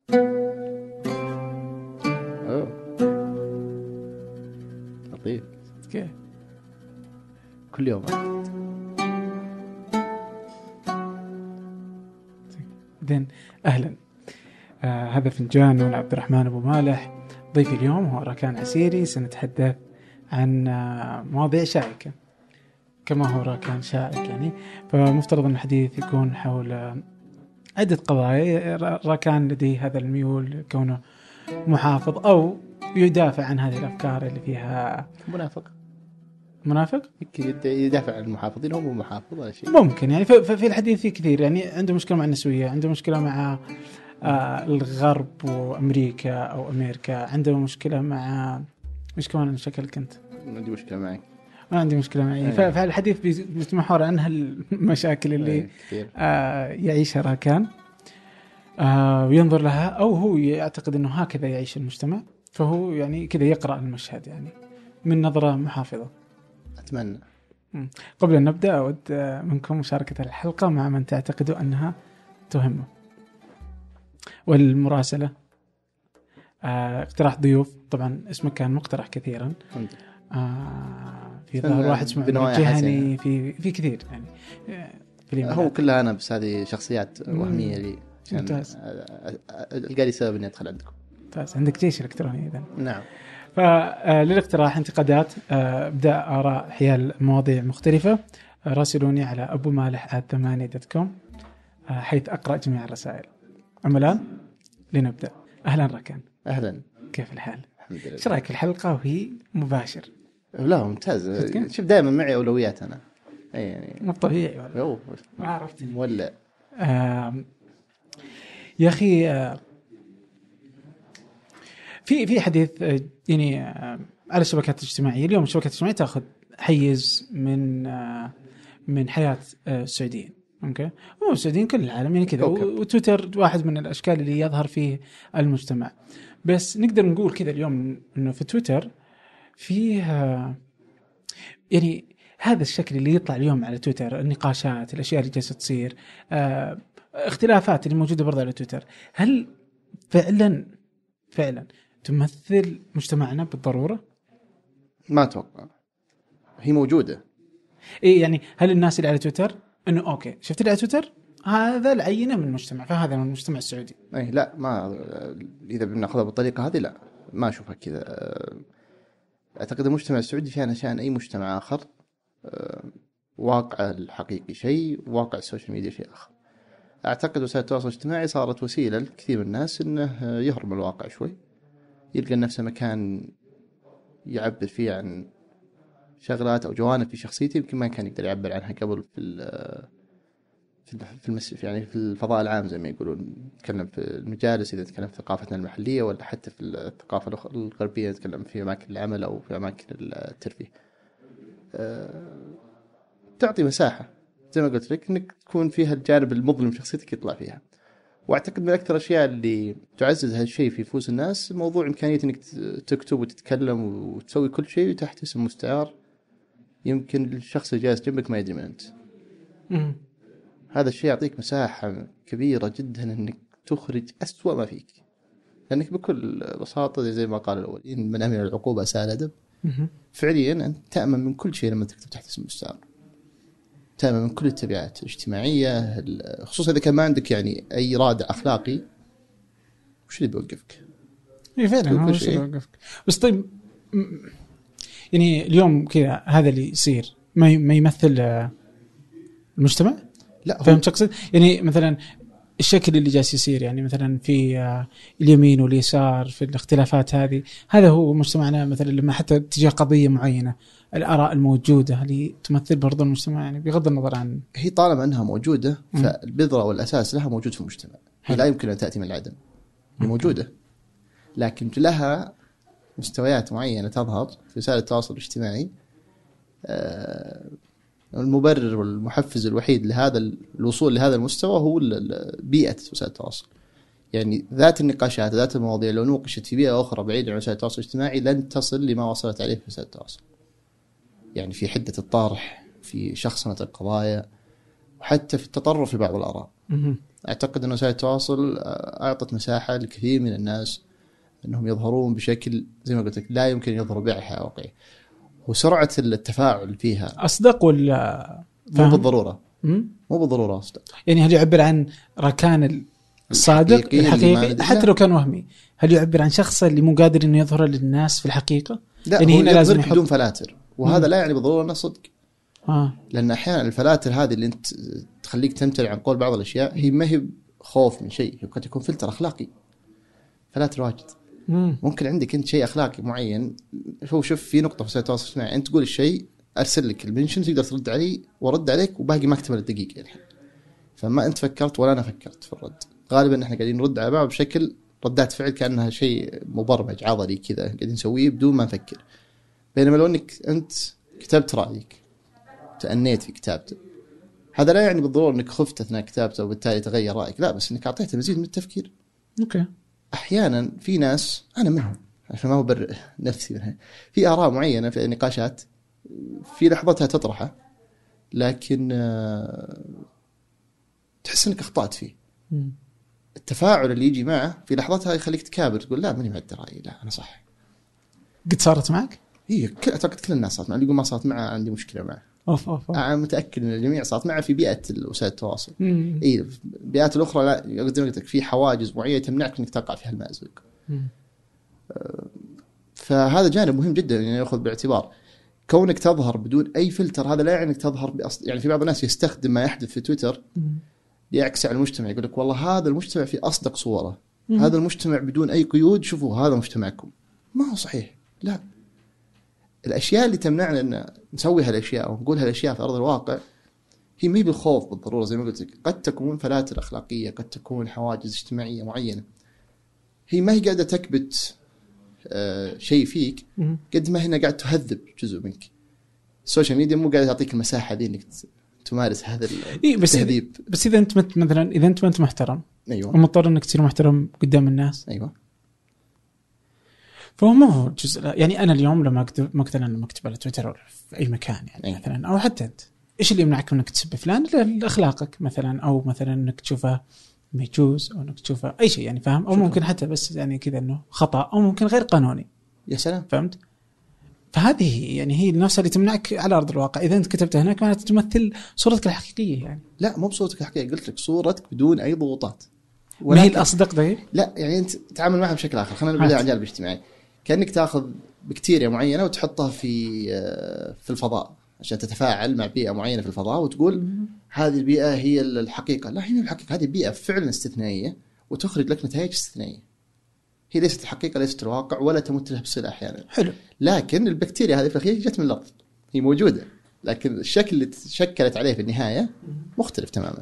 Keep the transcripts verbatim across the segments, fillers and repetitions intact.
أوه. لطيف. كيف كل يوم بعدين أهلا. آه هذا فنجان من عبد الرحمن أبو مالح. ضيفي اليوم هو راكان عسيري. سنتحدث عن آه مواضيع شائكة كما هو راكان شائك يعني، فمفترض أن الحديث يكون حول آه عدة قضايا. راكان لديه هذا الميول كونه محافظ أو يدافع عن هذه الأفكار اللي فيها منافق. منافق يدافع عن المحافظين، هو مو محافظ ولا شيء. ممكن يعني ففي الحديث في كثير يعني عنده مشكلة مع النسوية، عنده مشكلة مع آه الغرب وأمريكا أو أمريكا، عنده مشكلة مع مش كمان شكلك أنت. عندي مشكلة معك. ما عندي مشكلة معي. فالحديث بيتمحور عن هالمشاكل اللي آه يعيشها راكان آه وينظر لها، أو هو يعتقد أنه هكذا يعيش المجتمع، فهو يعني كذا يقرأ المشهد يعني من نظرة محافظة. أتمنى. قبل أن نبدأ أود منكم مشاركة الحلقة مع من تعتقدوا أنها تهمه، والمراسلة آه، اقتراح ضيوف. طبعا اسمك كان مقترح كثيرا آه، في ظهر واحد اسمه جهني، في في كثير يعني في هو كلها أنا، بس هذه شخصيات وهمية لي عشان ألقى لي سبب إني أدخل عندكم. ممتاز. عندك جيش إلكتروني إذن. نعم. فللاقتراح انتقادات ابدأ آراء حيال مواضيع مختلفة راسلوني على أبو مالح آت ثمانية دوت كوم حيث أقرأ جميع الرسائل. أما الآن لنبدأ. أهلا راكان. أهلا. كيف الحال؟ الحمد لله. ايش رايك الحلقة وهي مباشر؟ لا ممتاز. شوف دائما معي أولويات أنا. أي يعني. مو طبيعي ولا؟ أوه. ما عرفت. ولا. آه يا أخي آه في في حديث يعني على الشبكات الاجتماعية اليوم. الشبكات الاجتماعية تأخذ حيز من من حياة السعوديين. أوكي، مو السعوديين كل العالم يعني كذا، وتويتر واحد من الأشكال اللي يظهر فيه المجتمع. بس نقدر نقول كذا اليوم إنه في تويتر فيه يعني هذا الشكل اللي يطلع اليوم على تويتر، النقاشات، الأشياء اللي جالسة تصير، اه اختلافات اللي موجودة برضه على تويتر. هل فعلا فعلا تمثل مجتمعنا بالضرورة؟ ما أتوقع. هي موجودة. إيه يعني هل الناس اللي على تويتر إنه أوكي شفت اللي على تويتر هذا العينة من المجتمع، فهذا من المجتمع السعودي؟ أي لا، ما إذا بنأخذها بالطريقة هذه لا، ما أشوفها كذا. أعتقد المجتمع السعودي شأن شأن أي مجتمع آخر. واقع الحقيقي شيء، واقع السوشيال ميديا شيء آخر. أعتقد وسائل التواصل الاجتماعي صارت وسيلة لكثير من الناس إنه يهرب من الواقع شوي، يلقى نفسه مكان يعبر فيه عن شغلات أو جوانب في شخصيته يمكن ما كان يقدر يعبر عنها قبل في في المس يعني في الفضاء العام زي ما يقولون. نتكلم في المجالس إذا نتكلم في ثقافتنا المحلية، ولا حتى في الثقافة الغربية نتكلم في أماكن العمل أو في أماكن الترفيه. أه تعطي مساحة زي ما قلت لك إنك تكون فيها الجانب المظلم شخصيتك يطلع فيها. واعتقد من اكثر الاشياء اللي تعزز هالشيء في نفوس الناس موضوع امكانيه انك تكتب وتتكلم وتسوي كل شيء تحت اسم مستعار، يمكن الشخص اللي جالس جنبك ما يدري من انت. مم. هذا الشيء يعطيك مساحه كبيره جدا انك تخرج أسوأ ما فيك، لانك بكل بساطه زي ما قال الاولين من امن العقوبه اساء الادب. فعليا انت تامن من كل شيء لما تكتب تحت اسم مستعار، تامن من كل التبعات الاجتماعية، خصوصا إذا كان ما عندك يعني أي رادع أخلاقي. وش اللي بيوقفك؟ إيه فعلا وش اللي بيوقفك؟ بس طيب يعني اليوم كذا هذا اللي يصير ما ما يمثل المجتمع؟ لا فهمت تقصد يعني مثلا الشكل اللي جالس يصير يعني مثلا في اليمين واليسار في الاختلافات هذه، هذا هو مجتمعنا مثلا لما حتى تجاه قضية معينة الآراء الموجودة اللي تمثل برضو المجتمع يعني بغض النظر عن هي طالما أنها موجودة فالبذرة والأساس لها موجود في المجتمع. هي لا يمكن أن تأتي من العدم، هي موجودة لكن لها مستويات معينة تظهر في وسائل التواصل الاجتماعي. المبرر والمحفز الوحيد لهذا الوصول لهذا المستوى هو بيئة وسائل التواصل. يعني ذات النقاشات ذات المواضيع لو نوقشت في بيئة أخرى بعيدة عن وسائل التواصل الاجتماعي لن تصل لما وصلت عليه في وسائل التواصل. يعني في حدة الطرح، في شخصنة القضايا، وحتى في التطرف في بعض الآراء. أعتقد أن وسائل التواصل أعطت مساحة لكثير من الناس أنهم يظهرون بشكل زي ما قلت لك لا يمكن يظهروا بحياة واقعية، وسرعة التفاعل فيها أصدق ولا مو بالضرورة مم؟ مو بالضرورة أصدق. يعني هل يعبر عن ركان الصادق الحقيقي, الحقيقي حتى لو كان وهمي؟ هل يعبر عن شخص اللي مو قادر إنه يظهر للناس في الحقيقة؟ لا يعني هنا لازم يحط بدون فلاتر، وهذا لا يعني بالضرورة أنه صدق. آه. لأن أحيانا الفلاتر هذه اللي أنت تخليك تمتنع عن قول بعض الأشياء هي ما هي خوف من شيء، هي قد تكون فلتر أخلاقي. فلاتر واجد مم. ممكن عندك أنت شيء أخلاقي معين. هو شوف في نقطة في وسائل التواصل الاجتماعي أنت تقول الشيء أرسل لك المنشن تقدر ترد عليه ورد عليك وباقي ما اكتمل الدقيقة الحين، فما أنت فكرت ولا أنا فكرت في الرد. غالبا إحنا قاعدين نرد على بعض بشكل ردات فعل كأنها شيء مبرمج عضلي كذا قاعدين نسويه بدون ما نفكر. بينما لو أنك أنت كتبت رأيك تأنيت في كتابته، هذا لا يعني بالضرورة أنك خفت أثناء كتابته وبالتالي تغير رأيك، لا بس أنك أعطيته مزيد من التفكير. أوكي. أحيانا في ناس أنا منهم عشان ما أبرئ نفسي منها، في آراء معينة في النقاشات في لحظتها تطرحه لكن تحس أنك أخطأت فيه. مم. التفاعل اللي يجي معه في لحظتها يخليك تكابر تقول لا ماني معد رأيي، لا أنا صح. قد صارت معك؟ هي أعتقد كل الناس صارت معه، اللي يقول ما صارت معه عندي مشكلة معه. أوف أوف أوف. أنا متأكد أن الجميع صارت معه في بيئة وسائل التواصل. مم. إيه بيئات الأخرى لا، زي ما قلت لك في حواجز معينة تمنعك إنك تقع في هالمأزق. فهذا جانب مهم جدا يعني يأخذ بالاعتبار. كونك تظهر بدون أي فلتر هذا لا يعني إنك تظهر بأصل. يعني في بعض الناس يستخدم ما يحدث في تويتر ليعكس على المجتمع، يقول لك والله هذا المجتمع في أصدق صورة، مم. هذا المجتمع بدون أي قيود، شوفوا هذا مجتمعكم. ما هو صحيح. لا، الأشياء اللي تمنعنا أن نسوي هالأشياء ونقول هالأشياء في أرض الواقع هي مي بالخوف بالضرورة. زي ما قلت لك قد تكون فلاتر أخلاقية، قد تكون حواجز اجتماعية معينة، هي ما هي قاعدة تكبت آه شيء فيك قد ما هنا قاعد تهذب جزء منك. السوشيال ميديا مو قاعدة تعطيك المساحة دي إنك تمارس هذا إيه بس التهذيب. بس إذا أنت مثلا إذا أنت ما أنت محترم، أيوة، ومضطر إنك تصير محترم قدام الناس، أيوة، فهو ما هو جزء. يعني أنا اليوم لما أكتب مثلا لما أكتب على تويتر أو في أي مكان يعني أيوة. مثلا أو حتى أنت إيش اللي يمنعك من إنك تسب فلان؟ أخلاقك مثلا، أو مثلا إنك تشوفه ما يجوز، أو إنك تشوفه أي شيء يعني فاهم، أو شكرا. ممكن حتى بس يعني كذا إنه خطأ أو ممكن غير قانوني. يا سلام. فهمت؟ فهذه يعني هي النفس اللي تمنعك على أرض الواقع. إذا أنت كتبت هناك معناته تمثل صورتك الحقيقية يعني. لا مو بصورتك الحقيقية، قلت لك صورتك بدون أي ضغوطات. ما هي الأصدق ده؟ لا يعني أنت تتعامل معها بشكل آخر. خلينا نبدأ على الجانب الاجتماعي. كأنك تأخذ بكتيريا معينة وتحطها في في الفضاء عشان تتفاعل مع بيئة معينة في الفضاء وتقول م- هذه البيئة هي الحقيقة. لا، هي مو الحقيقة، هذه بيئة فعلا استثنائية وتخرج لك نتائج استثنائية. هي ليست الحقيقة، ليست الواقع، ولا تمت لها بصلة أحيانا. حلو. لكن البكتيريا هذه في الأخير جت من الأرض، هي موجودة، لكن الشكل اللي تشكلت عليه في النهاية مختلف تماما.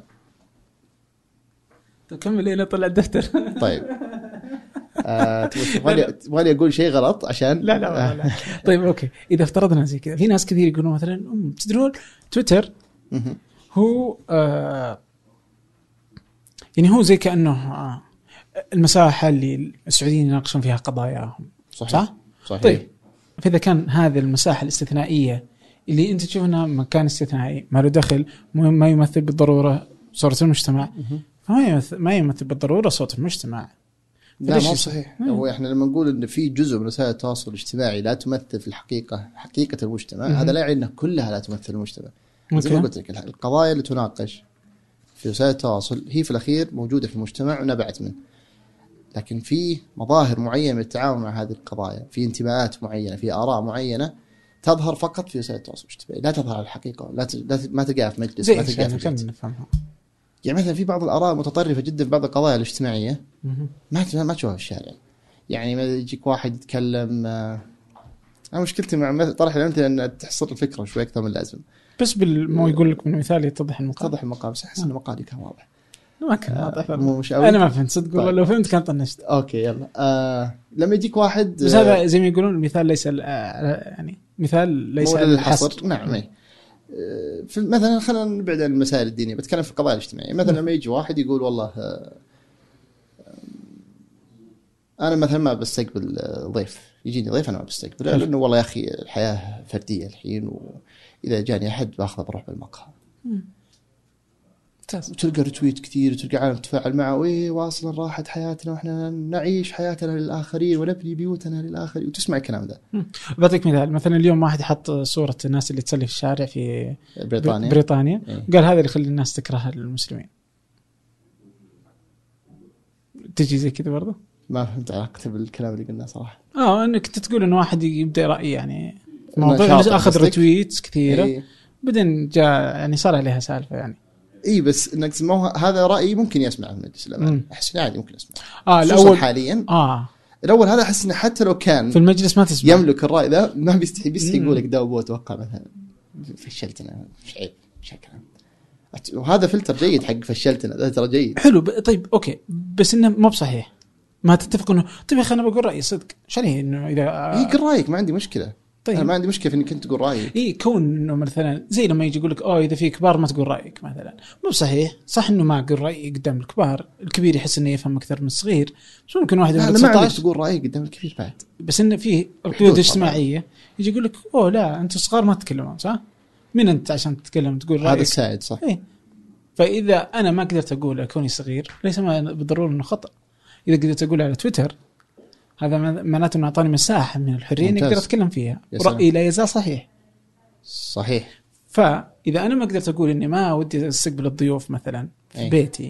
تكمل هنا طلع الدفتر. طيب آه، تبغى أقول شيء غلط عشان لا لا, لا. طيب أوكي، إذا افترضنا زي كذا، في ناس كثير يقولون مثلا تدرون تويتر هو آه يعني هو زي كأنه آه المساحة اللي السعوديين يناقشون فيها قضاياهم. صحيح. صح؟ صحيح. طيب فإذا كان هذه المساحة الاستثنائية اللي أنت تشوف أنها مكان استثنائي ما له دخل، ما يمثل بالضرورة صورة المجتمع، فما يمثل ما يمثل بالضرورة صوت المجتمع. لا ما صحيح. هو احنا لما نقول ان في جزء من وسائل التواصل الاجتماعي لا تمثل في الحقيقة حقيقة المجتمع، هذا لا يعني ان كلها لا تمثل المجتمع. زي ما قلت لك القضايا اللي تناقش في وسائل التواصل هي في الأخير موجودة في المجتمع ونبعت منه، لكن في مظاهر معينة من التعامل مع هذه القضايا، في انتماءات معينة، في آراء معينة تظهر فقط في وسائل التواصل الاجتماعي، لا تظهر على الحقيقة، لا, ت... لا ت... ما تلقاها في مجلس، ما تلقاها في بيت. يعني مثلا في بعض الآراء متطرفة جدا في بعض القضايا الاجتماعية ما ما تشوفها في الشارع. يعني ما يجيك واحد يتكلم، أنا مشكلتي مع طرح الأمثلة أن تحصر الفكرة شوي أكثر من اللازم، بس بالمو يقول لك من مثال يتضح المقال، يتضح المقال، بس أحس أن المقال كان واضح. ما كان واضح. آه أنا ما فهمت صدق والله. طيب. لو فهمت كان طنشت. أوكي يلا. آه لما يجيك واحد، بس هذا آه زي ما يقولون المثال ليس يعني مثال ليس الحصر. نعم. آه في مثلا خلينا نبعد عن المسائل الدينية، بتكلم في القضايا الاجتماعية. مثلا لما يجي واحد يقول والله آه أنا مثلا ما بستقبل ضيف، يجيني ضيف أنا ما بستقبله لأنه والله يا أخي الحياة فردية الحين، وإذا جاني أحد بأخذه بروح بالمقهى. وتلقى رتويت كثير وتلقى عالم تفاعل معه، وإيه واصلا راحت حياتنا وإحنا نعيش حياتنا للآخرين ونبني بيوتنا للآخرين، وتسمع الكلام ذا. بعطيك مثال، مثلا اليوم واحد حط صورة الناس اللي تصلي في الشارع في بريطانيا, بريطانيا. إيه؟ قال هذا اللي يخلي الناس تكره المسلمين. تجي زي كذا برضه؟ ما فهمت علاقته بالكلام اللي قلناه صراحة. آه إنك تقول إنه واحد يبدأ رأي يعني موضوع أخذ رتويت كثيرة. إيه؟ بعدين جاء يعني صار عليها سالفة يعني. اي بس انك ما هو هذا رايي ممكن يسمع من المجلس الاماني، احس عادي ممكن اسمع. اه الاول حاليا اه الاول هذا احس انه حتى لو كان في المجلس ما تسمع يملك الراي ذا ما بيستحي بيستحي يقول لك ده ابو اتوقع مثلا فشلتنا مش عيب بشكل عام، وهذا فلتر جيد حق فشلتنا ده ترى جيد حلو. طيب اوكي بس انه مو بصحيح، ما تتفق انه طيب يا اخي انا بقول رايي صدق شنو انه اذا اي قل رايك ما عندي مشكله. طيب. انا ما عندي مشكله في انك انت تقول رايك. اي كون انه مثلا زي لما يجي يقول لك اوه اذا في كبار ما تقول رايك مثلا، مو صحيح. صح انه ما اقول رايي قدام الكبار، الكبير يحس انه يفهم اكثر من الصغير، بس ممكن واحد من تسعة عشر تقول رايك قدام الكبير بعد، بس انه فيه القيود الاجتماعيه يجي يقول لك اوه لا انتم صغار ما تتكلمون صح، من انت عشان تتكلم تقول رايك؟ هذا السائد صح. إيه؟ فاذا انا ما قدرت اقول كوني صغير ليس بالضروره انه خطا، اذا قدرت اقول على تويتر هذا معناته انه اعطاني مساحه من الحريه اني اقدر اتكلم فيها، رايي لا يزال صحيح. صحيح. فاذا انا ما قدرت اقول اني ما ودي استقبل الضيوف مثلا في أي. بيتي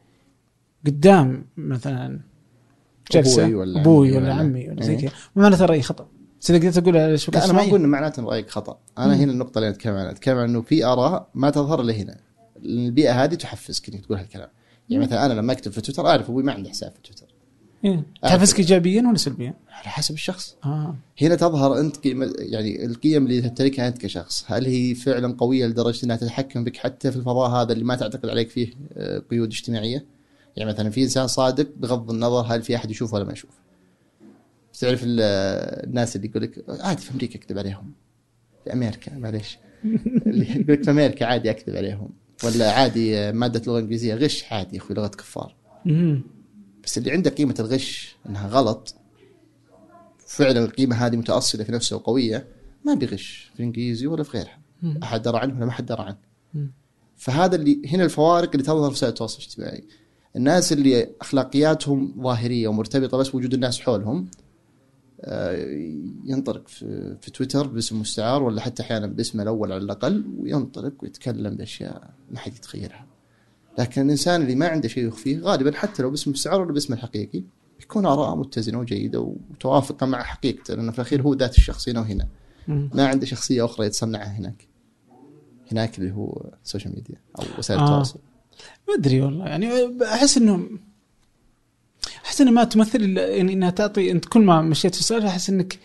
قدام مثلا جلسه ابوي ولا ابوي ولا عمي ولا زي كذا، معناته رايي خطا. اذا قدرت اقول على لا انا ما اقول انه معناته رايك خطا، انا مم. هنا النقطه اللي اتكلم عنها، اتكلم عن انه في اراء ما تظهر الا هنا، البيئه هذه تحفزك انك تقول هالكلام. يعني مثلا انا لما اكتب في تويتر اعرف ابوي ما عنده حساب في تويتر. إيه؟ تحفزك ايجابيا ولا سلبيا؟ على حسب الشخص. آه. هنا تظهر انت قيمة، يعني القيم اللي تمتلكها انت كشخص، هل هي فعلا قويه لدرجه انها تتحكم بك حتى في الفضاء هذا اللي ما تعتقد عليك فيه قيود اجتماعيه؟ يعني مثلا في انسان صادق بغض النظر هل في احد يشوفه ولا ما يشوف. تعرف الناس اللي يقول لك عادي في امريكا اكذب عليهم، في امريكا معليش اللي يقول لك في امريكا عادي اكذب عليهم، ولا عادي ماده لغه انجليزيه غش عادي يا اخوي لغه كفار. بس اللي عنده قيمة الغش أنها غلط فعلا، القيمة هذه متأصلة في نفسه وقوية، ما بيغش في الإنجليزي ولا في غيرها. مم. أحد درى عنه ولا ما حد درى عنه. مم. فهذا اللي هنا الفوارق اللي تظهر في وسائل التواصل الاجتماعي. الناس اللي أخلاقياتهم ظاهرية ومرتبطة بس وجود الناس حولهم ينطلق في, في تويتر باسم مستعار ولا حتى أحيانا باسمه الأول على الأقل، وينطلق ويتكلم بأشياء ما حد يتخيلها. لكن الإنسان اللي ما عنده شيء يخفيه غالبا حتى لو باسم مستعار ولا باسمه الحقيقي يكون آراء متزنة وجيدة وتوافق مع حقيقته، لأنه في الأخير هو ذات الشخص هنا وهنا، ما عنده شخصية أخرى يتصنعها هناك هناك اللي هو السوشيال ميديا أو وسائل التواصل. آه. ما أدري والله، يعني أحس إنه أحس إنه ما تمثل، يعني إنها تعطي، أنت كل ما مشيت في السالفة أحس إنك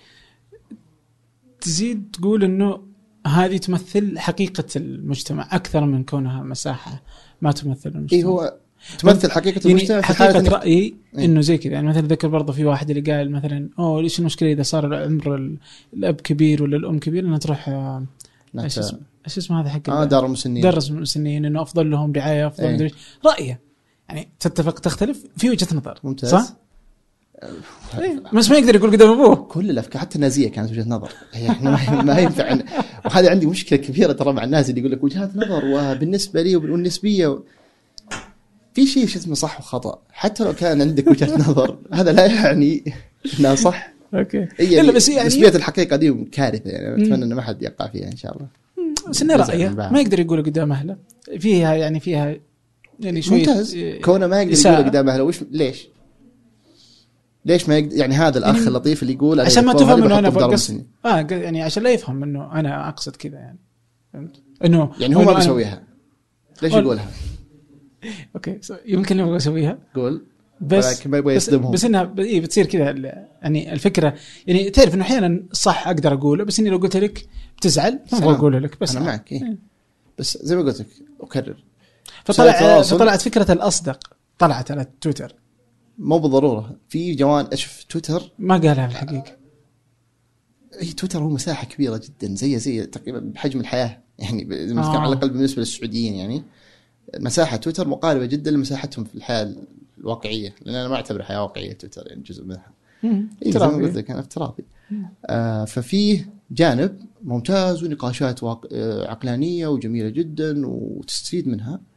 تزيد تقول إنه هذه تمثل حقيقة المجتمع أكثر من كونها مساحة ما تمثل المجتمع. إيه هو تمثل حقيقة يعني المجتمع في حقيقة حالة رأيي إيه؟ إنه زي كذا. يعني مثلا ذكر برضه في واحد اللي قال مثلا أوه ليش المشكلة إذا صار عمر الأب كبير ولا الأم كبير إنها تروح إيش اسمه إيش اسمه هذا حق آه دار المسنين دار المسنين إنه أفضل لهم رعاية أفضل إيه؟ رأيه يعني تتفق تختلف في وجهة نظر. ممتاز. صح؟ إيه؟ بس ما يقدر يقول قدام أبوه. كل الأفكار حتى النازية كانت وجهة نظر، إحنا ما ينفع. وهذا عندي مشكلة كبيرة ترى مع الناس اللي يقول لك وجهات نظر وبالنسبة لي والنسبية و... في شيء شو اسمه صح وخطأ، حتى لو كان عندك وجهة نظر هذا لا يعني إنها صح. أوكي. يعني بس يعني نسبية الحقيقة دي كارثة، يعني أتمنى إن ما حد يقع فيها إن شاء الله. بس إنه رأيه ما يقدر يقول قدام أهله فيها، يعني فيها يعني شوية ممتاز. كونه ما يقدر يقول قدام أهله وش ليش ليش ما يقدر؟ يعني هذا الأخ اللطيف اللي يقول عشان ما تفهم إنه أنا بقصد آه يعني عشان لا يفهم إنه أنا أقصد كذا، يعني فهمت إنه يعني هو ما بيسويها ليش يقولها؟ أوكي يمكن يبغى يسويها قول بس ولكن ما يبغى يصدمهم. بس إنها إيه بتصير كذا يعني الفكرة، يعني تعرف إنه أحيانا صح أقدر أقوله بس إني لو قلت لك بتزعل ما أبغى أقوله لك. بس أنا معك إيه. بس زي ما قلت لك أكرر، فطلع فطلعت فكرة الأصدق طلعت على تويتر. مو بالضرورة في جوان أشوف تويتر ما قالها الحقيقة. هي تويتر هو مساحة كبيرة جدا زي زي تقريبا بحجم الحياة، يعني آه. على الأقل بالنسبة للسعوديين، يعني مساحة تويتر مقاربة جدا لمساحتهم في الحياة الواقعية، لأن أنا ما أعتبر حياة واقعية تويتر، يعني جزء منها إيه زي ما قلت لك أنا افتراضي. آه ففيه جانب ممتاز ونقاشات واق... آه عقلانية وجميلة جدا وتستفيد منها،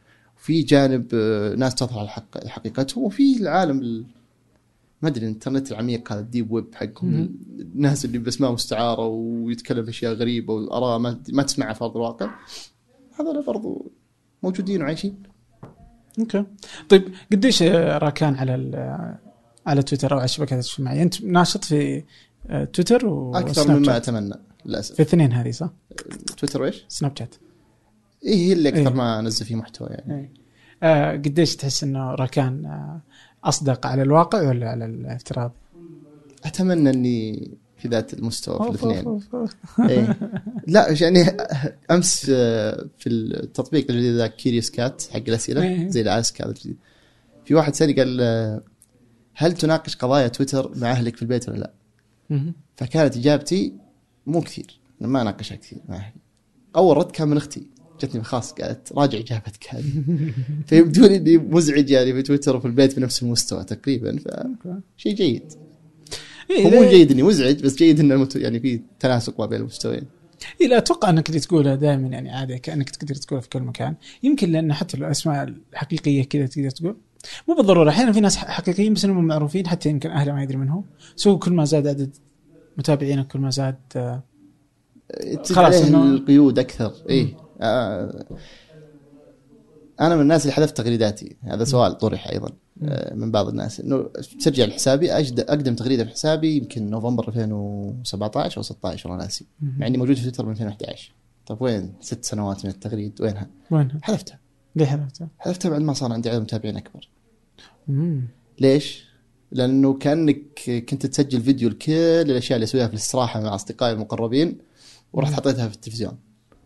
في جانب ناس تظهر على حق حقيقتهم، وفي العالم ال... ما ادري الانترنت العميق هذا الديب ويب حقهم، الناس اللي باسماء مستعاره ويتكلم اشياء غريبه واراء ما, ما تسمعها في ارض الواقع، هذول برضو موجودين وعايشين. اوكي طيب قديش راكان على على تويتر او على الشبكات الاجتماعيه؟ انت ناشط في تويتر و اكثر مما اتمنى للاسف. في الاثنين هذه صح؟ تويتر وايش؟ سناب شات. ايه هي اللي اكثر إيه؟ ما انزل فيه محتوى يعني. إيه؟ آه قديش تحس انه راكان آه اصدق على الواقع ولا على الافتراض؟ اتمنى اني في ذات المستوى في الاثنين. إيه؟ لا يعني امس في التطبيق الجديد ذا كيريوس كات حق الاسئله إيه؟ زي الاسك هذا الجديد، في واحد سالني قال هل تناقش قضايا تويتر مع اهلك في البيت ولا لا؟ فكانت اجابتي مو كثير، ما اناقشها كثير مع اهلي. اول رد كان من اختي، جتني خاص قالت راجع اجابتك هذه. فيبدو لي اني مزعج يعني في تويتر وفي البيت بنفس المستوى تقريبا، فشيء جيد. هو مو جيد اني مزعج، بس جيد ان المت... يعني في تناسق بين المستويين. إيه لا أتوقع أنك اللي تقولها دائما يعني عادي كأنك تقدر تقولها في كل مكان، يمكن لأن حتى الأسماء الحقيقية كذا تقدر تقول، مو بالضرورة. أحيانا في ناس حقيقيين بس إنهم معروفين حتى يمكن أهله ما يدري منهم، سو كل ما زاد عدد متابعينك كل ما زاد آه خلاص إنه القيود أكثر. إيه آه أنا من الناس اللي حذفت تغريداتي، هذا سؤال طرح أيضا آه من بعض الناس، إنه ترجع لحسابي أقدم تغريدة في حسابي يمكن نوفمبر ألفين وسبعة عشر أو ستة عشر والله ناسي، مع إني موجود في تويتر من ألفين وأحد عشر. طيب وين ست سنوات من التغريد؟ وينها؟ وينها؟ حذفتها. ليه حذفتها؟ حذفتها بعد ما صار عندي عدد متابعين أكبر. مم. ليش؟ لأنه كأنك كنت تسجل فيديو لكل الأشياء اللي أسويها في الاستراحة مع أصدقائي المقربين ورحت حطيتها في التلفزيون.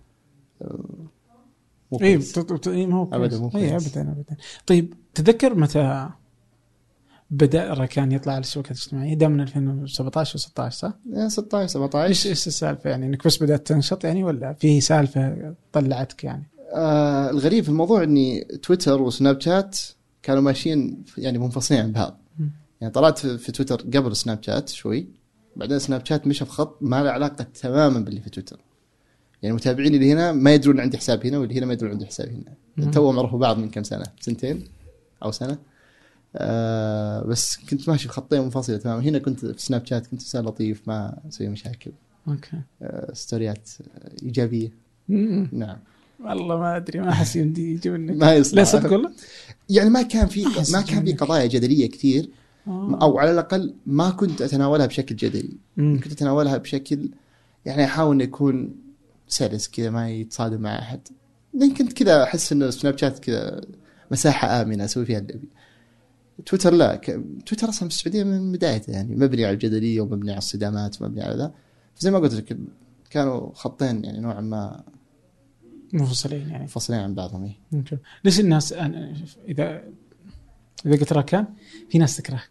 إيه إيه ما هو أبدا إيه أبدا أبدا. طيب تذكر متى بدأ راكان يطلع على الشبكات الاجتماعية؟ ده من ألفين وسبعة عشر و16 صح؟ ستة عشر سبعة عشر. إيش إيش السالفة يعني؟ إنك بس بدأت تنشط يعني ولا في سالفة طلعتك يعني؟ آه الغريب في الموضوع إني تويتر وسناب شات كانوا ماشيين يعني منفصلين عن بعض. يعني طلعت في تويتر قبل سناب شات شوي، بعدين سناب شات مشى في خط ما له علاقة تماما باللي في تويتر. يعني متابعين اللي هنا ما يدرون عندي حساب هنا، واللي هنا ما يدرون عندي حساب هنا. توهم عرفوا بعض من كم سنة، سنتين أو سنة. آه بس كنت ماشي في خطين منفصلة تماما. هنا كنت في سناب شات كنت إنسان لطيف ما أسوي مشاكل. أوكي. آه ستوريات إيجابية. مم. نعم. والله ما أدري، ما أحس يمدي يجي منك. ما يصلح. لا صدق والله. يعني ما كان في ما كان في قضايا جدلية كثير، أو على الأقل ما كنت أتناولها بشكل جدلي. مم. كنت أتناولها بشكل يعني أحاول أن يكون سلس كذا ما يتصادم مع أحد. لأن كنت كذا أحس إنه سناب شات كذا مساحة آمنة أسوي فيها اللي أبي. تويتر لا ك... تويتر أصلا في السعودية من بدايته يعني مبني على الجدلية ومبني على الصدامات ومبني على ذا. زي ما قلت لك كانوا خطين يعني نوعا ما منفصلين يعني منفصلين عن بعضهم. إيه. ليش الناس أنا إذا إذا قلت راكان في ناس تكرهك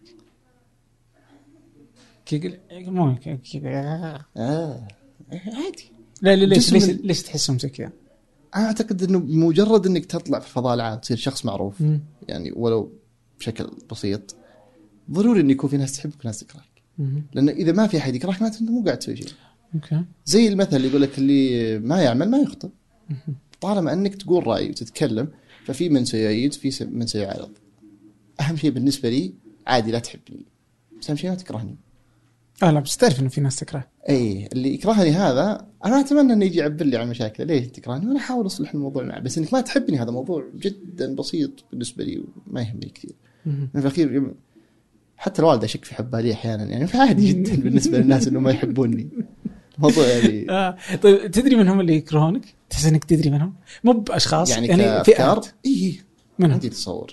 كي مو كي آه عادي. لا ليش ليش ليش تحسهم زي كذا؟ أنا أعتقد إنه مجرد إنك تطلع في الفضاء العام تصير شخص معروف م. يعني ولو بشكل بسيط، ضروري إن يكون في ناس تحبك وناس تكرهك. لأن إذا ما في أحد يكرهك ما أنت مو قاعد تسوي شيء. أوكي. زي المثل اللي يقول لك اللي ما يعمل ما يخطئ. طالما أنك تقول رأي وتتكلم ففي من سيعيد في من سيعارض. أهم شيء بالنسبة لي عادي لا تحبني، بس أهم شيء لا تكرهني. آه لا بس تعرف إنه في ناس تكره. أي اللي يكرهني هذا أنا أتمنى إنه يجي يعبر لي عن مشاكله. ليه تكرهني؟ وأنا أحاول أصلح الموضوع معه. بس إنك ما تحبني هذا موضوع جدا بسيط بالنسبة لي وما يهمني كثير. من الأخير حتى الوالدة أشك في حبها لي أحيانا يعني عادي جدا بالنسبة للناس إنه ما يحبوني. موضوع يعني. آه طيب تدري من هم اللي يكرهونك؟ تحس إنك تدري منهم؟ مو بأشخاص يعني, يعني فئات. إيه منهم. عندي تصور.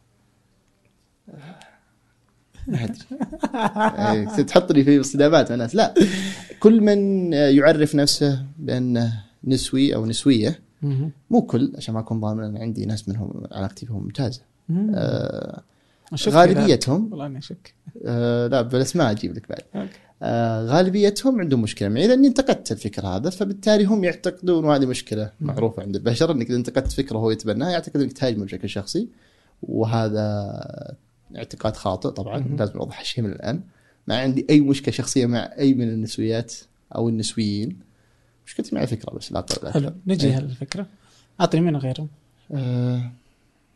ما أدري. تحطني في صدامات مع الناس. لا كل من يعرف نفسه بأنه نسوي أو نسوية، مو كل عشان ما أكون ضامن، عندي ناس منهم علاقتي بهم ممتازة. آه غالبيتهم والله أنا أشك. آه لا بالاسماء أجيب لك بعد. آه غالبيتهم عندهم مشكلة معي لأني انتقدت الفكرة هذا، فبالتالي هم يعتقدون وهذه مشكلة معروفة عند البشر إنك إذا انتقدت فكرة هو يتبناها يعتقد إنك تهاجمه بشكل شخصي، وهذا اعتقاد خاطئ طبعا. م- لازم نوضح الشيء من الآن. ما عندي أي مشكلة شخصية مع أي من النسويات أو النسويين، مشكلتي مع الفكرة بس لا قبل. حلو نجي هالفكرة. أعطني منها غيرهم. آه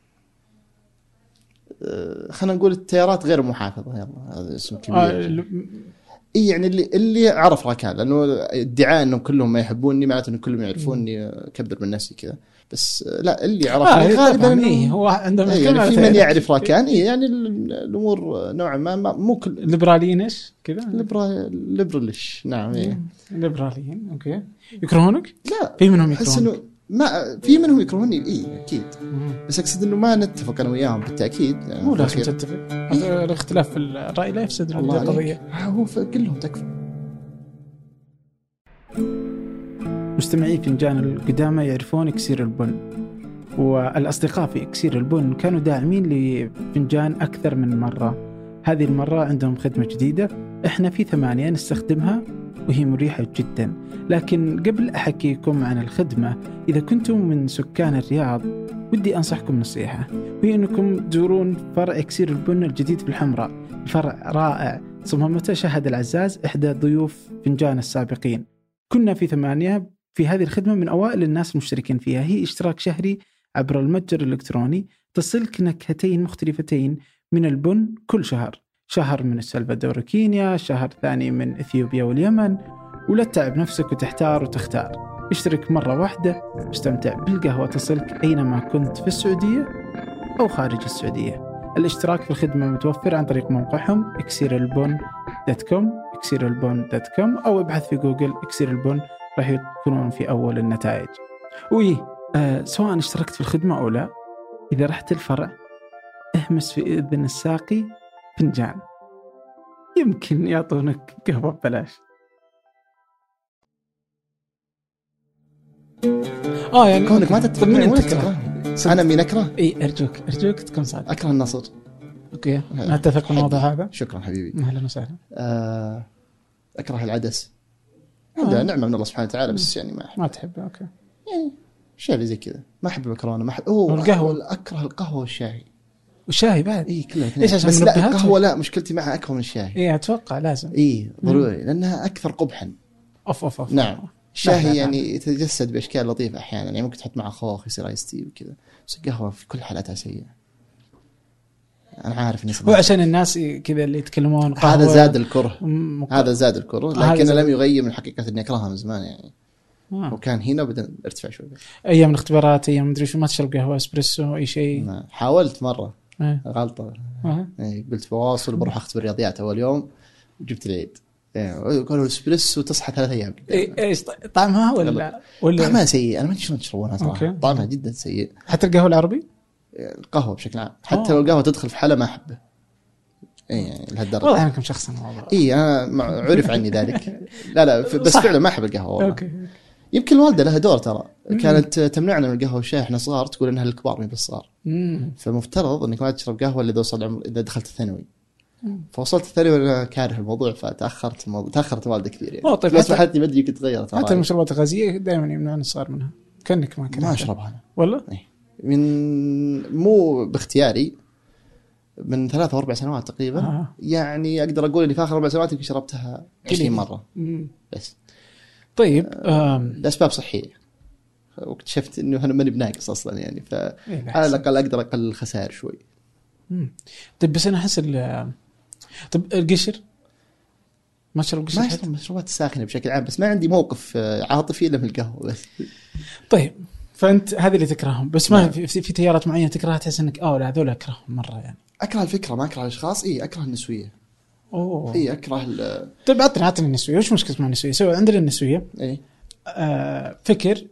خلينا نقول التيارات غير محافظة، يلا هذا اسم كبير. آه إيه يعني اللي اللي عرف راكان، لأنه ادعاء إنهم كلهم ما يحبوني معناته إن كلهم يعرفوني أكبر من نفسي كذا. بس لا اللي عرفني آه غالبا إنه إيه هو عندما إيه يعني في من يعرف راكان إيه يعني الأمور نوعا ما مو كل ليبراليينش كذا ليبرال ليبراليش نعم إيه ليبراليين أوكي يكرهونك؟ لا في منهم أحس يكرهونك إنه ما في منهم يكرهوني إيه أكيد، بس أقصد إنه ما نتفق أنا وياهم بالتأكيد يعني. مو لازم تتفق، إيه؟ الاختلاف في الرأي لا يفسد القضية. هو كلهم تكفى. مستمعي فنجان القدامى يعرفون إكسير البن، والأصدقاء في إكسير البن كانوا داعمين لفنجان أكثر من مرة. هذه المرة عندهم خدمة جديدة إحنا في ثمانية نستخدمها وهي مريحة جدا. لكن قبل أحكيكم عن الخدمة، إذا كنتم من سكان الرياض ودي أنصحكم نصيحة، وهي أنكم تزورون فرع إكسير البن الجديد في الحمراء. الفرع رائع، صممته شهد العزاز إحدى ضيوف فنجان السابقين. كنا في ثمانية في هذه الخدمة من أوائل الناس المشتركين فيها. هي اشتراك شهري عبر المتجر الإلكتروني، تصلك نكهتين مختلفتين من البن كل شهر، شهر من السلفادور كينيا، شهر ثاني من إثيوبيا واليمن، ولا تتعب نفسك وتحتار وتختار. اشترك مرة واحدة واستمتع بالقهوة تصلك أينما كنت في السعودية أو خارج السعودية. الاشتراك في الخدمة متوفر عن طريق موقعهم إكسير البن دوت كوم إكسير البن دوت كوم أو ابحث في جوجل إكسير البن، راح يكونون في أول النتائج. ويه آه سواء اشتركت في الخدمة أو لا، إذا رحت الفرع اهمس في إذن الساقي فنجان، يمكن يعطونك قهوة ببلاش. اه يعني كونك ما تتفق من ولا تكره. انا مين اكره؟ اي ارجوك ارجوك تكون صادق. اكره النصر. اوكي نتفق في الموضوع هذا. شكرا حبيبي. اهلا وسهلا. آه اكره العدس. هذا آه. نعمه من الله سبحانه وتعالى، بس يعني ما ما تحبه. اوكي يعني شيء زي كذا. ما احب المكرونه، ما احب اوه القهوه. اكره القهوه والشاي. والشاي بعد اي كلها ليش؟ عشان بس لا القهوه لا مشكلتي معها اكثر من الشاي. اي اتوقع لازم اي ضروري لانها اكثر قبحا. اوف اوف اوف نعم. الشاي يعني يتجسد باشكال لطيفه احيانا، يعني ممكن تحط معه خوخ يصير ايس تي وكذا، بس القهوه في كل حالاتها سيئه. انا عارف اني هو عشان الناس كذا اللي يتكلمون قهوه هذا زاد الكره مق... هذا زاد الكره لكن لم يغير من حقيقه اني اكرهها من زمان يعني. آه. وكان هنا وبدأ ارتفع شوي. ايام الاختبارات، ايام مدري شو، ما تشرب قهوه اسبريسو اي شيء؟ حاولت مره آه. غلطه. آه. يعني قلت بواصل بروح اختبر رياضيات اول يوم وجبت العيد. يعني قالوا اسبريسو تصحى ثلاث ايام. ايش طعمها ولا ولا طعمها سيء. انا ما ادري شلون تشربونها صراحه. طعمها جدا سيء. حتى القهوه العربي، القهوه بشكل عام، حتى لو القهوه تدخل في حاله ما احبه. اي يعني لهالدرجه. والله انا كم شخص الموضوع. اي انا عرف عني ذلك. لا لا بس فعلا ما احب القهوه والله. اوكي. يمكن الوالده لها دور ترى. كانت تمنعنا من القهوه والشاي احنا صغار، تقول انها للكبار مو بالصغار. فمفترض انك ما تشرب قهوه الا اذا وصل عمر، اذا دخلت الثانوي. فوصلت الثانوي وانا كاره الموضوع، فتاخرت الموضوع، تاخرت الوالده كثير يعني. طيب بس حتى ما ادري كنت تغيرت. حتى المشروبات الغازيه دائما يمنعون الصغار منها. كانك ما كنت ما اشربها انا والله. من مو باختياري، من ثلاث او اربع سنوات تقريبا. آه. يعني اقدر اقول اني في اخر اربع سنوات يمكن شربتها عشرين مره. مم. بس طيب آه لاسباب صحيه، واكتشفت انه انا ماني بناقص اصلا يعني، فعلى الاقل اقدر اقلل الخسائر شوي. امم طيب بس انا احس ال طب القشر ما شرب قشر؟ ما اشرب المشروبات الساخنه بشكل عام، بس ما عندي موقف عاطفي الا من القهوه بس. طيب فانت هذه اللي تكرههم، بس ما في, في تيارات معينه تكرهها تحس انك اه لا هذول اكرههم مره يعني؟ اكره الفكره، ما اكره الاشخاص. اي اكره النسويه. اوه اي اكره. طيب عطني عطني النسويه. وش مشكله مع النسويه؟ سوي عندنا النسويه اي آه فكر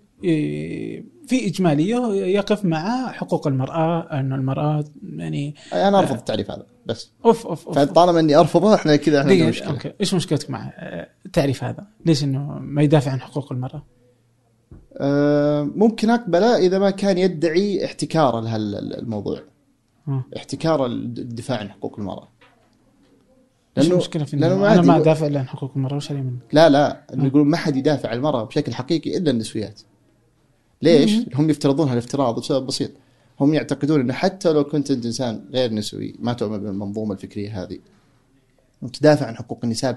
في إجمالية يقف مع حقوق المرأة، أن المرأة يعني أنا أرفض التعريف هذا بس. أوف أوف أوف. فطالما إني أرفضه إحنا كذا إحنا عندنا مشكلة. أوكي. إيش مشكلتك مع التعريف هذا؟ ليش إنه ما يدافع عن حقوق المرأة؟ أه ممكن أقبله إذا ما كان يدعي احتكار لهالموضوع. م. احتكار الدفاع عن حقوق المرأة. لأنه المشكلة في إنه أنا ما أدافع إلا عن حقوق المرأة وش علي منك؟ لا لا إنه يقولون ما حد يدافع عن المرأة بشكل حقيقي إلا النسويات. ليش؟ مم. هم يفترضون هالافتراض بسبب بسيط. هم يعتقدون إنه حتى لو كنت إنسان غير نسوي ما تؤمن بالمنظومة الفكرية هذه، وتدافع عن حقوق النساء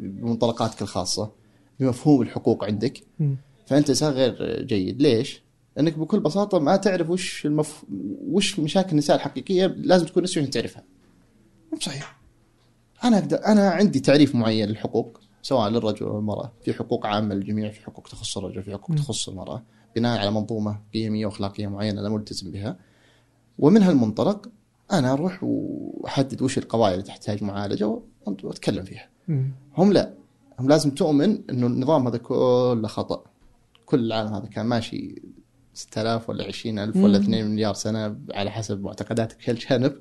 بمنطلقاتك الخاصة بمفهوم الحقوق عندك، مم. فأنت إنسان غير جيد. ليش؟ انك بكل بساطه ما تعرف وش المف... وش مشاكل النساء الحقيقيه، لازم تكون نسوي عشان تعرفها. مو صحيح. انا أقدر انا عندي تعريف معين للحقوق سواء للرجل او المراه، في حقوق عامه للجميع، في حقوق تخص الرجل، في حقوق تخص المراه، بناء على منظومه قيميه واخلاقيه معينه انا ملتزم بها. ومن هالمنطلق انا اروح واحدد وش القضايا اللي تحتاج معالجه واتكلم فيها. هم لا، هم لازم تؤمن انه النظام هذا كله خطا، كل العالم هذا كان ماشي ستة آلاف ولا عشرين ألف ولا اثنين مليار سنه على حسب معتقداتك في الجانب،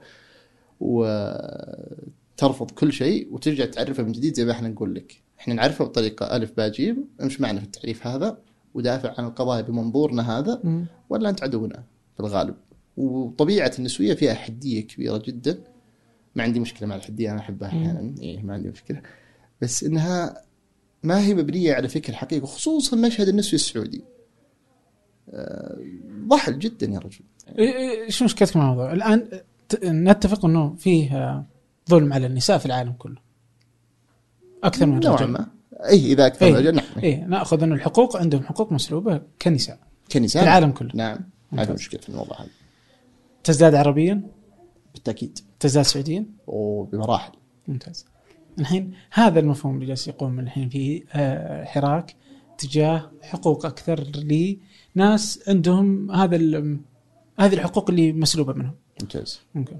وترفض كل شيء وترجع تعرفه من جديد. زي ما احنا نقول لك، احنا نعرفه بطريقه الف باء جيم، امش معنا في التعريف هذا ودافع عن القضايا بمنظورنا هذا، ولا انت عدونا في الغالب. وطبيعه النسويه فيها حديه كبيره جدا، ما عندي مشكله مع الحديه، انا احبها احيانا، ايه ما عندي مشكله، بس انها ما هي مبنيه على فكر حقيقي، وخصوصا مشهد النسوي السعودي أه ضحل جدا يا رجل. ايش مشكلتك مع الموضوع الان؟ نتفق انه فيه ظلم على النساء في العالم كله اكثر من الرجال. اي اذا اكثر من الرجال نعم. اي ناخذ انه الحقوق عندهم حقوق مسلوبه كنساء كنساء في العالم كله. نعم هذا مشكله في الموضوع هذا. تزداد عربيا بالتاكيد، تزداد سعوديا وبمراحل. ممتاز. الحين هذا المفهوم اللي جالس يقوم من الحين في حراك تجاه حقوق اكثر لناس عندهم هذا هذه الحقوق اللي مسلوبه منهم. ممتاز. ممكن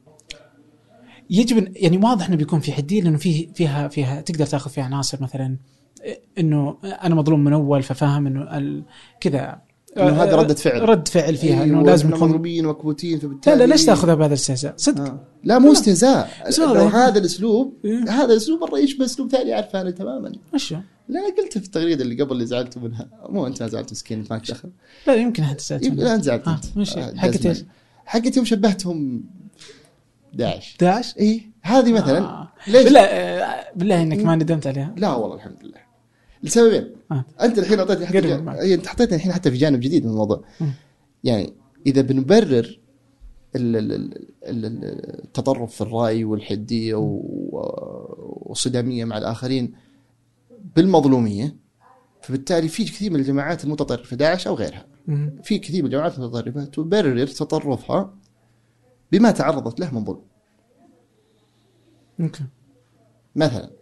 يجب يعني واضح انه بيكون في حديه، لانه فيه فيها فيها تقدر تاخذ فيها عناصر مثلا انه انا مظلوم من اول ففاهم انه كذا انه هذا رده فعل رد فعل فيها انه لازم نكون مضروبين وكبوتين، فبالتالي لا لا ليش تاخذها بهذا الاستهزاء صدق؟ آه. لا مو استهزاء، لو هذا الاسلوب هذا الاسلوب مره يشبه اسلوب ثاني عارفه انا تماما. ايش لا قلت في التغريده اللي قبل اللي زعلتوا منها، مو انت زعلت مسكين ما دخل. لا يمكن حتى زعلت لا انت زعلت انت. آه. حقت ايش؟ حقت يوم شبهتهم داعش. داعش ايه هذه مثلا. آه. بالله آه. بالله انك ما ندمت عليها. لا والله الحمد لله لسببين. آه. انت الحين اعطيتني حتى جا... انت حطيتني الحين حتى في جانب جديد من الموضوع. م. يعني اذا بنبرر التطرف في الراي والحديه والصداميه مع الاخرين بالمظلوميه، فبالتالي في كثير من الجماعات المتطرفه داعش او غيرها، م. في كثير من الجماعات المتطرفه تبرر تطرفها بما تعرضت له من ظلم. ممكن مثلا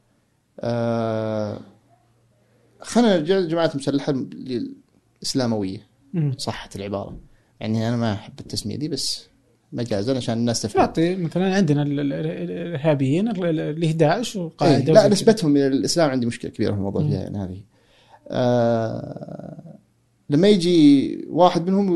آه خلينا نرجع للجماعات المسلحة الإسلاموية صحة العبارة، يعني أنا ما أحب التسمية دي بس مجازا عشان الناس تفهم. نعطي مثلا عندنا الإرهابيين اللي داعش وقاعدة. إيه لا نسبتهم من الإسلام عندي مشكلة كبيرة في الموضوع فيها يعني هذه. آه لما يجي واحد منهم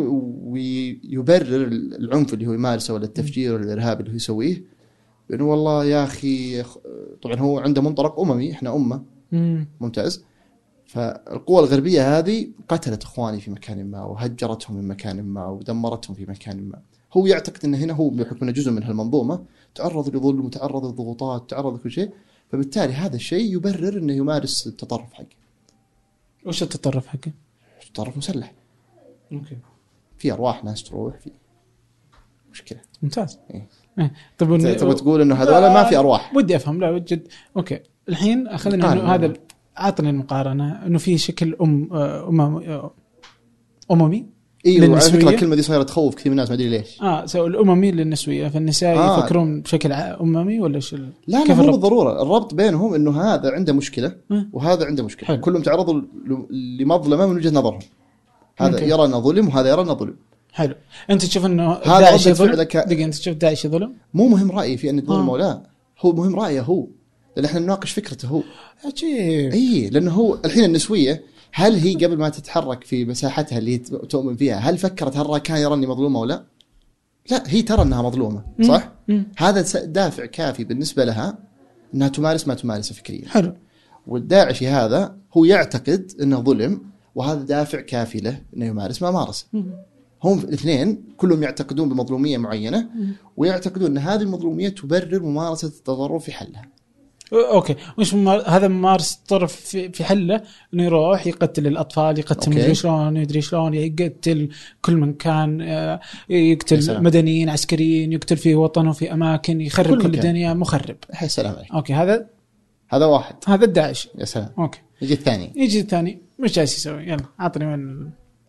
ويبرر العنف اللي هو يمارسه ولا التفجير ولا الإرهاب اللي هو يسويه بأنه والله يا أخي، طبعا هو عنده منطلق أممي، إحنا أمة. مم. ممتاز. فالقوى الغربية هذه قتلت إخواني في مكان ما وهجرتهم من مكان ما ودمرتهم في مكان ما. هو يعتقد أنه هنا هو بحكم جزء من هالمنظومة تعرض لظلم وتعرض لضغوطات تعرض لكل شيء، فبالتالي هذا الشيء يبرر أنه يمارس التطرف حقه. وش التطرف حقه؟ التطرف مسلح. أوكي. في أرواح ناس تروح في مشكلة. ممتاز. إيه. إيه. طب تبغى تقول إنه هذول ما في أرواح؟ ودي أفهم. لا وجد. أوكي. الحين أخذنا إنه هذا عطني المقارنة إنه في شكل أم أمم أممي. إيه وعلى فكرة الكلمة دي صايرة تخوف كثير من الناس ما أدري ليش. آه سو الأممي للنسوية فالنساء آه. يفكرون بشكل أممي ولا شو؟ لا لا مو بالضرورة. الربط بينهم إنه هذا عنده مشكلة آه. وهذا عنده مشكلة. حلو. كلهم تعرضوا لمظلمة من وجهة نظرهم. هذا ممكن. يرى أنه ظلم وهذا يرى أنه ظلم. حلو. أنت تشوف إنه داعش ظلم؟ ك... دقيقة أنت تشوف داعش ظلم؟ مو مهم رأيي في أن الظلم ولا آه. هو مهم رأيه هو، لأن إحنا نناقش فكرته هو. عجيب. إيه لأنه هو الحين النسوية هل هي قبل ما تتحرك في مساحتها اللي تؤمن فيها هل فكرت هل كان يراني مظلومة ولا لا؟ هي ترى أنها مظلومة صح؟ مم. هذا دافع كافي بالنسبة لها أنها تمارس ما تمارسه فكريا. حلو. والداعشي هذا هو يعتقد أنه ظلم وهذا دافع كافي له أنه يمارس ما مارسه. هم الاثنين كلهم يعتقدون بمظلومية معينة ويعتقدون أن هذه المظلومية تبرر ممارسة التطرف في حلها. اوكي وش ممار... هذا ممارس الطرف في... في حله انه يروح يقتل الاطفال يقتل مدري شلون يدري شلون يقتل كل من كان يقتل سلام. مدنيين عسكريين يقتل في وطنه في اماكن يخرب كل, كل الدنيا مخرب. يا سلام عليك. اوكي هذا هذا واحد هذا الداعش. يا سلام. اوكي يجي الثاني يجي الثاني مش جالس يسوي. يلا اعطني من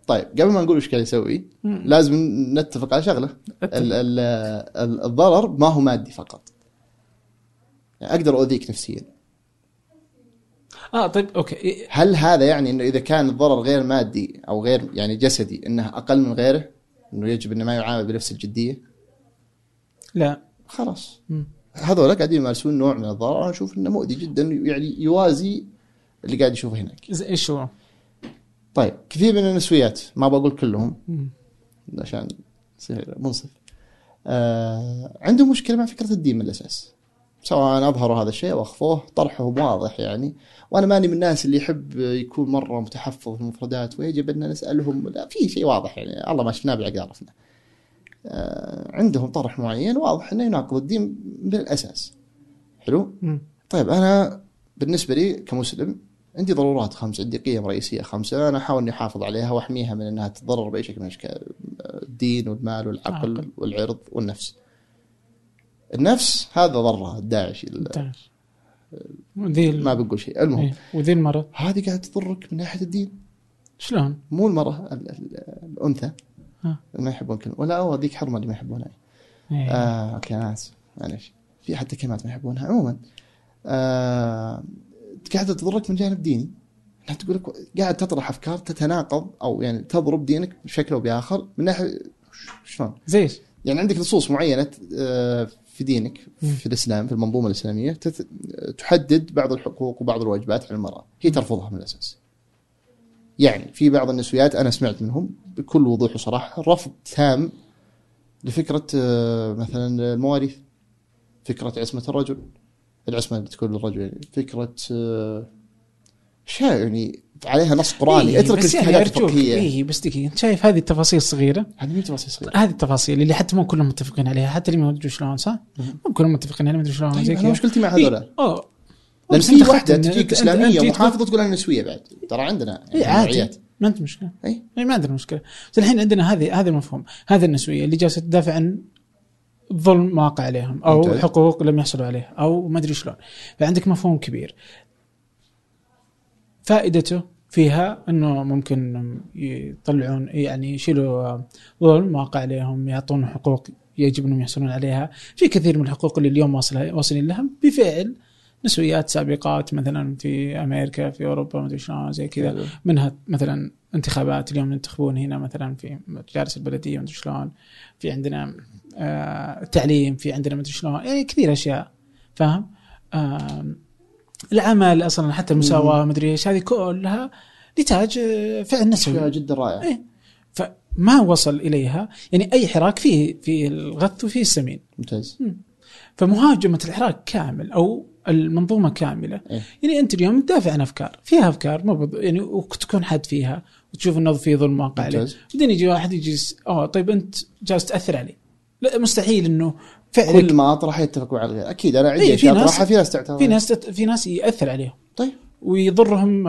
طيب قبل ما نقول وش قاعد يسوي لازم نتفق على شغله. ال ال ال الضرر ما هو مادي فقط، يعني اقدر اؤذيك نفسيا. اه طيب اوكي. هل هذا يعني انه اذا كان الضرر غير مادي او غير يعني جسدي انه اقل من غيره، انه يجب انه ما يعامل بنفس الجديه؟ لا خلاص هذول قاعدين يمارسون نوع من الضرر انا اشوف انه مؤذي جدا، يعني يوازي اللي قاعد يشوفه هناك. ايش هو؟ طيب كثير من النسويات، ما بقول كلهم عشان منصف، آه عندهم مشكله مع فكره الدين من الاساس، سواء اظهروا هذا الشيء او اخفوه، طرحهم واضح يعني. وانا ماني من الناس اللي يحب يكون مره متحفظ في المفردات ويجب ان نسالهم، لا في شيء واضح يعني الله ما شفناه بالعقل عرفنا. آه عندهم طرح معين واضح انه يناقض الدين من الاساس. حلو. م. طيب انا بالنسبه لي كمسلم عندي ضرورات خمس، عندي قيم رئيسيه خمسه، انا احاول اني احافظ عليها واحميها من انها تتضرر باي شكل من الاشكال، الدين والمال والعقل آه. والعرض والنفس. النفس هذا ضرها الداعش ما بنقول شيء. المهم إيه. وذي المرأة هذه قاعده تضرك من ناحيه الدين. شلون؟ مو المرأة الأنثى آه. ما يحبون كلمة، ولا هو ذيك حرمة اللي ما يحبونها. إيه. آه أوكي أنا آسف معليش، في حتى كلمات ما يحبونها. عموما آه قاعدة تضرك من جانب ديني، انها تقول لك قاعد تطرح افكار تتناقض او يعني تضرب دينك بشكل او باخر. من ناحيه شلون؟ زي يعني عندك نصوص معينه في دينك في الاسلام في المنظومه الاسلاميه تحدد بعض الحقوق وبعض الواجبات على المراه، هي ترفضها من الاساس. يعني في بعض النسويات انا سمعت منهم بكل وضوح وصراحه رفض تام لفكره مثلا المواريث، فكره عصمه الرجل، العصمه اللي تكون للرجل، يعني فكره اشياء يعني عليها نص قراني. إيه اترك الاجتهادات الفقهيه. اي بس دقيقه، انت شايف هذه التفاصيل الصغيره؟ هذه مين تفاصيل صغيره؟ هذه التفاصيل اللي حتى مو كلهم متفقين عليها، حتى اللي ما ادري شلون صح؟ مو كلهم متفقين عليها، ما ادري شلون. طيب زي كذا مشكلتي مع هذول. اه لان في واحده تجيك اسلاميه محافظه تقول انا نسويه بعد، ترى عندنا يعني ما انت مشكله. اي ما عندنا مشكله. بس الحين عندنا هذه هذا المفهوم، هذا النسويه اللي جالسه تدافع عن ظلم واقع عليهم او ممتاز. حقوق لم يحصلوا عليها او ما ادري شلون. فعندك مفهوم كبير فائدته فيها انه ممكن يطلعون يعني يشيلوا ظلم واقع عليهم، يعطون حقوق يجب انهم يحصلون عليها. في كثير من الحقوق اللي اليوم واصلين لها بفعل نسويات سابقات مثلا في امريكا في اوروبا ما ادري شلون زي كذا. منها مثلا انتخابات اليوم ينتخبون هنا مثلا في مجالس البلديه ما ادري شلون، في عندنا آه التعليم، في عندنا ما ادري شلون، يعني كثير اشياء فاهم. آه العمل اصلا حتى المساواه ما ادري ايش، هذه كلها نتاج فعل نسوي جدا رائع. إيه؟ فما وصل اليها يعني اي حراك فيه في الغث وفيه السمين. ممتاز. فمهاجمه الحراك كامل او المنظومه كامله إيه؟ يعني انت اليوم تدافع عن افكار فيها افكار ما يعني وتكون حد فيها وتشوف انه في ظلم واقع عليه، بعدين يجي واحد يجي اه طيب انت جالس تاثر عليه. لا مستحيل انه فعلا كل ما اطرح يتفقوا على الغير. اكيد انا عندي اشياء اطرحها، في ناس تعترض، في ناس تت... في ناس ياثر عليهم طيب ويضرهم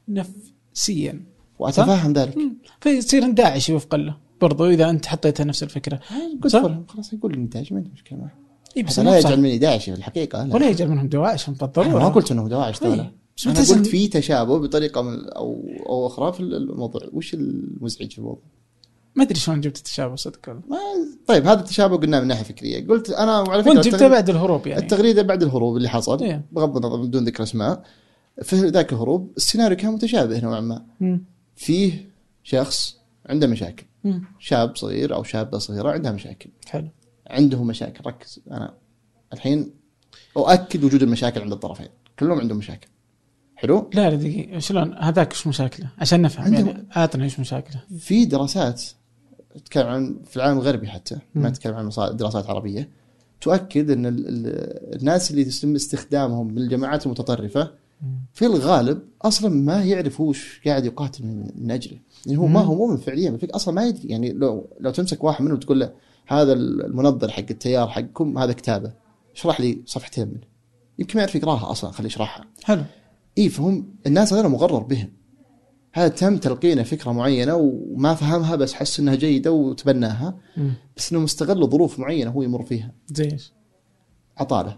نفسيا واتفهم ذلك، فيصير داعش وفق له برضو اذا انت حطيتها نفس الفكره. قلت لهم خلاص يقول النتاج ما عندي مشكله معه. إيه بس لا يجعل مني داعش في الحقيقه، لا. ولا يجعل منهم دواعش بالضروره. ما قلت انه دواعش ولا إيه. انا قلت في تشابه بطريقه من او او اخرى في الموضوع. وش المزعج في الموضوع؟ ما ادري شلون جبت التشابه صدق والله. طيب هذا التشابه قلنا من ناحيه فكريه. قلت انا وعلى فكره جبته بعد الهروب يعني التغريده بعد الهروب اللي حصل إيه. بغض النظر بدون ذكر اسماء. في ذاك الهروب السيناريو كان متشابه نوعا ما. فيه شخص عنده مشاكل، مم. شاب صغير او شابه صغيره عندها مشاكل. حلو. عندهم مشاكل. ركز انا الحين اؤكد وجود المشاكل عند الطرفين، كلهم عندهم مشاكل. حلو. لا لا دقيقه، شلون هذاك ايش مشاكله عشان نفهم يعني اعطنا ايش مشاكله. في دراسات تتكلم عن في العالم الغربي حتى م. ما تتكلم عن دراسات عربيه تؤكد ان ال ال الناس اللي يتم استخدامهم من الجماعات المتطرفه م. في الغالب اصلا ما يعرف وش قاعد يقاتل من اجله. يعني هو م. ما هو مؤمن فعليا بالفكره اصلا، ما يدري. يعني لو لو تمسك واحد منهم وتقول له هذا المنظر حق التيار حقكم هذا كتابه، اشرح لي صفحتين منه، يمكن ما يعرف يقراها اصلا، خليه يشرحها. حلو. اي فهم الناس هذول مغرر بهم. هذا تم تلقينا فكره معينه وما فهمها بس حس انها جيده وتبناها، م. بس انه مستغلوا ظروف معينه هو يمر فيها. زي ايش؟ عطاله.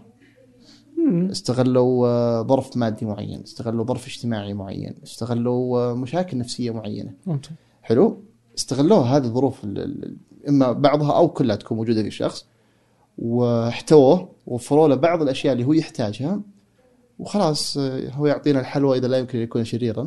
استغلوا ظرف مادي معين، استغلوا ظرف اجتماعي معين، استغلوا مشاكل نفسيه معينه. ممتاز. حلو، استغلوها هذه الظروف إما بعضها أو كلها تكون موجودة في الشخص، واحتووه ووفروا له بعض الأشياء اللي هو يحتاجها، وخلاص هو يعطينا الحلوى إذا لا يمكن أن يكون شريرا،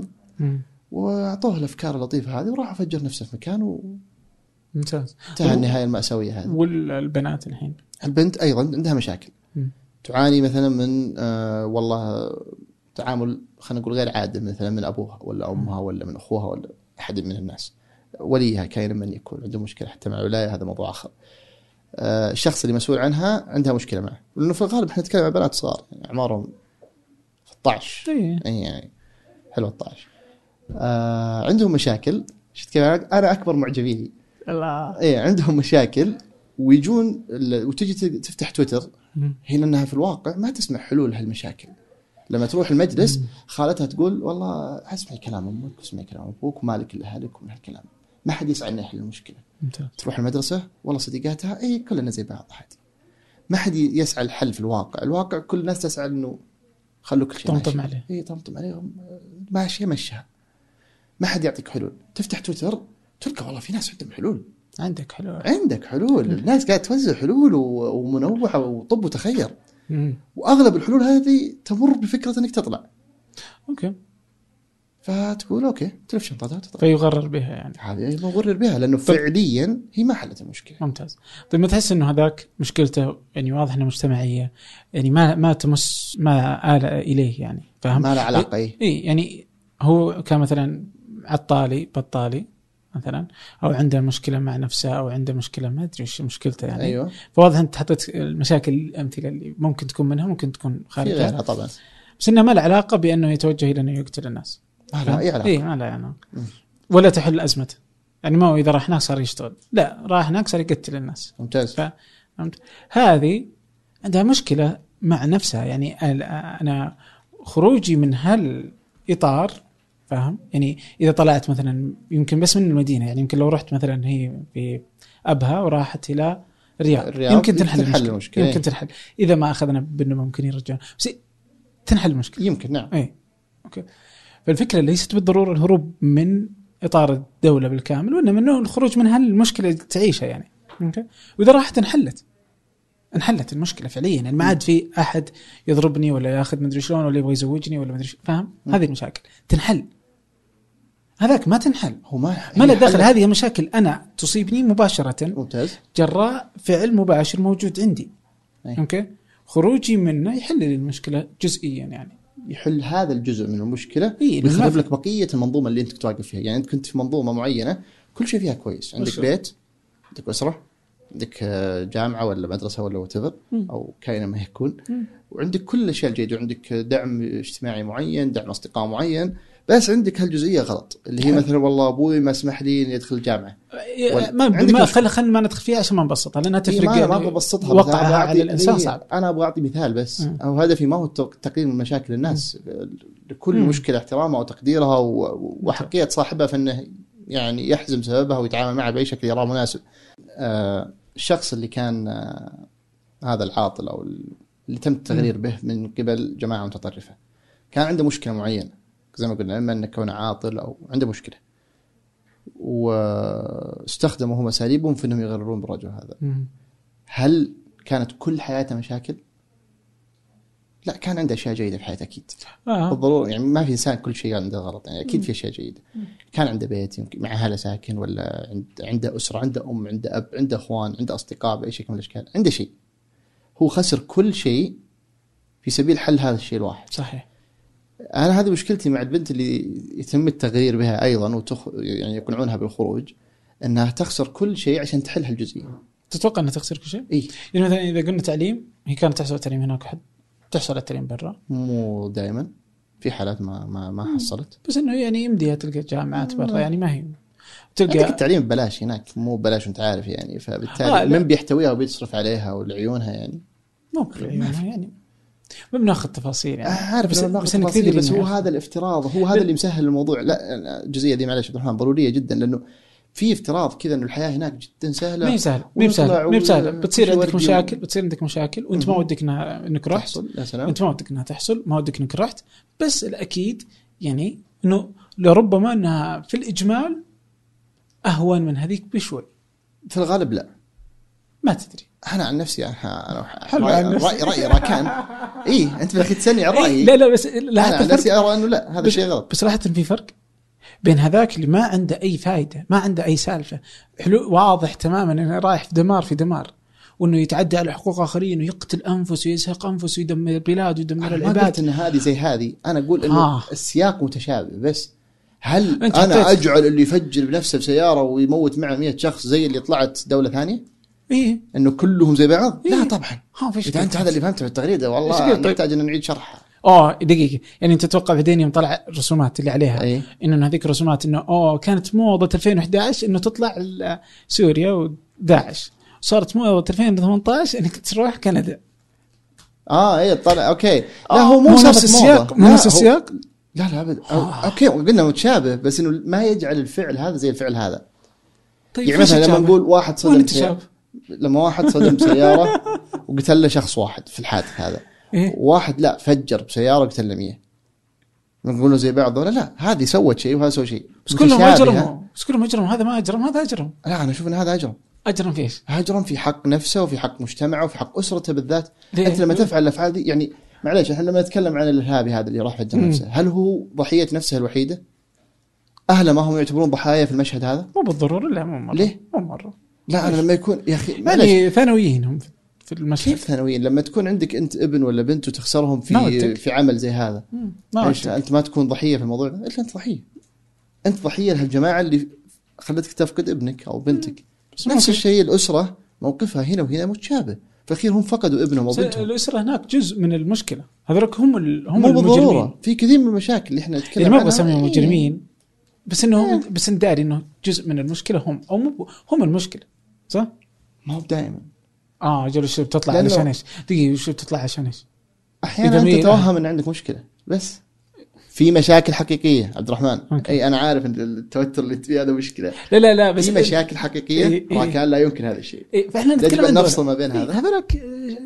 وأعطوه الأفكار اللطيفة هذه وراح فجر نفسه في مكان و... ممتاز. انتهى النهاية المأساوية هذه. والبنات الحين البنت أيضا عندها مشاكل، م. تعاني مثلا من آه والله تعامل خلينا نقول غير عادل مثلا من أبوها ولا أمها ولا من أخوها ولا أحد من الناس، وليها كائن من يكون عنده مشكلة حتى مع الولاية، هذا موضوع آخر. آه الشخص اللي مسؤول عنها عندها مشكلة معه، لأنه في الغالب احنا نتكلم عن بنات صغار يعني أعمارهم ستة عشر يعني حلو ستة عشر، آه عندهم مشاكل. أنا أكبر معجبيني الله إيه عندهم مشاكل ويجون وتجي تفتح تويتر، هي لأنها في الواقع ما تسمع حلول هالمشاكل. لما تروح المجلس خالتها تقول والله اسمعي كلام أمك واسمعي كلام أبوك ومالك إلا أهلك ومن هالكلام، ما حد يسعى إنه يحل المشكلة. تروح المدرسة والله صديقاتها إيه كلنا زي بعض عادي، ما حد يسعى الحل في الواقع. الواقع كل الناس تسعى إنه خلوا كل شيء طمطم عليه، إيه طمطم عليهم ماشي مشها، ما حد يعطيك حلول. تفتح تويتر تلقى والله في ناس عندهم حلول. عندك حلول، عندك حلول، الناس قاعد توزع حلول ومنوعة وطب وتخير، وأغلب الحلول هذه تمر بفكرة أنك تطلع. أوكي، فتقول أوكي تلف شنطتها تطلع، فيغرر بها يعني. هذه مغرر بها لأنه طيب. فعليا هي ما حلت المشكلة. ممتاز. طيب ما تحس إنه هذاك مشكلته يعني واضح إنه مجتمعية، يعني ما ما تمس ما آل إليه يعني، فهم؟ ما له علاقة. إيه إيه يعني هو كان مثلا عطالي بطالي مثلا، أو عنده مشكلة مع نفسه أو عنده مشكلة ما أدري إيش مشكلته يعني. أيوة. فواضح أنت حطيت المشاكل الأمثلة اللي ممكن تكون منها ممكن تكون خارجها طبعا، بس إنها ما له علاقة بأنه يتوجه إلى أنه يقتل الناس. ما له أي علاقة. إيه ما له علاقة ولا تحل أزمته يعني. ما هو إذا راح هناك صار يشتغل، لا راح هناك صار يقتل الناس. ممتاز. ف... هذه عندها مشكلة مع نفسها يعني. أنا خروجي من هالإطار فاهم يعني، إذا طلعت مثلا يمكن بس من المدينة يعني، يمكن لو رحت مثلا هي في أبها وراحت إلى الرياض, الرياض يمكن تنحل المشكلة. المشكلة يمكن تنحل إذا ما أخذنا بأنه ممكن يرجعون، بس تنحل المشكلة يمكن. نعم. أي أوكي. فالفكرة ليست بالضرورة الهروب من إطار الدولة بالكامل، وإنما إنه الخروج من هالمشكلة اللي تعيشها يعني. أوكي. وإذا راحت انحلت انحلت المشكلة فعليا يعني، ما عاد في أحد يضربني ولا يأخذ مدري شلون ولا يبغى يزوجني ولا مدري فاهم. هذه المشاكل تنحل، هذاك ما تنحل، هو ما ما له دخل. هذه مشاكل أنا تصيبني مباشرة. ممتاز. جراء فعل مباشر موجود عندي. أي. أوكي. خروجي منه يحل لي المشكلة جزئيا يعني، يحل هذا الجزء من المشكلة إيه ويخرب لك بقية المنظومة اللي أنت كنت واقف فيها. يعني أنت كنت في منظومة معينة كل شيء فيها كويس، عندك وشو. بيت، عندك أسرة، عندك جامعة ولا مدرسة ولا وتفر أو كائن ما يكون، وعندك كل الأشياء الجيدة، وعندك دعم اجتماعي معين، دعم أصدقاء معين، بس عندك هالجزئية غلط اللي هي مثلا والله أبوي ما سمح لي إني أدخل الجامعة. ما ما خل خل ما ندخل فيها عشان ما نبسطها لأنها تفرق. ما ما ببسطها، وقعها على الإنسان صعب. أنا أبغى أعطي مثال بس، م. أو هدفي ما هو تقليل من مشاكل الناس، م. لكل م. مشكلة احترامها وتقديرها وحقية صاحبها في إنه يعني يحزم سببها ويتعامل معها بأي شكل يراه مناسب. آه الشخص اللي كان آه هذا العاطل أو اللي تم التغرير به من قبل جماعة متطرفة كان عنده مشكلة معينة زي ما قلنا، إما أنه كونه عاطل أو عنده مشكلة، واستخدموا هم أساليبهم في أنهم يغررون بالرجل هذا. هل كانت كل حياته مشاكل؟ لا، كان عنده أشياء جيدة في حياته أكيد. آه. بالضرورة يعني ما في إنسان كل شيء عنده غلط يعني، أكيد في أشياء جيدة. كان عنده بيت يمكن مع أهله ساكن، ولا عنده أسرة، عنده أم، عنده أب، عنده أخوان، عنده أصدقاء بأي شكل من الأشكال، عنده شيء. هو خسر كل شيء في سبيل حل هذا الشيء الواحد. صحيح. أنا هذه مشكلتي مع البنت اللي يتم التغيير بها أيضا وتخ... يعني يقنعونها بالخروج، أنها تخسر كل شيء عشان تحل هالجزئية. تتوقع أنها تخسر كل شيء؟ إيه؟ يعني مثلا إذا قلنا تعليم، هي كانت تحصل التعليم هناك حد تحصل التعليم برا؟ مو دائما، في حالات ما ما ما حصلت. بس إنه يعني يمديها تلقى جامعات برا يعني، ما هي تلقى التعليم ببلاش هناك، مو ببلاش أنت عارف يعني، فبالتالي آه من بيحتويها وبيصرف عليها ولعيونها يعني. مو لعيونها يعني. ما بناخذ تفاصيل يعني. عارف بس, بس, تفاصيل بس هو هذا الافتراض، هو هذا اللي مسهل الموضوع. لا الجزئية دي معلش عبد الرحمن ضرورية جدا، لأنه في افتراض كذا إنه الحياة هناك جدا سهلة. ما هي سهلة، ما هي سهلة، ما هي سهلة. بتصير عندك مشاكل، بتصير عندك مشاكل وأنت ما ودك إنها إنك رحت، أنت ما ودك إنها تحصل، ما ودك إنك رحت. بس الأكيد يعني إنه لربما إنها في الإجمال اهون من هذيك بشوي؟ في الغالب لا. ما تدري. انا عن نفسي انا حلو رايي عن نفسك. رايي, رأي راكان. اي انت بدك تسالني عن رايي. لا لا بس لا انا عن نفسي ارى انه لا، هذا شيء غلط. بس صراحه في فرق بين هذاك اللي ما عنده اي فائده، ما عنده اي سالفه، حلو واضح تماما انه رايح في دمار في دمار، وانه يتعدى على حقوق اخرين ويقتل انفس ويزهق انفس ويدمر البلاد ويدمر العباد. ما قلت ان هذه زي هذه، انا اقول انه آه. السياق متشابه. بس هل انا اجعل اللي يفجر بنفسه بسياره ويموت معه مئة شخص زي اللي طلعت دوله ثانيه؟ ايه انه كلهم زي بعض؟ إيه؟ لا طبعا. ها فيش اذا انت هذا اللي فهمته في التغريده والله طيب. نحتاج ان نعيد شرحها. اه دقيقه، يعني انت تتوقع بعدين يوم طلع الرسومات اللي عليها أيه؟ انه هذيك الرسومات انه اوه كانت موضه ألفين وإحدى عشر انه تطلع سوريا وداعش، صارت موضه ألفين وثمانية عشر انك تروح كندا. اه ايه طلع اوكي. لا آه هو مو نفس السياق، مو نفس السياق. لا لا ابدا. اوكي قلنا متشابه، بس انه ما يجعل الفعل هذا زي الفعل هذا. طيب يعني مثلا لما نقول واحد صدم سيارة، لما واحد صدم سيارة وقتل له شخص واحد في الحادث هذا، إيه؟ واحد لا فجر بسيارة وقتل له مية، نقول له زي بعض ولا لا؟ هذه سوت شيء وهذا سوى شيء، بس كلهم أجرموا، بس كلهم أجرموا، هذا ما أجرم هذا أجرم. لا أنا أشوف أن هذا أجرم. أجرم في إيش؟ أجرم في حق نفسه وفي حق مجتمعه وفي حق أسرته بالذات. ليه؟ أنت لما تفعل الأفعال دي، يعني معليش احنا لما نتكلم عن الإرهابي هذا اللي راح فجر نفسه، هل هو ضحية نفسه الوحيدة؟ أهله ما هم يعتبرون ضحايا في المشهد هذا؟ مو بالضرورة. لا مو مرة. ليه؟ مو مرة. لا أنا لما يكون يا أخي يعني ثانويين هم في المشهد. كيف ثانويين؟ لما تكون عندك أنت ابن ولا بنت وتخسرهم في في عمل زي هذا، ما أنت ما تكون ضحية في الموضوع ده؟ إلا أنت ضحية. أنت ضحية لهالجماعة اللي خلتك تفقد ابنك أو بنتك. نفس الشيء الأسرة موقفها هنا وهنا متشابه، في الأخير هم فقدوا ابنهم وبنتهم. الأسرة هناك جزء من المشكلة، هذولك هم ال... هم مو المجرمين. بالضرورة. في كثير من المشاكل اللي احنا نتكلم عنها، يعني ما بسميهم مجرمين، إيه. بس انه إيه. بس نداري انه جزء من المشكلة هم او مو هم المشكلة، صح؟ ما هو دائما. اه جل شو بتطلع علشان ايش؟ دقيقة شو بتطلع عشان ايش؟ احيانا انت تتوهم ان عندك مشكلة، بس في مشاكل حقيقية عبد الرحمن. أوكي. اي انا عارف ان التوتر اللي تبي هذا مشكلة. لا لا لا بس في مشاكل حقيقية. إيه إيه. راكان لا يمكن هذا الشيء. إيه فاحنا نتكلم نفصل ما بين هذا. هذولك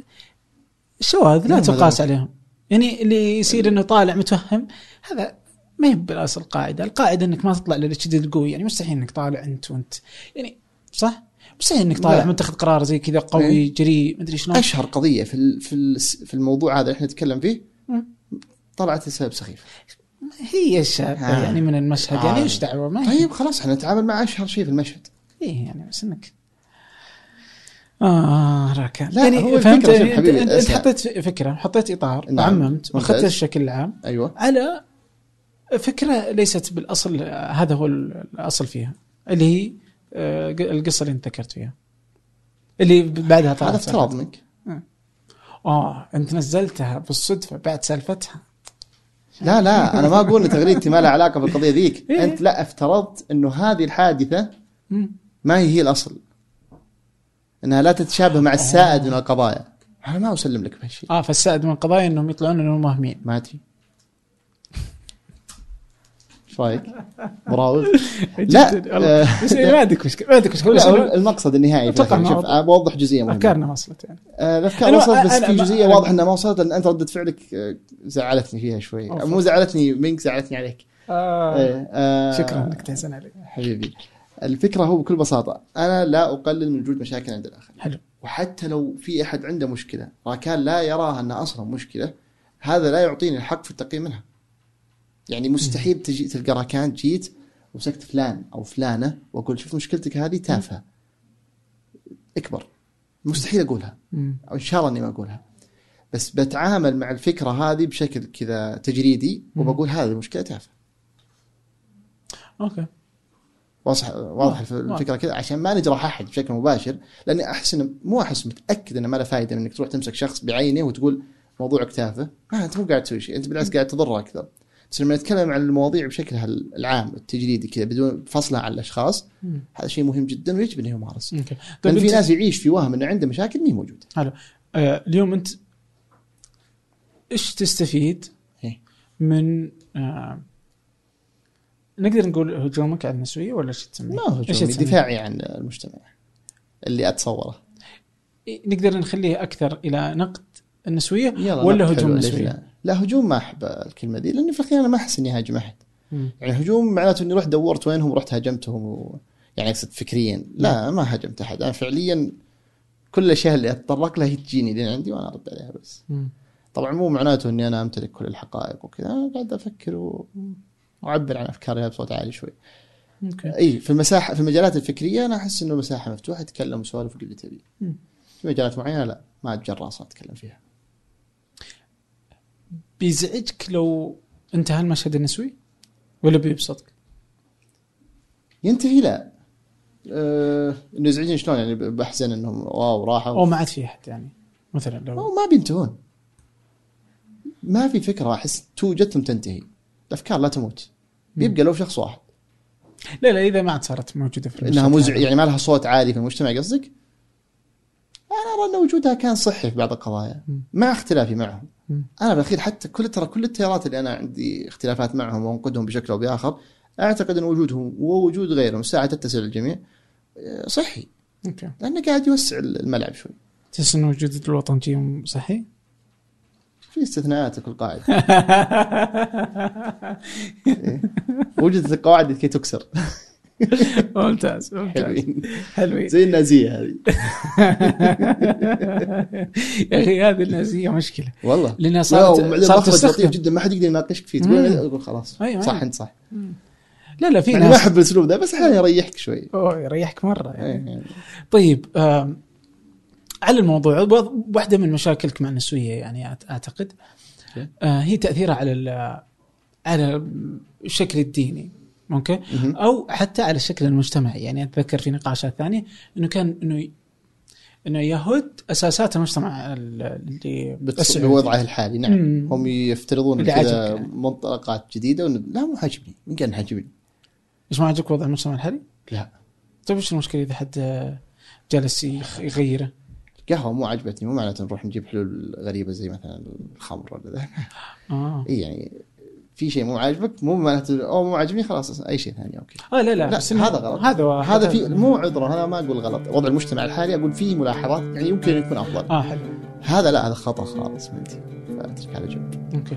الشواذ لا تقاس عليهم. يعني اللي يصير انه طالع متوهم هذا ما يبقى اصل القاعدة. القاعدة انك ما تطلع للشديد القوي. يعني مستحيل انك طالع انت وانت يعني صح؟ مستحيل انك طالع متخذ قرار زي كذا قوي إيه؟ جريء ما ادري شلون. اشهر قضية في في في الموضوع هذا اللي احنا نتكلم فيه م. طلعت السبب سخيف. هي الشابة آه. يعني من المشهد آه. يعني ايش دعوة ما طيب خلاص احنا نتعامل مع اشهر شيء في المشهد. ايه يعني بس انك اه راكان لا يعني هو فهمت يعني انت, انت حطيت فكرة حطيت اطار نعم. وعممت واخذت الشكل العام أيوة. على فكرة ليست بالاصل هذا هو الاصل فيها اللي هي القصة اللي انت ذكرت فيها اللي بعدها طلعت. هذا افتراض منك. اه انت نزلتها بالصدفة بعد سالفتها. لا لا أنا ما أقول إن تغريدتي ما لها علاقة بالقضية ذيك. إيه؟ أنت لا افترضت إنه هذه الحادثة ما هي هي الأصل، إنها لا تتشابه مع السائد من القضايا. أنا ما أسلم لك بهالشيء. آه فالسائد من القضايا إنهم يطلعون إنهم مهمين. ما أدري. إيش رأيك؟ مراوغ؟ لا بس ما عندك مشكلة ما عندك مشكلة. المقصد النهائي. شوف بوضح جزئية مهمة. أفكارنا وصلت يعني. الأفكار وصلت بس في جزئية واضح إنها ما وصلت لأن أنت ردة فعلك زعلتني فيها شوي. مو زعلتني منك زعلتني عليك. آه. آه. شكرا إنك تحسن عليك. حبيبي. الفكرة هو بكل بساطة أنا لا أقلل من وجود مشاكل عند الآخر. حلو. وحتى لو في أحد عنده مشكلة راكان لا يراها أنها أصلا مشكلة، هذا لا يعطيني الحق في التقييم منها. يعني مستحيل تجي تلقى راكان جيت ومسكت فلان أو فلانة وأقول شوف مشكلتك هذه تافهة اكبر. مستحيل أقولها أو إن شاء الله أني ما أقولها، بس بتعامل مع الفكرة هذه بشكل كذا تجريدي وبقول هذه المشكلة تافهة. أوكي واضح واضح الفكرة كذا عشان ما نجرح أحد بشكل مباشر، لأني أحس إنه مو أحس متأكد إنه ما له فائدة إنك تروح تمسك شخص بعينه وتقول موضوعك تافه. ما أنت مو قاعد تسوي شيء، أنت بالعكس قاعد تضره أكثر. بس لما نتكلم عن المواضيع بشكلها العام التجريدي كذا بدون فصلها عن الأشخاص، هذا شيء مهم جدا ويجب أن يمارس. لأن في ناس يعيش في وهم إنه عنده مشاكل مي موجودة. حلو. آه اليوم أنت إيش تستفيد من آه نقدر نقول هجومك على النسوية ولا شو تسميه؟ ما هجومي، دفاعي عن المجتمع اللي أتصوره. نقدر نخليه أكثر إلى نقد النسوية ولا هجوم النسوية؟ لا. لا هجوم ما أحب الكلمة دي، لأني في الأخير أنا ما أحس إني هاجم أحد. يعني هجوم معناته إني رحت دورت وينهم ورحت هاجمتهم و... يعني أقصد فكريا لا ما هجمت أحد، أنا فعليا كل الأشياء اللي أتطرق لها هي تجيني لين عندي وأنا أرد عليها بس. م. طبعا مو معناته أني أنا أمتلك كل الحقائق وكذا، أنا قاعد أفكر و... وأعبر عن أفكاري بصوت عالي شوي. أوكي. أي في المساحة في المجالات الفكرية أنا أحس إنه مساحة مفتوحة تتكلم وسوالف اللي تبي. في مجالات معينة لا ما أتجرأ أصلا أتكلم فيها. بيزعجك لو انتهى المشهد النسوي ولا بيبسطك؟ ينتهي لا أه... إنه يزعجني شلون يعني بحزن إنهم واو راحوا أو ما عاد في أحد يعني مثلا لو أو ما بينتهون، ما في فكرة أحس توجد ثم تنتهي، الأفكار لا تموت، بيبقى لو شخص واحد. لا لا إذا ما عاد صارت موجودة في إنها مزع يعني ما لها صوت عالي في المجتمع قصدك؟ أنا أرى أن وجودها كان صحي في بعض القضايا مع اختلافي معهم. م. أنا بالأخير حتى كل ترى كل التيارات اللي أنا عندي اختلافات معهم وأنقدهم بشكل أو بآخر أعتقد أن وجودهم ووجود غيرهم ساعة تتسع للجميع صحي. أوكي. لأنه قاعد يوسع الملعب شوي. تحس إن وجود الوطنيين صحي؟ في استثناءات كل قاعدة. إيه. وجدت القواعد كي تكسر. ممتاز ممتاز حلوين زي النازية هذه. يا أخي هذه النازية مشكلة والله لأنها صارت صارت لطيف جدا ما حد يقدر يناقشك فيه تقول أقول خلاص أيوة صح أيوة. أنت صح. لا لا في يعني ناس ما أحب الأسلوب ده بس أحيانا يريحك شوي. أوه يريحك مرة يعني. يعني. طيب آه على الموضوع واحدة من مشاكلك مع النسوية يعني أعتقد آه هي تأثيرها على على الشكل الديني ممكن أو حتى على الشكل المجتمعي. يعني أتذكر في نقاشات ثانية إنه كان إنه إنه يهود أساسات المجتمع اللي بوضعه الحالي. نعم مم. هم يفترضون كذا يعني. منطلقات جديدة وإن لا مو حاجبني من كان حاجبني. إيش ما عجبك وضع المجتمع الحالي؟ لا. طيب إيش المشكلة إذا حد جالس يغيره؟ القهوة مو عجبتني مو معناته نروح نجيب حلول غريبة زي مثلا الخمر ولا ذا. آه. إيه يعني في شيء مو عاجبك مو معناته أو مو عاجبني خلاص أي شيء ثاني أوكي. آه لا لا, لا بس هذا غلط. هذا هذا في مو عذره هذا ما أقول غلط وضع المجتمع الحالي أقول فيه ملاحظات يعني يمكن يكون أفضل. آه حلو. هذا لا هذا خطأ خالص منتي فأترك على جنب. أوكي.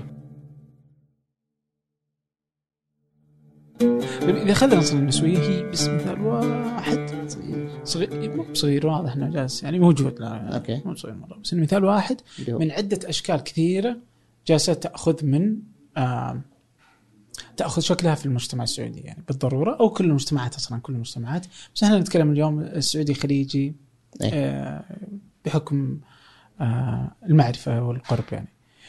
إذا أخذنا نصل النسوية هي بس مثال واحد صغير صغير مو صغير واضح إنه جالس يعني موجود لا أوكي مو صغير مرة بس مثال واحد من عدة أشكال كثيرة جالسة تأخذ من آه تأخذ شكلها في المجتمع السعودي يعني بالضرورة أو كل المجتمعات أصلاً كل المجتمعات بس إحنا نتكلم اليوم السعودي خليجي آه بحكم آه المعرفة والقرب يعني.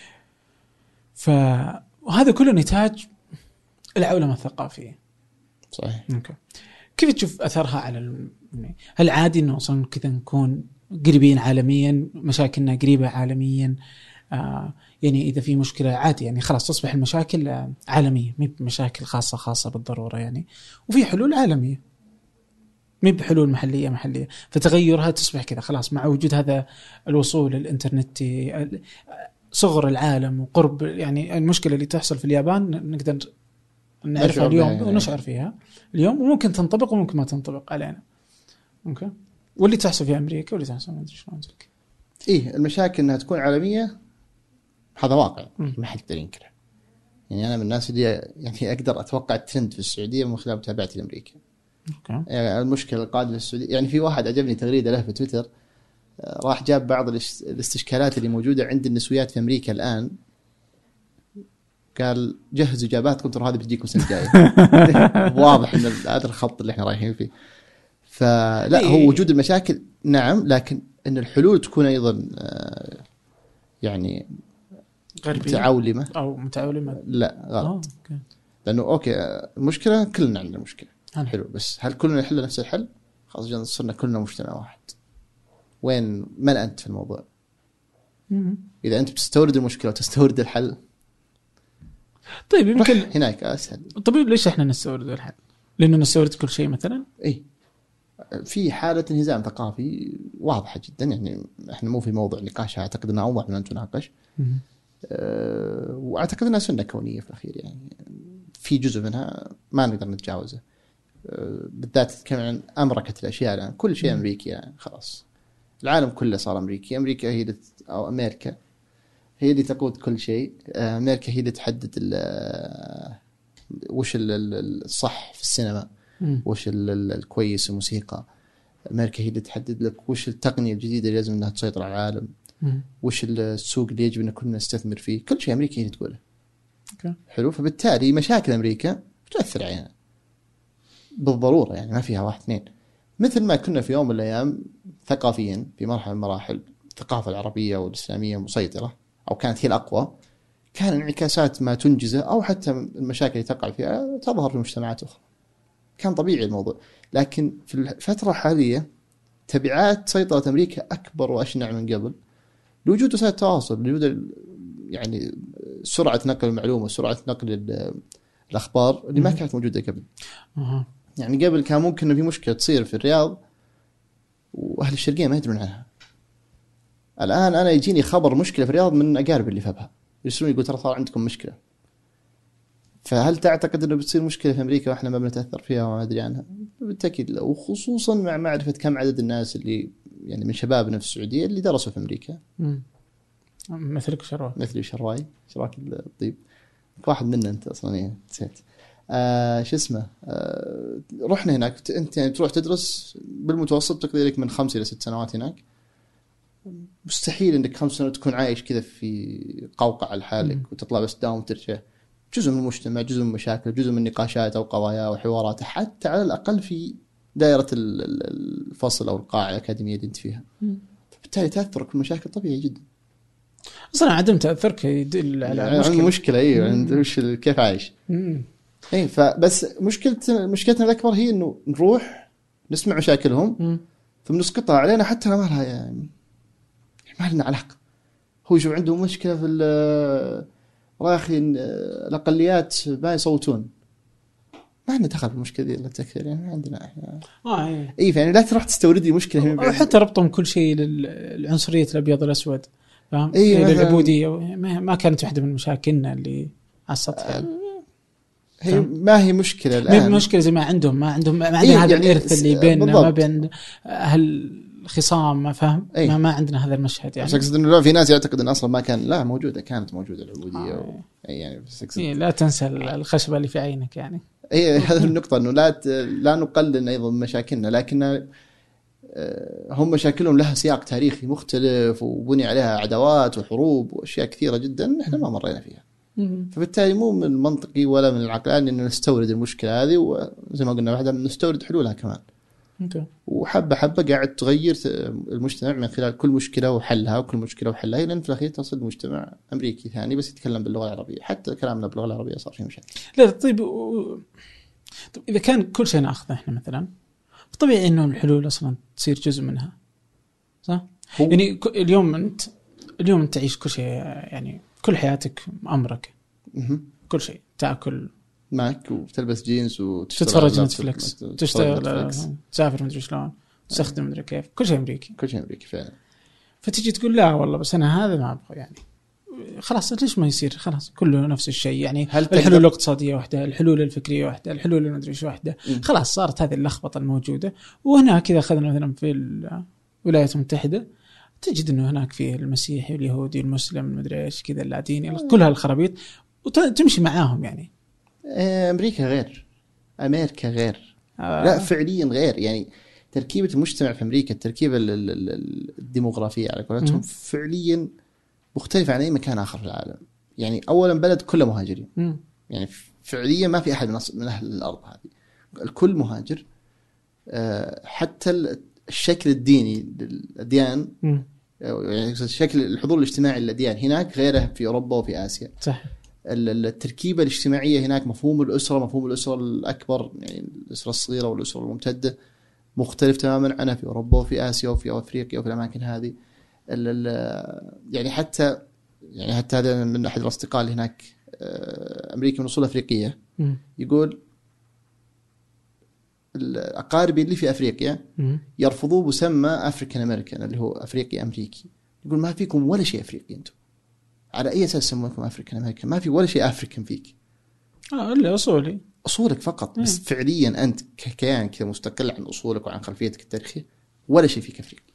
فهذا كله نتاج العولمة الثقافية. صحيح. أوكي. كيف تشوف أثرها على الم... هل عادي إنه أصلاً كذا نكون قريبين عالمياً مشاكلنا قريبة عالمياً آه يعني إذا في مشكلة عادي يعني خلاص تصبح المشاكل عالمية مي بمشاكل خاصة خاصة بالضرورة يعني وفي حلول عالمية مي بحلول محلية محلية فتغيرها تصبح كذا خلاص مع وجود هذا الوصول الإنترنتي صغر العالم وقرب يعني المشكلة اللي تحصل في اليابان نقدر نعرفها اليوم ونشعر فيها اليوم وممكن تنطبق وممكن ما تنطبق علينا. أوكي. واللي تحصل في أمريكا واللي تحصل ما أدري شلون ذلك. إيه المشاكل إنها تكون عالمية هذا واقع ما حد يقدر ينكره. يعني أنا من الناس اللي يعني أقدر أتوقع الترند في السعودية من خلال متابعتي لأمريكا. أوكي. يعني المشكلة القادمة للسعودية يعني في واحد عجبني تغريدة له في تويتر راح جاب بعض الاستشكالات اللي موجودة عند النسويات في أمريكا الآن قال جهزوا إجاباتكم ترى هذه بتجيكم السنة الجاية. واضح إن هذا الخط اللي إحنا رايحين فيه. فلا هو وجود المشاكل نعم لكن إن الحلول تكون أيضا يعني متعاولمة أو متعاولمة لا غلط. أوه. أوكي. لأنه أوكي المشكلة كلنا عندنا مشكلة حلو بس هل كلنا نحل نفس الحل؟ خلاص جانا صرنا كلنا مجتمع واحد. وين من أنت في الموضوع؟ م- إذا أنت بتستورد المشكلة وتستورد الحل طيب يمكن هناك أسهل. طيب ليش إحنا نستورد الحل؟ لأنه نستورد كل شيء مثلا؟ إيه في حالة انهزام ثقافي واضحة جدا يعني إحنا مو في موضوع نقاش أعتقد أنه أوضح من أن تناقش أه وأعتقد أنها سنة كونية في الأخير يعني في جزء منها ما نقدر نتجاوزه أه بالذات تتكلم عن أمركة الأشياء الآن كل شيء أمريكي يعني خلاص العالم كله صار أمريكي. أمريكا هي اللي أو أمريكا هي اللي تقود كل شيء. أمريكا هي اللي تحدد وش الصح في السينما مم. وش ال- ال- الكويس الموسيقى. أمريكا هي اللي تحدد لك وش التقنية الجديدة اللي لازم أنها تسيطر على العالم، مم. وش السوق اللي يجب أن كلنا نستثمر فيه. كل شيء أمريكا هي اللي تقوله. أوكي. حلو. فبالتالي مشاكل أمريكا تؤثر علينا بالضرورة، يعني ما فيها واحد اثنين. مثل ما كنا في يوم من الأيام ثقافيا في مرحلة من المراحل الثقافة العربية والإسلامية مسيطرة أو كانت هي الأقوى، كان انعكاسات ما تنجزه أو حتى المشاكل اللي تقع فيها تظهر في مجتمعات أخرى. كان طبيعي الموضوع. لكن في الفترة الحالية تبعات سيطرة أمريكا أكبر وأشنع من قبل، لوجود وسائل التواصل، لوجود يعني سرعة نقل المعلومة، سرعة نقل الأخبار اللي ما كانت موجودة قبل. أه. يعني قبل كان ممكن إنه في مشكلة تصير في الرياض وأهل الشرقية ما يدرون عنها. الآن أنا يجيني خبر مشكلة في الرياض من أقارب اللي في أبها، يرسلون يقول ترى صار عندكم مشكلة. فهل تعتقد أنه بتصير مشكلة في أمريكا وإحنا ما بنتأثر فيها وما ندري عنها؟ بالتأكيد لا. وخصوصا مع معرفة كم عدد الناس اللي يعني من شبابنا في السعودية اللي درسوا في أمريكا. مم. مثلك شرواي. مثلي شرواي شراك الطيب واحد منا أنت أصلا إيه نسيت. آه شو اسمه آه رحنا هناك. أنت يعني تروح تدرس بالمتوسط تقضي لك من خمس إلى ست سنوات هناك. مستحيل إنك خمس سنوات تكون عايش كذا في قوقعة لحالك وتطلع بس داوم وترجع. جزء من المجتمع، جزء من مشاكل، جزء من نقاشات أو قضايا وحوارات، حتى على الأقل في دائرة الفصل أو القاعة الأكاديمية اللي أنت فيها. بالتالي تأثرك المشاكل طبيعي جدا. أصلا عدم تأثرك يدل على يعني مشكلة. مشكلة إيه عند وش كيف عايش. إيه فبس مشكلة مشكلتنا الأكبر هي إنه نروح نسمع مشاكلهم ثم نسقطها علينا حتى ما لها يعني ما لنا علاقة. هو شو عنده مشكلة في راخي الأقليات ما يصوتون، ما عندنا دخل بالمشكلة دي إلا تكثير يعني ما عندنا إحنا. آه إيه. إيه يعني لا تروح تستوردي مشكلة. أو حتى ربطهم كل شيء للعنصرية الأبيض والأسود، فاهم؟ إيه للعبودية ما كانت واحدة من مشاكلنا اللي على السطح. آه هي ما هي مشكلة الآن. مشكلة زي ما عندهم ما عندهم ما عندنا إيه هذا يعني الإرث اللي بيننا بالضبط. ما بين أهل الخصام ما فهم. إيه. ما, ما عندنا هذا المشهد يعني. بس أقصد إنه في ناس يعتقد إن أصلا ما كان لا موجودة، كانت موجودة العبودية. آه. و... يعني بس إيه لا تنسى الخشبة اللي في عينك يعني. إيه هذا النقطة إنه لا ت... لا نقلل أيضا مشاكلنا، لكن هم مشاكلهم لها سياق تاريخي مختلف وبني عليها عداوات وحروب وأشياء كثيرة جدا إحنا ما مرينا فيها. فبالتالي مو من المنطقي ولا من العقلاني إن نستورد المشكلة هذه، وزي ما قلنا واحدة نستورد حلولها كمان. وحبة حبة قاعد تغير المجتمع من خلال كل مشكلة وحلها وكل مشكلة وحلها، لأن في الأخير تصل مجتمع أمريكي ثاني بس يتكلم باللغة العربية. حتى كلامنا باللغة العربية صار فيه مشاكل. لا طيب و... طيب إذا كان كل شيء نأخذه إحنا مثلا طبيعي إنه الحلول أصلا تصير جزء منها صح؟ يعني اليوم أنت اليوم أنت تعيش كل شيء يعني كل حياتك أمرك كل شيء تأكل ماك وتلبس جينز وتتفرج نتفليكس تشتغل تسافر مدري شلون تستخدم مدري كيف كل شيء أمريكي كل شيء أمريكي فعلا. فتجي تقول لا والله بس أنا هذا ما أبغى يعني خلاص ليش ما يصير خلاص كله نفس الشيء يعني الحلول الاقتصادية واحدة الحلول الفكرية واحدة الحلول المدري شو واحدة خلاص صارت هذه اللخبطة الموجودة. وهنا كذا أخذنا مثلا في الولايات المتحدة تجد إنه هناك فيه المسيحي واليهودي المسلم المدري إيش كذا اللاديني كلها الخرابيط وتمشي معاهم يعني. أمريكا غير أمريكا غير آه. لا فعليا غير يعني تركيبة المجتمع في أمريكا التركيبة الديموغرافية على قولتهم فعليا مختلفة عن أي مكان آخر في العالم. يعني أولا بلد كله مهاجرين م. يعني فعليا ما في أحد من أهل الأرض هذه الكل مهاجر. حتى الشكل الديني للأديان م. يعني شكل الحضور الاجتماعي للأديان هناك غيره في أوروبا وفي آسيا صح. التركيبة الاجتماعية هناك مفهوم الأسرة مفهوم الأسرة الأكبر يعني الأسرة الصغيرة والأسرة الممتدة مختلف تماما عنها في أوروبا وفي آسيا وفي أفريقيا وفي الأماكن هذه. يعني حتى يعني حتى هذا من أحد الأصدقاء اللي هناك أمريكي من أصول أفريقية م. يقول الأقارب اللي في أفريقيا م. يرفضوا مسمى أفريكان أمريكان اللي هو أفريقي أمريكي. يقول ما فيكم ولا شيء أفريقي أنتم على أي أساس سموكم أفريكان أمريكان ما في ولا شيء أفريكان فيك آه إلا أصولي أصولك فقط م. بس فعليا أنت ككيان كذا مستقل عن أصولك وعن خلفيتك التاريخية ولا شيء فيك أفريقي.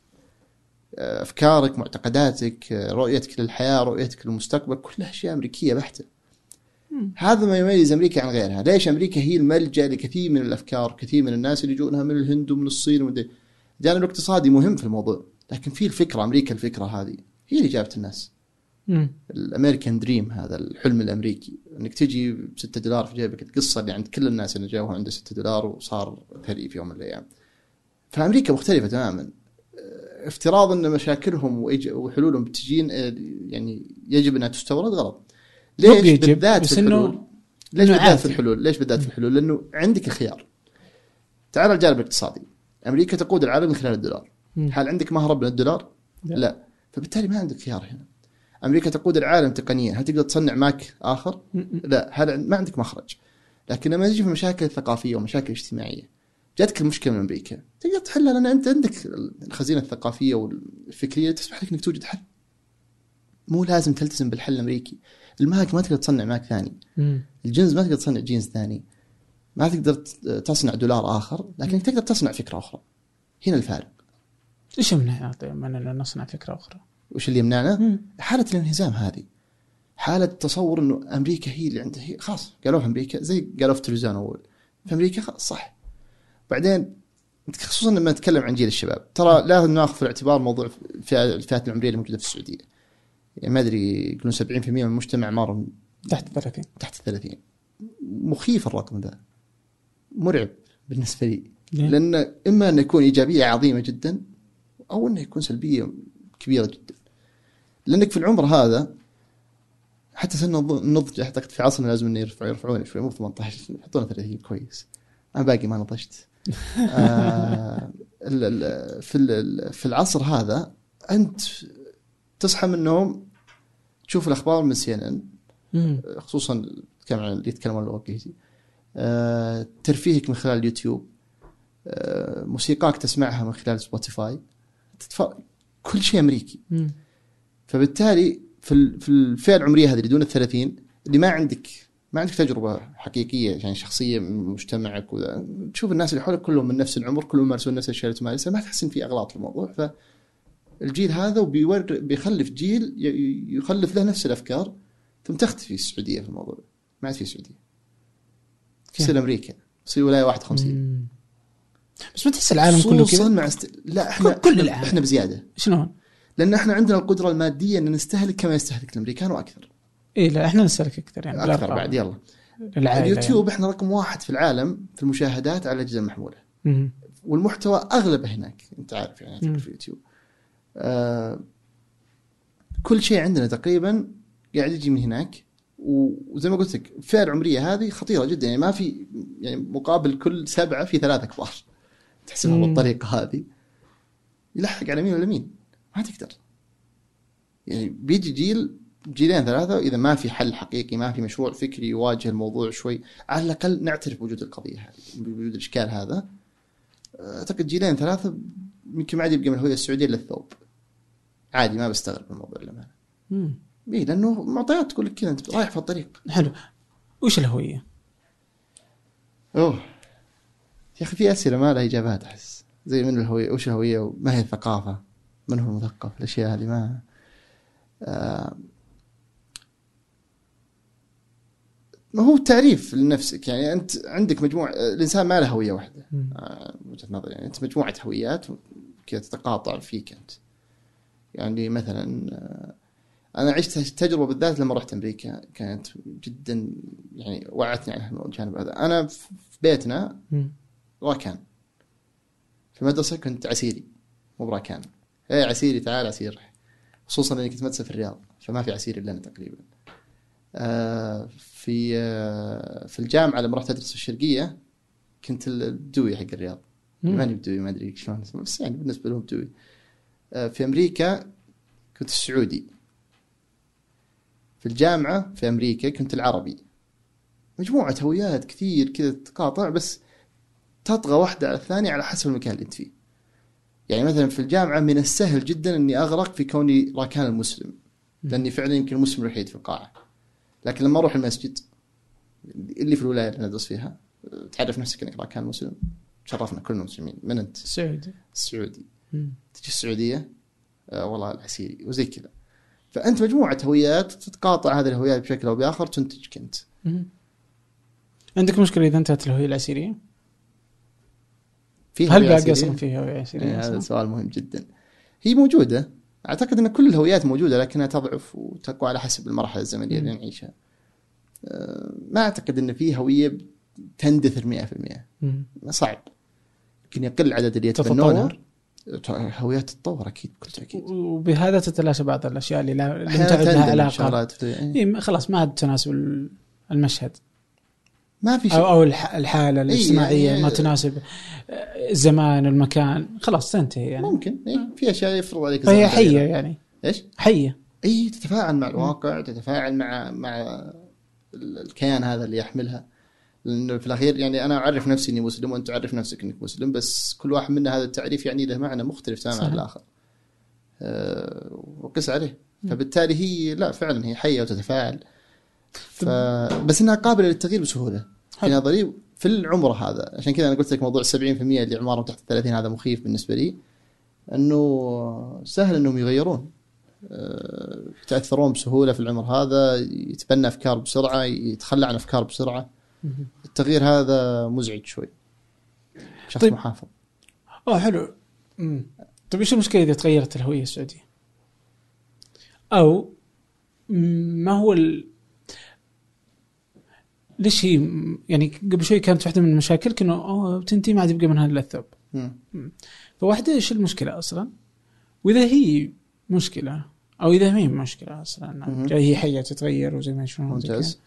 أفكارك معتقداتك رؤيتك للحياة رؤيتك للمستقبل كلها أشياء أمريكية بحتة. مم. هذا ما يميز أمريكا عن غيرها. ليش أمريكا هي الملجأ لكثير من الأفكار، كثير من الناس اللي يجونها من الهند ومن الصين ومن الجانب الاقتصادي مهم في الموضوع، لكن في الفكرة أمريكا، الفكرة هذه هي اللي جابت الناس. الأمريكان دريم، هذا الحلم الأمريكي، إنك تجي بستة دولار في جيبك، القصة اللي عند كل الناس اللي جاوها عنده ستة دولار وصار ثري في يوم من الأيام. فأمريكا مختلفة تماما. افتراض أن مشاكلهم وحلولهم بتجين يعني يجب أنها تستورد غلط. ليش بالذات في الحلول؟ ليش بالذات في الحلول؟ ليش بالذات في الحلول؟ لأنه عندك الخيار. تعال الجانب الاقتصادي، أمريكا تقود العالم من خلال الدولار. هل عندك مهرب من الدولار؟ لا. لا. فبالتالي ما عندك خيار هنا. أمريكا تقود العالم تقنيا، هل تقدر تصنع ماك آخر؟ لا. هل ما عندك مخرج. لكن لما يجي في المشاكل الثقافية ومشاكل الاجتماعية، جاتك المشكلة من أمريكا، تقدر تحلها، لأن أنت عندك الخزينة الثقافية والفكرية تسمح لك إنك توجد حل. مو لازم تلتزم بالحل الأمريكي. الماك ما تقدر تصنع ماك ثاني، الجينز ما تقدر تصنع جينز ثاني، ما تقدر تصنع دولار آخر، لكن تقدر تصنع فكرة أخرى. هنا الفارق. إيش يمنعنا من نصنع فكرة أخرى؟ وش اللي يمنعنا؟ حالة الانهزام هذه، حالة تصور إنه أمريكا هي اللي عندها، هي خاص قالوها أمريكا زي قالوا في التلفزيون أول في أمريكا خاص صح. بعدين خصوصا لما نتكلم عن جيل الشباب، ترى لازم ناخذ في الاعتبار موضوع الفئات العمرية اللي موجودة في السعودية. يعني ما أدري يقولون سبعين بالمئة من المجتمع مر تحت الثلاثين. تحت الثلاثين. مخيف الرقم ذا، مرعب بالنسبة لي، لأن إما أن يكون إيجابية عظيمة جدا أو أنه يكون سلبية كبيرة جدا. لأنك في العمر هذا حتى سن النضج أعتقد في عصرنا لازم إنه يرفع يرفعونه شوي، مو ثمانية عشر، يحطونه ثلاثين كويس. أنا باقي ما نضجت. آه في في العصر هذا أنت تصحى من النوم تشوف الأخبار من سي إن إن، خصوصا كمان اللي يتكلمون اللغة الإنجليزية، آه ترفيهك من خلال اليوتيوب، آه موسيقاك تسمعها من خلال سبوتيفاي، تتف... كل شيء أمريكي. مم. فبالتالي في في الفئة العمرية هذه اللي دون الثلاثين، اللي ما عندك ما عندك تجربة حقيقية يعني شخصية من مجتمعك، وذا تشوف الناس اللي حولك كلهم من نفس العمر، كلهم يمارسون نفس الشيء اللي تمارسه، ما تحس إن في أغلاط في الموضوع. فالجيل هذا وبيور بيخلف جيل يخلف له نفس الأفكار، ثم تختفي السعودية في الموضوع. ما عاد في السعودية، تصير أمريكا، تصير ولاية واحد وخمسين. بس ما تحس العالم كله كذا؟ است... لا احنا كل العالم احنا بزيادة. شلون؟ لأن احنا عندنا القدرة المادية أن نستهلك كما يستهلك الأمريكان وأكثر. إيه لا احنا نستهلك أكثر يعني أكثر بعد. يلا اليوتيوب يعني. احنا رقم واحد في العالم في المشاهدات على الأجهزة المحمولة، مم. والمحتوى أغلبه هناك أنت عارف يعني في اليوتيوب. آه كل شيء عندنا تقريبا قاعد يجي من هناك. وزي ما قلت لك الفئة العمرية هذه خطيرة جدا، يعني ما في يعني مقابل كل سبعة في ثلاثة كبار، تحسبها بالطريقة هذه يلحق على مين ولا مين ما تقدر. يعني بيجي جيل جيلين ثلاثة، إذا ما في حل حقيقي، ما في مشروع فكري يواجه الموضوع شوي، على الأقل نعترف بوجود القضية هذه، بوجود الإشكال هذا. أعتقد جيلين ثلاثة يمكن ما عاد يبقى من الهوية السعودية إلا الثوب، عادي ما بستغرب من الموضوع للأمانة. إيه لأنه معطيات تقول لك كذا أنت رايح في الطريق. حلو. وش الهوية؟ أوه يا أخي في أسئلة ما لها إجابات، أحس زي من الهوية، وش الهوية، وما هي الثقافة، من هو المثقف، الأشياء هذه ما آه ما هو تعريف لنفسك. يعني أنت عندك مجموعة، الإنسان ما له هوية واحدة آه وجهة نظري، يعني أنت مجموعة هويات كذا تتقاطع فيك أنت. يعني مثلا آه أنا عشت تجربة بالذات لما رحت أمريكا كانت جدا يعني وعتني عن الجانب هذا. أنا في بيتنا راكان، في المدرسة كنت عسيري مو براكان. إيه عسيري تعال عسير، خصوصا أني كنت مدرسة في الرياض فما في عسيري إلا أنا تقريبا. آه في آه في الجامعة لما رحت أدرس في الشرقية كنت البدوي حق الرياض، ماني بدوي ما أدري شلون بس يعني بالنسبة لهم بدوي. آه في أمريكا كنت السعودي، في الجامعة في أمريكا كنت العربي. مجموعة هويات كثير كذا تقاطع، بس تطغى واحدة على الثانية على حسب المكان اللي أنت فيه. يعني مثلا في الجامعة من السهل جدا أني أغرق في كوني راكان المسلم، لأني فعلا يمكن المسلم الوحيد في القاعة. لكن لما أروح المسجد اللي في الولاية اللي ندرس فيها تعرف نفسك أنك راكان مسلم، شرفنا كلنا مسلمين. من أنت؟ السعودي. السعودي. تجي السعودية آه والله العسيري وزي كذا. فأنت مجموعة هويات تتقاطع هذه الهويات بشكل أو بآخر تنتجك أنت. عندك مشكلة إذا انتهت الهوية العسيرية؟ في هل باقي أصلا في هوية عسيرية؟ هذا سؤال مهم جدا. هي موجودة، أعتقد أن كل الهويات موجودة لكنها تضعف وتقوى على حسب المرحلة الزمنية اللي نعيشها. ما أعتقد أن في هوية تندثر مئة في المئة، صعب. يمكن يقل عدد اللي يتبنونها. هويات تتطور أكيد بكل تأكيد، وبهذا تتلاشى بعض الأشياء اللي لم تعد لها علاقة إيه خلاص ما عاد تناسب المشهد، ما في شيء، أو, أو الحالة الاجتماعية إيه ما تناسب الزمان والمكان، خلاص تنتهي يعني. ممكن إيه في أشياء يفرض عليك، فهي حية يعني إيش حية إيه تتفاعل مع الواقع، تتفاعل مع مع الكيان هذا اللي يحملها. لأنه في الأخير يعني أنا أعرف نفسي إني مسلم وأنت تعرف نفسك إنك مسلم، بس كل واحد منا هذا التعريف يعني له معنى مختلف تماما عن الآخر. أه وقس عليه. فبالتالي هي لا فعلا هي حية وتتفاعل، بس إنها قابلة للتغيير بسهولة في نظري في العمر هذا. عشان كذا أنا قلت لك موضوع السبعين في المية اللي عمرهم تحت الثلاثين هذا مخيف بالنسبة لي، أنه سهل أنهم يغيرون، أه يتأثرون بسهولة في العمر هذا، يتبنى أفكار بسرعة، يتخلى عن أفكار بسرعة. التغيير هذا مزعج شوي، شخص طيب. محافظ. اه حلو. امم طيب ايش المشكله اذا تغيرت الهويه السعوديه؟ او ما هو ال... ليش هي يعني قبل شوي كانت واحده من المشاكل انه اه تنتهي ما عاد يبقى منها الا الثوب. فواحده ايش المشكله اصلا؟ واذا هي مشكله او اذا ما هي مشكله اصلا، هي حيه تتغير وزي ما يشوفون. ممتاز.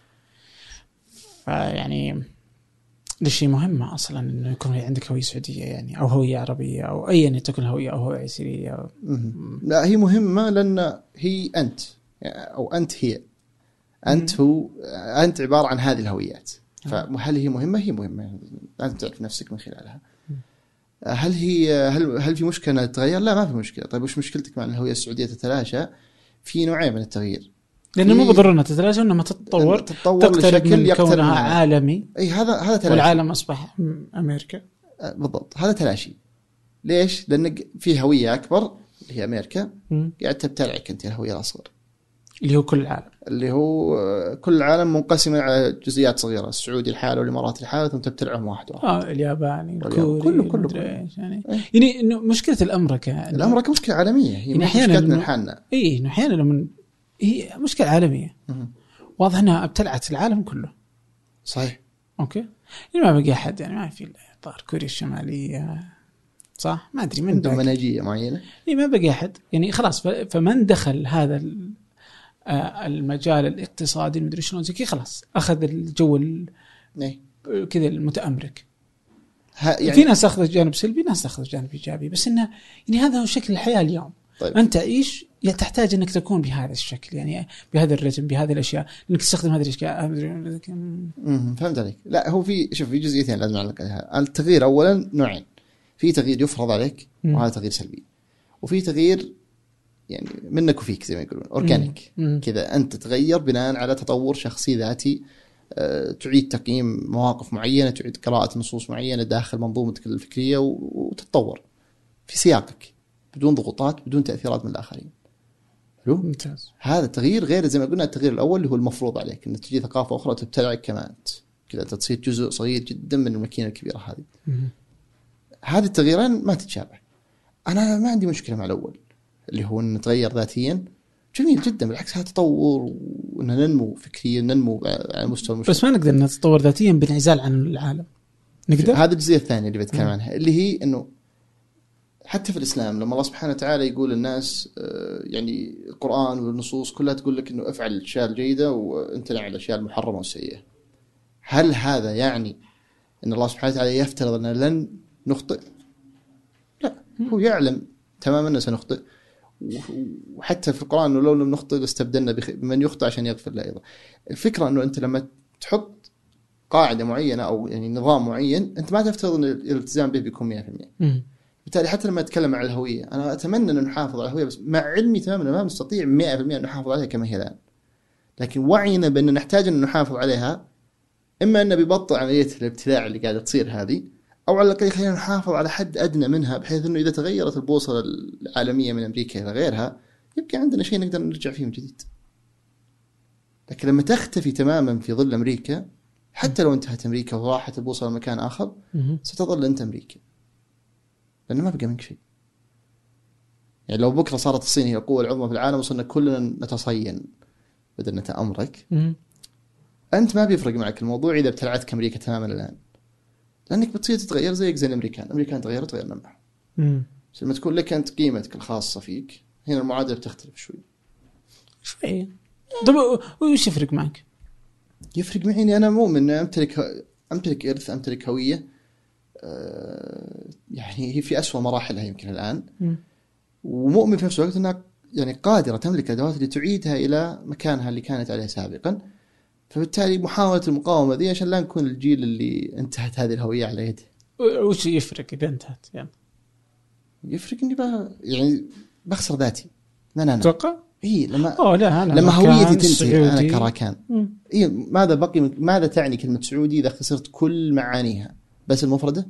فيعني ليش مهمة أصلاً إنه يكون عندك هوية سعودية يعني، أو هوية عربية أو أيا تكون هوية أو هوية عسيرية أو... لا هي مهمة لأن هي أنت أو أنت هي أنت هو أنت عبارة عن هذه الهويات. فهل هي مهمة؟ هي مهمة، أنت تعرف نفسك من خلالها. هل هي هل هل في مشكلة أنها تتغير؟ لا ما في مشكلة. طيب وش مشكلتك مع الهوية السعودية تتلاشى؟ في نوعين من التغيير، لأنه مو بضرورة تتلاشى، إنما تتطور تقترب من كونها عالمي. أي هذا هذا تلاشي، والعالم أصبح أمريكا. بالضبط، هذا تلاشي. ليش؟ لأن في هوية أكبر اللي هي أمريكا قاعد تبتلعك أنت الهوية الأصغر اللي هو كل العالم، اللي هو كل العالم منقسم على جزئيات صغيرة، السعودي الحالة والإمارات الحالة، ثم تبتلعهم واحد واحد. آه الياباني الكوري كله كله, كله. يعني إيه؟ يعني إنه مشكلة الأمريكا الأمريكا مشكلة عالمية، هي يعني مشكلتنا الحالنا. إيه إنه أحيانا لما هي مشكلة عالمية واضح أنها ابتلعت العالم كله. صحيح. أوكي يعني ما بقي أحد، يعني ما في طار كوريا الشمالية صح، ما أدري من عنده منهجية معينة. إيه ما بقي أحد يعني خلاص. فمن دخل هذا المجال الاقتصادي المدري شلون زي كذا خلاص أخذ الجو كذا المتأمرك. يعني في ناس أخذ جانب سلبي، ناس أخذ جانب إيجابي، بس إنه يعني هذا هو شكل الحياة اليوم. طيب. أنت تعيش تحتاج أنك تكون بهذا الشكل، يعني بهذا الرتم بهذه الأشياء، أنك تستخدم هذه الأشياء. امم فهمت عليك. لا هو في شوف في جزئيتين لازم أعلق عليها. التغيير أولا نوعين، في تغيير يفرض عليك وهذا تغيير سلبي، وفي تغيير يعني منك وفيك زي ما يقولون أورجانيك كذا، أنت تتغير بناء على تطور شخصي ذاتي. أه تعيد تقييم مواقف معينة، تعيد قراءة نصوص معينة داخل منظومتك الفكرية وتتطور في سياقك بدون ضغوطات بدون تأثيرات من الآخرين. حلو ممتاز. هذا التغيير غير زي ما قلنا التغيير الأول اللي هو المفروض عليك أن تجي ثقافة أخرى تبتلعك كمان كذا، أنت تصير جزء صغير جدا من الماكينة الكبيرة هذه. هذه التغييرين ما تتشابه. أنا ما عندي مشكلة مع الأول اللي هو أن نتغير ذاتيا، جميل جدا بالعكس، هذا تطور وأن ننمو فكريا، ننمو على مستوى المجتمع. بس ما نقدر نتطور ذاتيا بانعزال عن العالم. نقدر. هذا الجزئية الثانية اللي بتكلم عنها اللي هي أنه حتى في الإسلام لما الله سبحانه وتعالى يقول للناس يعني القرآن والنصوص كلها تقول لك أنه افعل الأشياء الجيدة وامتنع عن الأشياء المحرمة والسيئة، هل هذا يعني أن الله سبحانه وتعالى يفترض أن لن نخطئ؟ لا، هو يعلم تماما أننا سنخطئ، وحتى في القرآن أنه لو لم نخطئ لاستبدلنا بمن يخطئ عشان يغفر له أيضا. الفكرة أنه أنت لما تحط قاعدة معينة أو يعني نظام معين أنت ما تفترض أن الالتزام به بيكون مئة بالمئة. بالتالي حتى لما أتكلم عن الهوية أنا أتمنى أن نحافظ على الهوية، بس مع علمي تماما ما نستطيع مئة بالمئة أن نحافظ عليها كما هي الآن، لكن وعينا بأن نحتاج أن نحافظ عليها، إما أنه بيبطئ عملية الابتلاع اللي قاعدة تصير هذه، أو على الأقل خلينا نحافظ على حد أدنى منها، بحيث أنه إذا تغيرت البوصلة العالمية من أمريكا إلى غيرها يبقى عندنا شيء نقدر نرجع فيه من جديد. لكن لما تختفي تماما في ظل أمريكا، حتى لو انتهت أمريكا وراحت البوصلة لمكان آخر، ستظل أنت أمريكا، لأنه ما بقى منك شيء. يعني لو بكرة صارت الصين هي القوة العظمى في العالم وصرنا كلنا نتصين بدل نتأمرك، أنت ما بيفرق معك الموضوع إذا ابتلعتك أمريكا تماما الآن، لأنك بتصير تتغير زيك زي الأمريكان. الأمريكان تغيروا تغيرنا معهم. لما تكون لك أنت قيمتك الخاصة فيك، هنا المعادلة بتختلف شوي شوي. طب وش يفرق معك؟ يفرق معي إني أنا مؤمن أمتلك أمتلك إرث، أمتلك هوية، أه يعني هي في أسوأ مراحلها يمكن الآن، م. ومؤمن في نفس الوقت أنها يعني قادرة تملك الأدوات اللي تعيدها إلى مكانها اللي كانت عليه سابقا. فبالتالي محاولة المقاومة ذي عشان لا نكون الجيل اللي انتهت هذه الهوية على يده. وش يفرق إذا انتهت يعني؟ يفرق إني بقى يعني بخسر ذاتي. لا لا لا. توقع؟ إيه لما أوه لا أنا لما هويتي تنتهي أنا كراكان. إيه ماذا بقي؟ ماذا تعني كلمة سعودي إذا خسرت كل معانيها؟ بس المفردة؟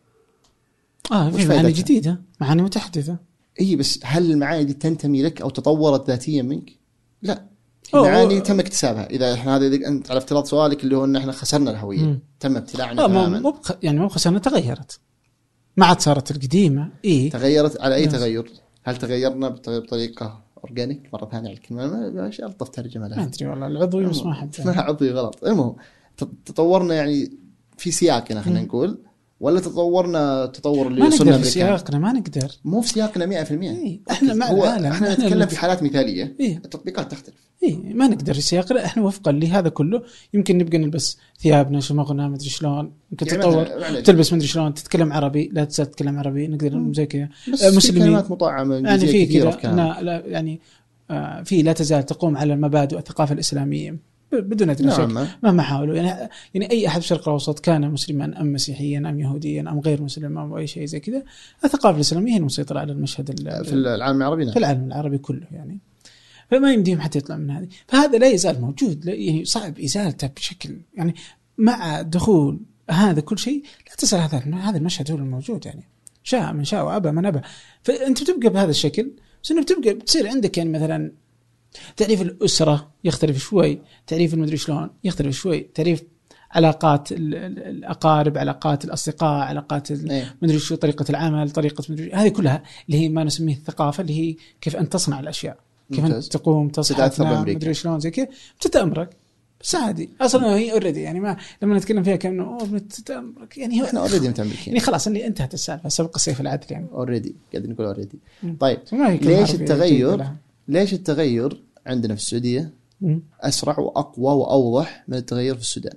آه في معاني جديدة، معاني متحدثة. إيه بس هل المعاني دي تنتمي لك أو تطورت ذاتيا منك؟ لا. المعاني تم اكتسابها. إذا إحنا هذا أنت على افتراض سؤالك اللي هو إن إحنا خسرنا الهوية، مم. تم ابتلاعنا تماما. مو بخ... يعني مو خسرنا، تغيرت، ما عاد صارت القديمة. إيه تغيرت على أي تغير؟ هل تغيرنا بطريقة أورجانيك مرة ثانية على الكلمة؟ ما إيش ألطف ترجمة لها. ما أدري والله العضوي بس ما أحب. اسمها عضوي غلط. المهم تطورنا يعني في سياقنا خلينا نقول، ولا تطورنا تطور اللي وصلنا أمريكا؟ سياقنا ما نقدر، مو في سياقنا مئة في المئة. إيه؟ احنا مع العالم، احنا نتكلم في حالات مثالية. إيه؟ التطبيقات تختلف. إيه ما نقدر في سياقنا احنا وفقا لهذا كله. يمكن نبقى نلبس ثيابنا شماغنا مدري شلون، يمكن يعني تطور تلبس مدري شلون، تتكلم عربي لا تزال تتكلم عربي، نقدر زي كذا مسلمين كلمات مطعمة يعني في كذا. لا يعني آه في لا تزال تقوم على المبادئ والثقافة الإسلامية بدون أدنى شك مهما حاولوا. يعني يعني أي أحد في الشرق الأوسط كان مسلما أم مسيحيا أم يهوديا أم غير مسلم أو أي شيء زي كذا، الثقافة الإسلامية هي المسيطرة على المشهد في العالم العربي. في العالم العربي كله يعني، فما يمديهم حتى يطلع من هذه. فهذا لا يزال موجود، يعني صعب إزالته بشكل يعني مع دخول هذا كل شيء. لا تزال هذا هذا المشهد هو الموجود، يعني شاء من شاء وأبى من أبى. فأنت بتبقى بهذا الشكل، بس إنه بتبقى بتصير عندك يعني مثلا تعريف الأسرة يختلف شوي، تعريف المدري شلون يختلف شوي، تعريف علاقات الأقارب، علاقات الأصدقاء، علاقات المدري شو، طريقة العمل، طريقة مدري، هذه كلها اللي هي ما نسميه الثقافة، اللي هي كيف أن تصنع الأشياء، كيف أن تقوم تصحى تنام مدري شلون زي كذا بتتأمرك. بس عادي أصلاً هي أوريدي يعني ما لما نتكلم فيها كأنه أوه بتتأمرك، يعني هو إحنا أوريدي متأمركين يعني خلاص اللي انتهت السالفة، سبق السيف العدل يعني أوريدي قاعد نقول أوريدي. طيب ليش التغير ليش التغير عندنا في السعودية أسرع وأقوى وأوضح من التغير في السودان؟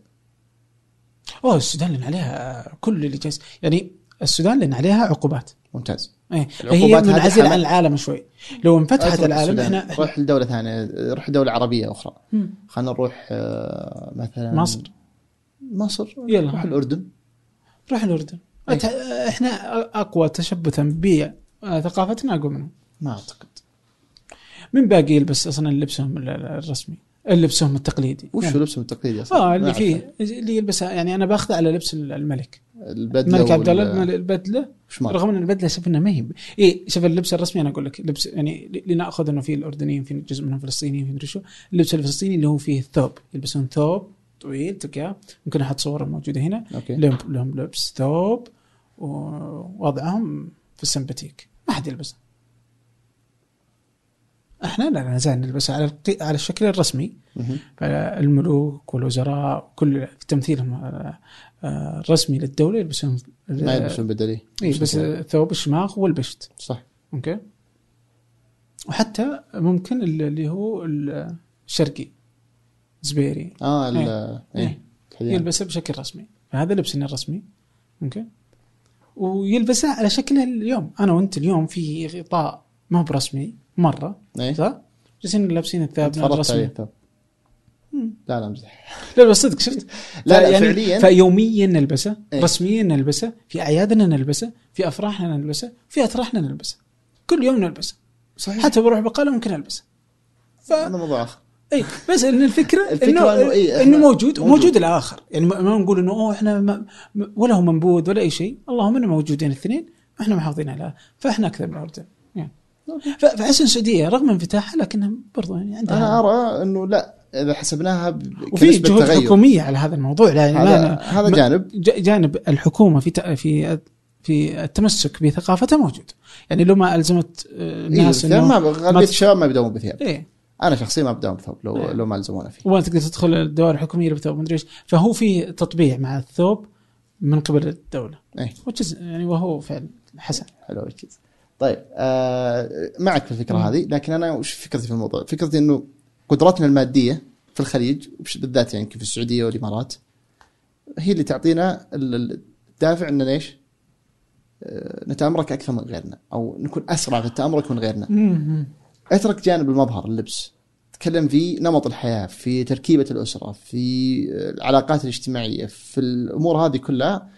أوه السودان لأن عليها كل اللي جالس، يعني السودان لأن عليها عقوبات. ممتاز. إيه هي منعزلة عن العالم شوي. لو انفتحت العالم إحنا نروح لدولة ثانية، نروح لدولة عربية أخرى. خلنا نروح مثلا مصر. مصر. يلا نروح الأردن. نروح الأردن. إيه؟ إحنا أقوى تشبثا بثقافتنا أقوى منهم. ما أعتقد. من باقي يلبس أصلا لبسهم الرسمي، لبسهم التقليدي. وش يعني. لبسهم التقليدي أصلا؟ آه اللي فيه اللي يلبسها يعني أنا باخذ على لبس الملك. البدلة. الملك عبد الله البدلة. رغم أن البدلة شفنا ما هي. إيه شوف اللبس الرسمي أنا أقول لك لبس يعني لنأخذ إنه فيه الأردنيين، في جزء منهم فلسطينيين، في مدري اللبس الفلسطيني اللي هو فيه ثوب، يلبسون ثوب طويل تكيا، ممكن أحط صورة موجودة هنا. لهم لهم لبس ثوب ووضعهم في السمباتيك، ما حد يلبسه. احنا لا نزال نلبس على على الشكل الرسمي. الملوك والوزراء كل في تمثيلهم الرسمي للدولة يلبسون ما يلبسون بدلي، بس ثوب الشماغ والبشت. صح. اوكي. وحتى ممكن اللي هو الشرقي زبيري اه ال ايه يلبسه بشكل رسمي، فهذا لبسنا الرسمي. اوكي. ويلبسه على شكله اليوم انا وانت اليوم في غطاء ما هو برسمي مرة. ايه صح؟ جالسين لابسين الثوب الرسمي. لا لا مزح. لا بس صدق شفت. لا لا يعني فعليا فيوميا نلبسه، ايه؟ رسميا نلبسه، في أعيادنا نلبسه، في أفراحنا نلبسه، في أتراحنا نلبسه، كل يوم نلبسه. صحيح. حتى بروح بقالة ممكن ألبسه. ف... أنا موضوع آخر. اي بس ان الفكره, الفكرة انه انه, إيه إنه موجود وموجود الاخر، يعني ما نقول انه اوه احنا ما ولا هو منبوذ ولا اي شيء، اللهم اننا موجودين الاثنين احنا محافظين عليها، فاحنا اكثر من الاردن يعني. فأحس السعودية رغم انفتاحها لكنها برضو يعني عندها. أنا أرى إنه لا إذا حسبناها وفي جهود حكومية على هذا الموضوع. لا يعني هذا, هذا جانب جانب الحكومة في في في التمسك بثقافتها موجود. يعني لو ما ألزمت الناس إيه إنه ما غالبية الشباب ما بدأون بثياب. إيه أنا شخصيا ما بدأون بثوب لو إيه. لو ما ألزمونا فيه. وأنت تقدر تدخل الدوائر الحكومية بثوب مدري إيش. فهو في تطبيع مع الثوب من قبل الدولة. إيه. وجز يعني وهو فعل حسن. حلو وجز. طيب آه معك في الفكرة مم. هذه، لكن أنا وش فكرتي في الموضوع؟ فكرتي إنه قدراتنا المادية في الخليج بالذات يعني في السعودية والإمارات هي اللي تعطينا الدافع إننا إيش نتأمرك أكثر من غيرنا أو نكون أسرع في التأمرك من غيرنا. مم. اترك جانب المظهر اللبس، تكلم في نمط الحياة، في تركيبة الأسرة، في العلاقات الاجتماعية، في الأمور هذه كلها.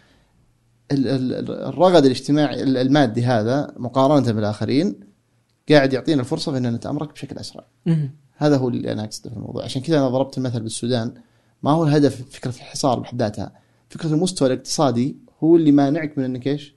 الرغد الاجتماعي المادي هذا مقارنة بالآخرين قاعد يعطينا الفرصة في أن نتأمرك بشكل أسرع. مم. هذا هو اللي أنا أقصده في الموضوع. عشان كذا أنا ضربت المثل بالسودان. ما هو الهدف فكرة الحصار بحد ذاتها، فكرة المستوى الاقتصادي هو اللي مانعك من أنك إيش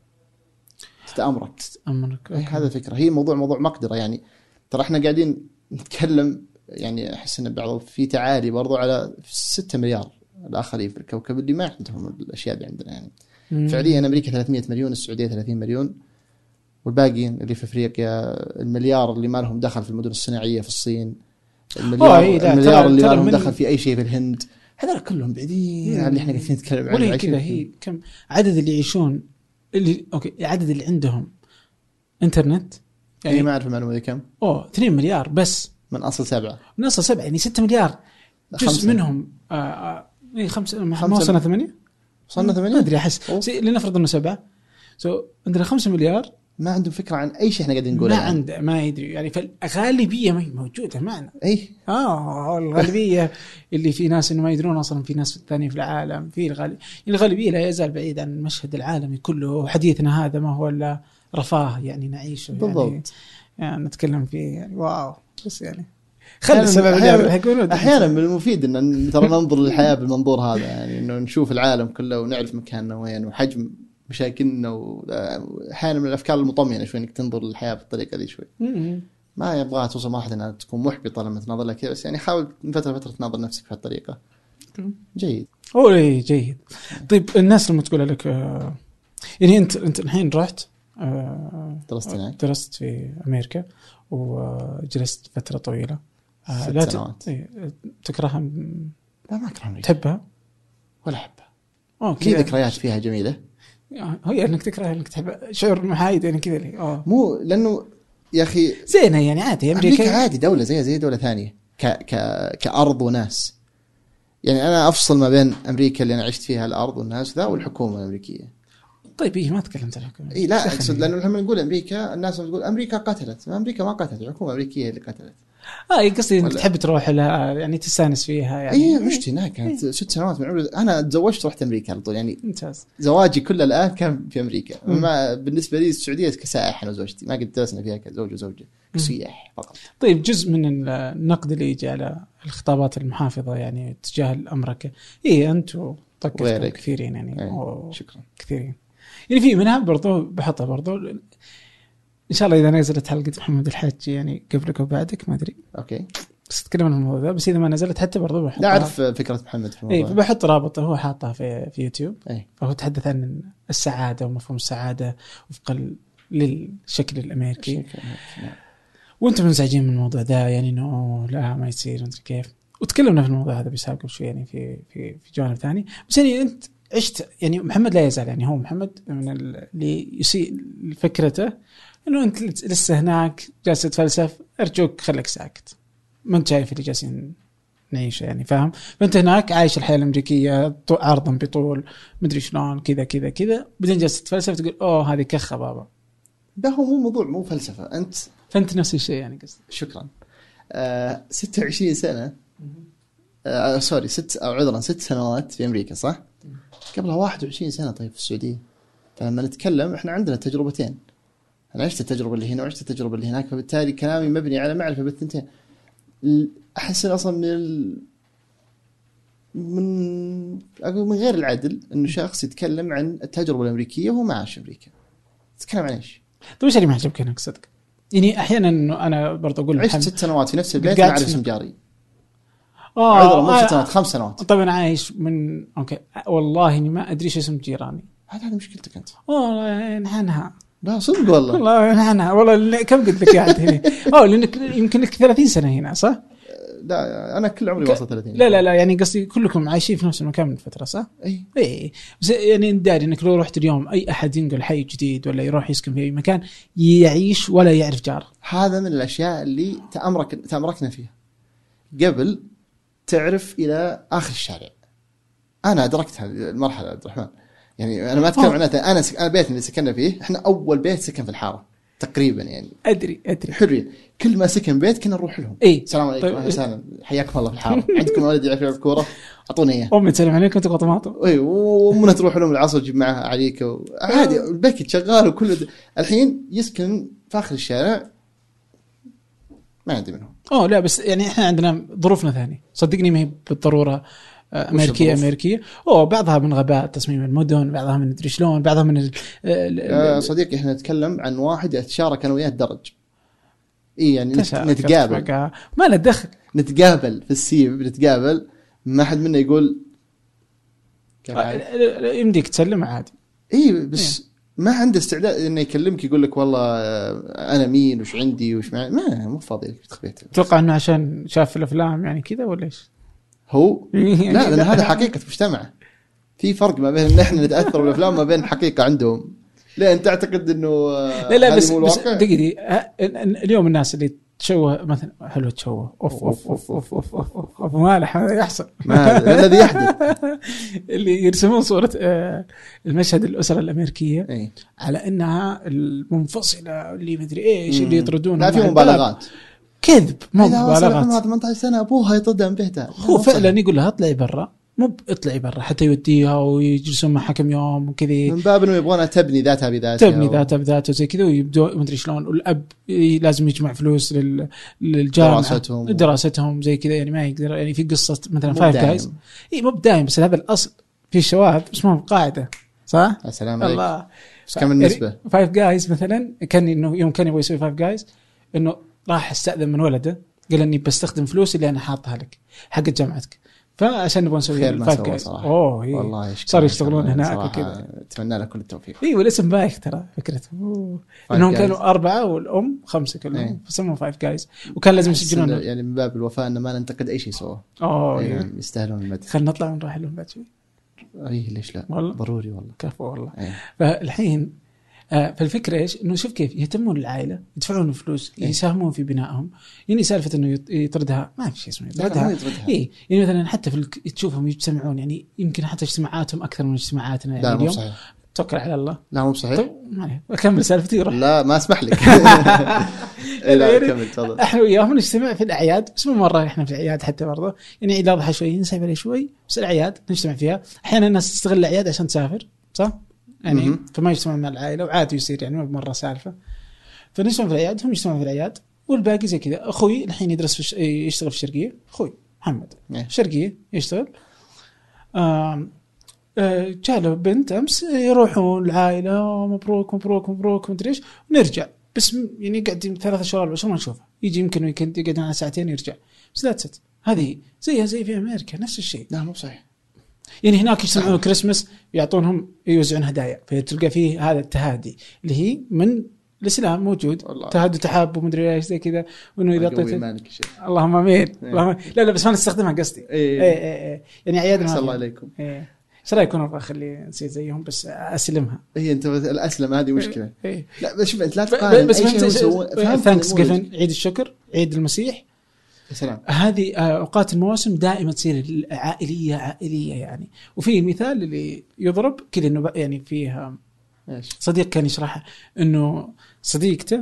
تتأمرك. تتأمرك. هذا فكرة. هي موضوع موضوع مقدرة يعني. ترى إحنا قاعدين نتكلم يعني أحس إن بعض في تعالي برضو على ستة مليار الآخرين في الكوكب اللي ما عندهم الأشياء اللي عندنا يعني. مم. فعليا أمريكا ثلاثمية مليون، السعودية ثلاثين مليون، والباقي اللي في أفريقيا المليار اللي ما لهم دخل في المدن الصناعية في الصين، المليار, إيه المليار اللي ما لهم دخل في أي شيء في الهند. هذول كلهم بعيدين عن اللي إحنا قاعدين نتكلم عنه. ولا كذا هي كم عدد اللي يعيشون اللي أوكي العدد اللي عندهم إنترنت يعني ما أعرف المعلومة ذي كم. أوه اثنين مليار بس من أصل سبعة. من أصل سبعة يعني ستة مليار. جزء خمسة. منهم آه آه إيه خمسة ما وصلنا ثمانية. وصلنا ثمانية. ما أدري أحس. لنفرض إنه سبعة. سو عندنا خمسة مليار. ما عندهم فكرة عن أي شيء إحنا قاعدين نقوله. ما يعني. عنده ما يدري يعني. فالغالبية ما هي موجودة معنا. أي. آه الغالبية اللي في ناس إنه ما يدرون أصلاً في ناس ثانية في العالم. في الغالب الغالبية لا يزال بعيد عن المشهد العالمي كله. حديثنا هذا ما هو إلا رفاه يعني نعيشه. بالضبط. يعني, يعني نتكلم فيه يعني واو بس يعني. خلي السبب أحيانا, أحيانا من المفيد إن ترى ننظر للحياة بالمنظور هذا يعني إنه نشوف العالم كله ونعرف مكاننا وين وحجم مشاكلنا. وأحيانا من الأفكار المطمئنة شوي إنك تنظر للحياة بالطريقة دي شوي. ما يبغى توصل مرحلة أنها تكون محبطة لما تنظر لها كذا، بس يعني حاول من فترة فترة تنظر نفسك في هالطريقة. جيد. أوه جيد. طيب الناس لما تقول لك آه يعني أنت أنت الحين رحت آه درست هناك. درست في أمريكا وجلست فترة طويلة. آه لا سنوات. تكرهها؟ لا ما أكرهها. تحبها ولا أحبها. أوكي. في ذكريات فيها جميلة. هي انك تكره انك تحب شعور محايد يعني كذا لي اه مو لانه يا اخي زينه يعني عادي. امريكا, أمريكا عادي دوله زي زي دوله ثانيه ك ك كارض وناس. يعني انا افصل ما بين امريكا اللي انا عشت فيها الارض والناس ذا والحكومه الامريكيه. طيب ايه ما تكلمت عن الحكومه. اي لا اقصد لانه لما نقول امريكا الناس بتقول امريكا قتلت. ما امريكا ما قتلت، الحكومه الامريكيه اللي قتلت. اه قصدي انت تحب تروح لها يعني تستانس فيها يعني. اي عشت هناك كانت إيه؟ ست سنوات من عمري. انا تزوجت رحت امريكا على طول يعني. ممتاز. زواجي كله الان كان في امريكا. ما بالنسبه لي السعوديه كسائح انا وزوجتي ما قد درسنا فيها كزوج وزوجه كسياح فقط. طيب جزء من النقد اللي يجي على الخطابات المحافظه يعني تجاه الامريكا اي انت وطقت كثيرين يعني. أيه. شكرا كثيرين يعني. في منها برضو بحطها برضو ان شاء الله اذا نزلت حلقه محمد الحاج يعني قبلك وبعدك ما ادري. اوكي بس تتكلم عن الموضوع ذا. بس اذا ما نزلت حتى برضو بحطها. لا اعرف فكره محمد في الموضوع. اي بحط رابطه هو حاطها في في يوتيوب. أي. فهو تحدث عن السعاده ومفهوم السعاده وفق للشكل الامريكي. وانتم منزعجين من الموضوع ذا يعني انه لا ما يصير انت كيف. وتكلمنا في الموضوع هذا بيسابق قبل شوي يعني في في في جوانب ثاني. بس يعني انت عشت يعني محمد لا يزال يعني هو محمد من اللي يسيء فكرته انه انت لسه هناك جالس تتفلسف. ارجوك خليك ساكت ما انت شايف اللي جالسين نعيشه يعني فاهم. فانت هناك عايش الحياه الامريكيه عرضا بطول مدري شلون كذا كذا كذا بعدين جالس تتفلسف تقول اوه هذه كخه بابا. ده هو مو موضوع مو فلسفه. انت فانت نفس الشيء يعني قصدي. شكرا. آه ستة وعشرين سنه آه سوري ست او عذرا ست سنوات في امريكا صح. قبلها واحد وعشرين سنه طيب في السعوديه. فلما نتكلم احنا عندنا تجربتين. أنا عشت التجربة اللي هنا وعشت التجربة اللي هناك. فبالتالي كلامي مبني على معرفة بالثنتين. أحس أصلا من ال... من أقول من غير العدل إنه شخص يتكلم عن التجربة الأمريكية وهو ما عاش أمريكا. تتكلم عن إيش؟ طيب إيش اللي ما عجبك هناك صدق؟ يعني احيانا انا برضه اقول عشت ست سنوات في نفس البيت مع اسم جاري. اه عذرا مو ست سنوات خمس سنوات. طبعا عايش من اوكي والله اني ما ادري ايش اسم جيراني. هذا مشكلتك انت. والله نحنها. لا صدق والله. والله نحنها والله كم قلت لك قاعد هنا. اه لانك يمكن لك ثلاثين سنه هنا صح؟ لا انا كل عمري وصل ثلاثين. لا لا لا يعني قصدي كلكم عايشين في نفس المكان من فتره صح؟ اي اي بس يعني داري انك لو رحت اليوم اي احد ينقل حي جديد ولا يروح يسكن في اي مكان يعيش ولا يعرف جاره. هذا من الاشياء اللي تامرك تامركنا فيها قبل تعرف الى اخر الشارع. انا ادركت هذه المرحله عبد الرحمن. يعني انا ما اتكلم معناته انا سك... انا بيتنا اللي سكننا فيه احنا اول بيت سكن في الحاره تقريبا يعني. ادري ادري حرين كل ما سكن بيت كنا نروح لهم. إيه؟ السلام عليكم طيب. اهلا حياكم الله في الحاره. عندكم ولد يعرف يلعب كوره اعطوني اياه. امي تسلم عليكم تقطع طماطم. اي وامنا تروح لهم العصر تجيب معها عليك و... عادي البيت شغال وكل د... الحين يسكن في اخر الشارع ما عندي منهم. اوه لا بس يعني احنا عندنا ظروفنا ثانيه صدقني ما هي بالضروره امريكيه امريكيه او بعضها من غباء تصميم المدن بعضها من ادري شلون بعضها من ال... يا صديقي احنا نتكلم عن واحد اتشارك انا وياه الدرج. اي يعني نتقابل ما له دخل نتقابل في السيب نتقابل ما حد منا يقول يمديك تسلم عادي. اي بس إيه؟ ما عنده استعداد انه يكلمك يقول لك والله انا مين وش عندي وش معي. ما مو فاضي لك تخبيت. تتوقع انه عشان شاف الافلام يعني كذا ولا ايش هو لا لان هذا حقيقه مجتمع. في فرق ما بين ان احنا نتاثر بالافلام ما بين حقيقه عندهم. لا انت تعتقد انه لا لا بس, بس دقيقه اليوم الناس اللي تشوه مثلا حلوه تشوه اوف اوف اوف اوف اوف اوف, أوف ما له يحصل ما الذي يحدث اللي يرسمون صوره المشهد الاسره الامريكيه أي. على انها المنفصله اللي مدري ايش اللي يطردون. لا في مبالغات كذب مو مبالغات. ثمانية عشر سنه ابوها يطردها من بيتها. هو فعلا يقول لها اطلعي برا مو اطلعي برا حتى يوديها ويجلسون مع حكم يوم وكذا من باب انه يبغونها تبني ذاتها بذاتها تبني ذاتها بذاتها زي كذا ويبدو ما ادري شلون. والاب لازم يجمع فلوس لل للجامعه دراستهم دراستهم زي كذا يعني ما يقدر يعني في قصه مثلا فايف جايز اي مو بدايم بس هذا الاصل في الشواذ بس ما قاعده صح. السلام عليكم الله. بس كم النسبه فايف جايز مثلا كان انه يوم كان يبغى يسوي فايف جايز انه راح استاذن من ولده قال اني بستخدم فلوس اللي انا حاطها لك حق جامعتك فعشان نبغى نسوي الفايف جايز. اوه إيه. والله صار يشتغلون هناك وكذا. اتمنى لك كل التوفيق. اي والاسم بايخ ترى فكرته انهم كانوا اربعه والام خمسه كلهم إيه. فسموا فايف جايز وكان لازم يسجلون يعني من باب الوفاء ان ما ننتقد اي شيء سواه. اوه يعني يستاهلون المدح. خلينا نطلع ونروح لهم بعد شوي. اي ليش لا والله. ضروري والله كفو والله أيه. فالحين آه فالفكرة إيش إنه شوف كيف يهتمون العائلة يدفعون فلوس أيه. يساهمون في بنائهم. يعني سالفة إنه يطردها ما في شيء اسمه يطردها. إيه يعني مثلا حتى في الك... تشوفهم يجتمعون يعني يمكن حتى اجتماعاتهم أكثر من اجتماعاتنا يعني لا اليوم. مو صحيح. توكل على الله. لا مو صحيح. طب ما عليه أكمل سالفتي روح. لا ما أسمح لك. لا كمل تفضل. إحنا وياهم نجتمع في الأعياد بس مو مرة إحنا في الأعياد حتى برضه يعني عيد الأضحى شوي نسحب عليه شوي بس الأعياد نجتمع فيها. أحيانا الناس تستغل الأعياد عشان تسافر صح؟ يعني م-م. فما يجتمع مع العائلة وعادي يصير يعني ما بمرة سالفة. فنجتمع في الأعياد هم يجتمعوا في الأعياد والباقي زي كذا. أخوي الحين يدرس في ش... يشتغل في الشرقية. أخوي محمد yeah. شرقية يشتغل. آه... آه... جاله بنت أمس يروحون العائلة مبروك مبروك مبروك مدري إيش ونرجع بس يعني قاعد ثلاثة شهور بس ما نشوفه يجي يمكن ويكند يقعد معنا ساعتين يرجع بس لا تست هذه زيها زي في أمريكا نفس الشيء. لا مو صحيح. يعني هناك يسمعون كريسماس يعطونهم يوزعون هدايا فتلقى فيه هذا التهادي اللي هي من الإسلام موجود تهادي تحاب ومدري ايش زي كذا وانه اذا طيت اللهم امين لا لا بس ما نستخدمها قصدي اي اي اي يعني عيادنا الله عليكم ايه ايش رايكم ابغى اخلي نصير زيهم بس اسلمها هي انت الاسلم هذه مشكله إيه. لا بس شوف انت لا تقارن بس فهمت ثانكس جيفن عيد الشكر عيد المسيح سلام. هذه أوقات المواسم دائما تصير عائلية عائلية يعني. وفي مثال اللي يضرب كذا إنه يعني فيها صديق كان يشرح إنه صديقته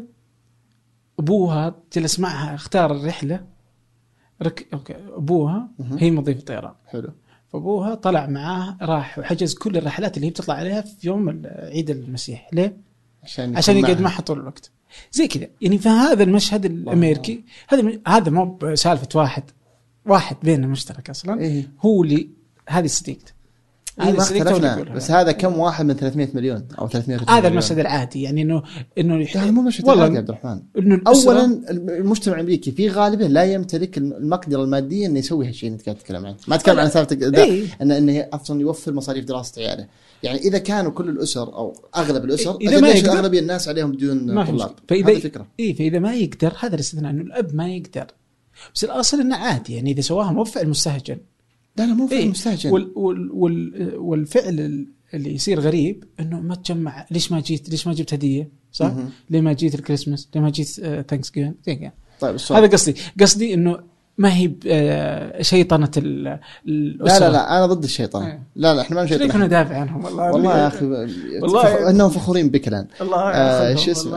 أبوها جلس معها اختار الرحلة رك أوكي أبوها هي مضيفة طيران حلو فأبوها طلع معاه راح وحجز كل الرحلات اللي هي بتطلع عليها في يوم عيد المسيح ليه؟ عشان عشان يقعد معها طول الوقت زي كذا يعني. فهذا المشهد الامريكي هذا هذا مو سالفه واحد واحد بيننا مشترك اصلا إيه؟ هو اللي هذه صديقته إيه ما اختلفنا، بس هذا كم واحد من ثلاثمية مليون او ثلاثمية مليون؟ هذا المشهد العادي يعني انه انه يعني مو مشهد عادي يا عبد الرحمن. إنه اولا المجتمع الامريكي في غالبه لا يمتلك المقدره الماديه انه يسوي هالشيء اللي انت قاعد تتكلم عنه. ما اتكلم عن سالفه إيه؟ انه انه اصلا يوفر مصاريف دراسه عياله. يعني اذا كانوا كل الاسر او اغلب الاسر إذا ما يقدر اغلبيه الناس عليهم بدون طلاب، فاذا هذه الفكره. اي فاذا ما يقدر هذا الاستثناء انه الاب ما يقدر، بس الاصل انه عادي يعني اذا سواها مو فعل مستهجن. لا لا مو فعل إيه؟ مستهجن. وال وال وال والفعل اللي يصير غريب انه ما تجمع، ليش ما جيت، ليش ما جبت هديه صح؟ م-م. ليه ما جيت الكريسماس، ليه ما جيت ثانكس جيفن زي كذا. طيب هذا قصدي قصدي انه ما هي شيطنه الاسره. لا لا لا انا ضد الشيطان. إيه؟ لا لا احنا ما نشيطن، احنا ندافع عنهم والله. والله يا اخي والله انهم فخورين بك الان. الله شو اسمه.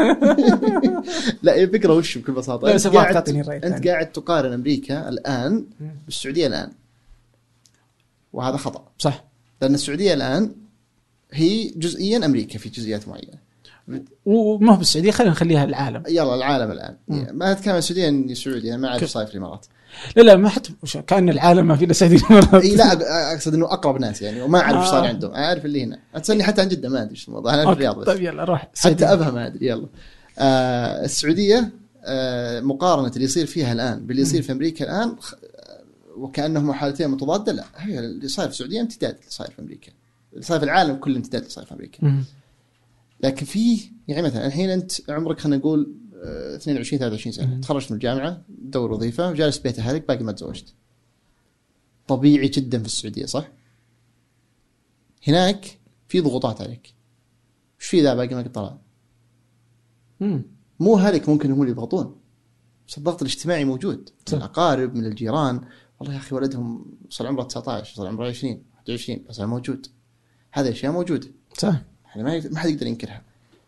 لا الفكره وش بكل بساطه، انت قاعد انت قاعد تقارن امريكا الان بالسعوديه الان، وهذا خطا. صح، لان السعوديه الان هي جزئيا امريكا في جزئيات معينه، وما هو بالسعوديه، خلينا نخليها العالم. يلا العالم الان مم. ما اتكلم السعوديه اني سعودي، انا ما اعرف صاير في الامارات. لا لا ما حتى كان العالم ما في الا سعودي الامارات. اي لا اقصد انه اقرب ناس يعني، وما اعرف ايش آه. صار عندهم. اعرف اللي هنا اتسالني حتى عن جده ما ادري ايش الموضوع، انا في الرياض بس. طيب يلا روح حتى ابها ما ادري. يلا آه السعوديه آه مقارنه اللي يصير فيها الان باللي يصير في امريكا الان وكانهما حالتين متضاده، لا هي اللي صاير في السعوديه امتداد اللي صاير في امريكا، اللي صاير في العالم كله امتداد اللي صاير في امريكا. مم. لكن في يعني مثلا الحين انت عمرك خلينا نقول اثنين وعشرين ثلاثة وعشرين سنه، تخرجت من الجامعه تدور وظيفه وجالس بيت اهلك باقي ما تزوجت، طبيعي جدا في السعوديه صح؟ هناك في ضغوطات عليك، وش في ذا باقي ما قد طلع. مو اهلك ممكن هم اللي يضغطون، بس الضغط الاجتماعي موجود من الاقارب من الجيران. والله يا اخي ولدهم وصل عمره تسعة عشر وصل عمره عشرين واحد وعشرين، بس موجود. هذه اشياء موجوده صح، يعني ما ما حد يقدر ينكرها.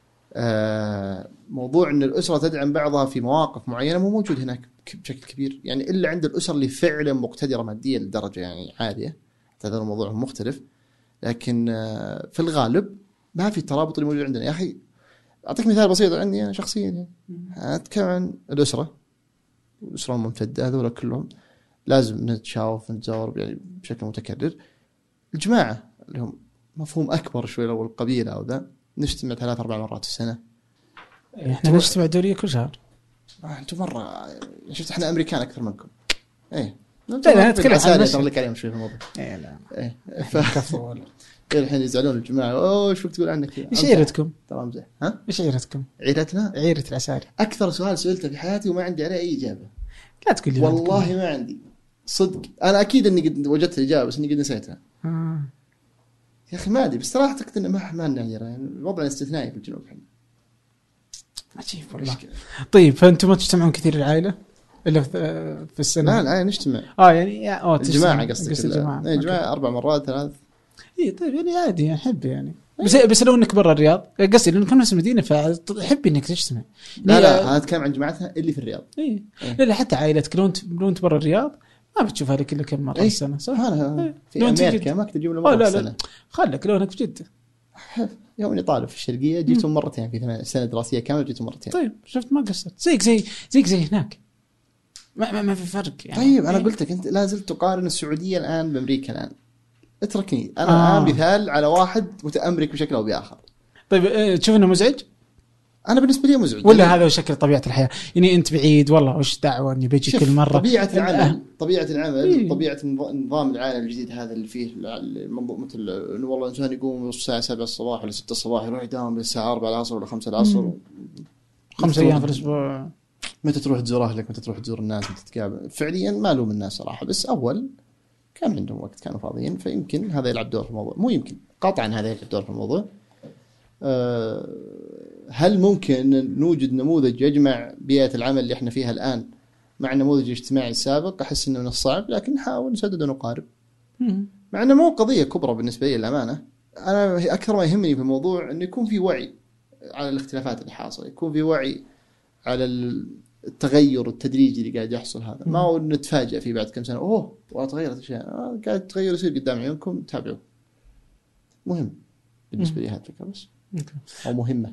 آه موضوع ان الاسره تدعم بعضها في مواقف معينه مو موجود هناك بشكل كبير يعني، الا عند الاسر اللي فعلا مقتدره ماديا لدرجه يعني عاليه، هذا الموضوع مختلف. لكن آه في الغالب ما في الترابط اللي موجود عندنا. يا اخي اعطيك مثال بسيط عني انا شخصيا يعني، اتكلم عن الاسره الاسره الممتده هذول كلهم لازم نتشاوف نتزاور يعني بشكل متكرر. الجماعه اللي هم مفهوم اكبر شوي لو القبيله او ذا، نجتمع ثلاث اربع مرات في السنه. احنا نجتمع دوريه كل شهر. انتم مره شفت احنا امريكان اكثر منكم. ايه لا لا نتكلم عن ترى لك عليهم شوي في الموضوع. ايه لا ايه كفو الحين يزعلون الجماعه. اوه شو تقول عنك ايش عيرتكم؟ ترى امزح. ها ايش عيرتكم؟ عيرتنا عيره العساري. اكثر سؤال سالته في حياتي وما عندي عليه اي اجابه. لا تقول لي والله ما عندي صدق. انا اكيد اني قد وجدت الاجابه بس اني قد نسيتها. آه. يا اخي ما ادري بس صراحه اعتقد انه ما ما نعيره يعني الوضع استثنائي في الجنوب احنا. عجيب والله. طيب فانتم ما تجتمعون كثير العائله الا في السنه؟ لا العائله نجتمع اه يعني اه الجماعه قصدك الجماعه اي جماعه اربع مرات ثلاث. اي طيب يعني عادي احب يعني بس بس لو انك برا الرياض قصدي لانك نفس المدينه فاحب انك تجتمع. لا لا انا اتكلم عن جماعتها اللي في الرياض. اي إيه؟ لا حتى عائلتك لو انت لو انت برا الرياض ما بتشوفها لك الا كم مره في إيه؟ السنه صح؟ إيه؟ في امريكا ما تجيب له مره في السنه. خلك لو انك في جده يوم اني طالب في الشرقيه جيتهم مرتين في سنه دراسيه كامله جيتهم مرتين. طيب شفت ما قصرت زيك زي زيك زي هناك ما ما, ما في فرق يعني. طيب انا قلت لك انت لا زلت تقارن السعوديه الان بامريكا الان. اتركني انا آه. الان مثال على واحد متامرك بشكل او باخر. طيب تشوف انه مزعج؟ انا بالنسبه لي مزعج ولا يعني هذا شكل طبيعه الحياه يعني انت بعيد والله وش دعوه اني بيجي كل مره. طبيعه العمل طبيعه العمل إيه؟ طبيعه نظام العالم الجديد هذا اللي فيه المنظومه مثل انه والله الانسان يقوم الساعه سبعة الصباح ولا ستة الصباح يروح يداوم للساعه أربعة العصر ولا خمسة العصر و... خمس ايام في الاسبوع. متى تروح تزور اهلك متى تروح تزور الناس متى تتقابل. فعليا ما لوم الناس صراحه بس اول كان عندهم وقت كانوا فاضيين فيمكن هذا يلعب دور في الموضوع. مو يمكن قطعا هذا يلعب دور في الموضوع. أه هل ممكن نوجد نموذج يجمع بيئة العمل اللي احنا فيها الآن مع النموذج الاجتماعي السابق؟ أحس إنه من الصعب لكن نحاول نسدد ونقارب. مع إنه مو قضية كبرى بالنسبة لي الأمانة. أنا أكثر ما يهمني في الموضوع إنه يكون في وعي على الاختلافات اللي حاصلة، يكون في وعي على التغير التدريجي اللي قاعد يحصل هذا. ما هو نتفاجأ فيه بعد كم سنة أوه وتغيرت أشياء آه قاعد تغير يصير قدام عيونكم تابعوه. مهم بالنسبة لي هذه الفكرة بس أو مهمة.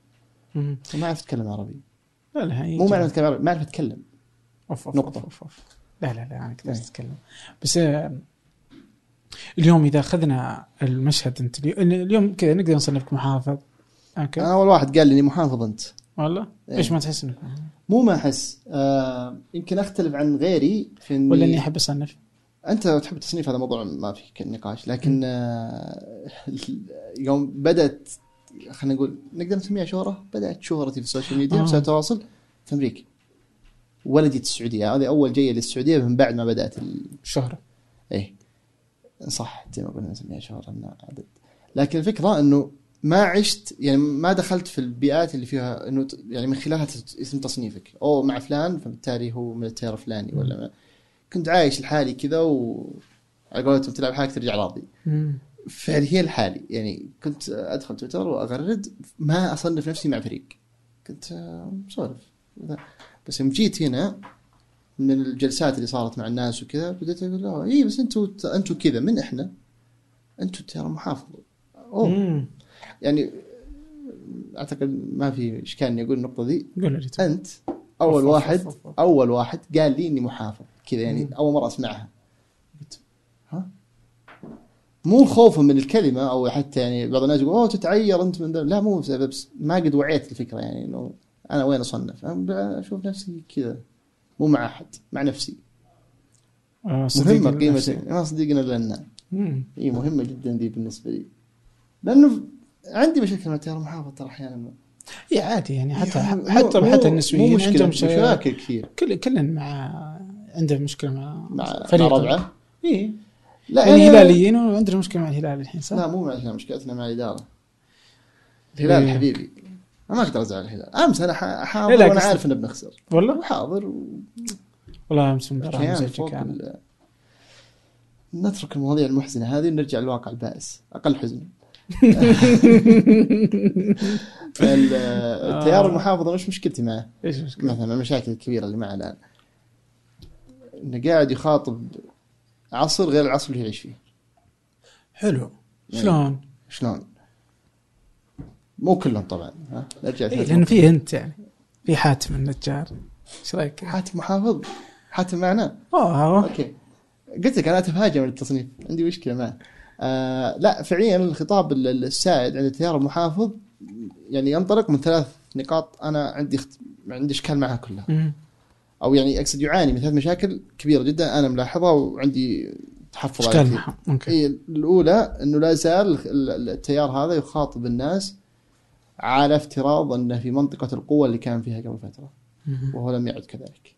ما أعرف أتكلم عربي. لا لا مو ما أعرف أتكلم عربي ما أعرف أتكلم. أوف أوف نقطة. أوف أوف. لا لا لا أنا كنت أتكلم بس آه اليوم إذا أخذنا المشهد أنت اليوم كذا نقدر نصنفك محافظ. أوكي. أنا أول واحد قال لي إني محافظ أنت. والله إيه. إيش ما تحس إنك مو ما أحس آه يمكن أختلف عن غيري في إني ولا إني أحب أصنف. أنت تحب التصنيف هذا موضوع ما في نقاش لكن آه يوم بدأت خلينا نقول نقدر نسميها شهرة بدأت شهرتي في السوشيال ميديا وسائل التواصل في أمريكا ولا جيت السعودية. هذه أول جاية للسعودية من بعد ما بدأت الشهرة. إيه صح زي ما قلنا نسميها شهرة عدد. لكن الفكرة إنه ما عشت يعني ما دخلت في البيئات اللي فيها إنه يعني من خلالها اسم تصنيفك أو مع فلان فبالتالي هو من التيار الفلاني ولا ما. كنت عايش لحالي كذا وعلى قولتهم تلعب حالك ترجع راضي. فهي الحالي يعني كنت أدخل تويتر وأغرد ما أصنف نفسي مع فريق كنت مسولف. بس يوم جيت هنا من الجلسات اللي صارت مع الناس وكذا بدأت أقول له إيه بس أنتوا أنتوا كذا من إحنا أنتوا ترى محافظ. أوه يعني أعتقد ما في إشكال إني أقول النقطة دي. أنت أول واحد أول واحد قال لي إني محافظ كذا يعني مم. أول مرة أسمعها قلت ها مو خوفا من الكلمة أو حتى يعني بعض الناس يقول أوه تتعير أنت من ذا. لا مو بسبب ما قد وعيت الفكرة يعني إنه أنا وين أصنف أنا أشوف نفسي كذا مو مع أحد مع نفسي. آه مهمة قيمة ما صديقنا لنا هي مهمة جدا دي بالنسبة لي لأنه عندي مشاكل مع التيار المحافظ ترى أحيانا. إيه عادي يعني حتى حتى حتى النسويين عندهم مشاكل كثير. كل كلن مع عنده مشكلة مع, مع فريق ربعه. إيه لا يعني هلاليين وعندنا مشكلة مع الهلال الحين صح؟ لا مو معنا مشكلتنا مع الإدارة. الهلال إيه. حبيبي ما أقدر أزعل الهلال. أمس أنا حاضر إيه وأنا عارف إن بنخسر. والله حاضر و... والله أمس مباراة مزعجة كانت. نترك المواضيع المحزنة هذه ونرجع للواقع البائس أقل حزن. التيار المحافظ مش مشكلتي معه. إيش مشكلة؟ مثلا المشاكل الكبيرة اللي معه الآن إنه قاعد يخاطب عصر غير العصر اللي يعيش فيه. حلو. شلون؟ شلون؟ مو كلهم طبعا. ها نرجع إيه لأنه فيه أنت يعني في حاتم النجار. إيش رأيك؟ حاتم محافظ. حاتم معنا. أوه. أوكي. قلت لك أنا أتفاجأ من التصنيف عندي مشكلة معه. آه لا فعليا الخطاب السائد عند التيار المحافظ يعني ينطلق من ثلاث نقاط أنا عندي اخت... عندي إشكال معها كلها م. أو يعني أقصد يعاني من ثلاث مشاكل كبيرة جدا أنا ملاحظها وعندي تحفظ عليها. إيه الأولى إنه لا زال التيار هذا يخاطب الناس على افتراض أنه في منطقة القوة اللي كان فيها قبل فترة م. وهو لم يعد كذلك.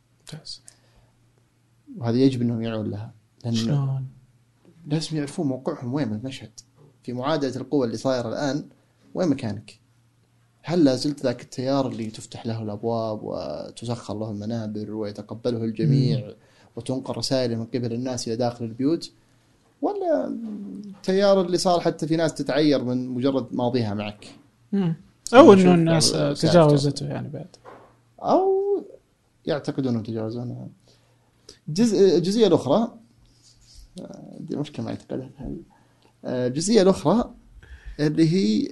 وهذا يجب أنهم يعون لها شلون؟ لازم يعرفون موقعهم وين بالمشهد في معادلة القوة اللي صايرة الآن. وين مكانك؟ هل لا زلت ذاك التيار اللي تفتح له الأبواب وتسخر له المنابر ويتقبله الجميع مم. وتنقل رسائل من قبل الناس إلى داخل البيوت ولا التيار اللي صار حتى في ناس تتعير من مجرد ماضيها معك مم. أو أنه الناس تجاوزته يعني بعد أو يعتقدون تجاوزونه. جزء الجزئية الأخرى دي مشكلة مع اعتقادات هذه. الجزئية الأخرى اللي هي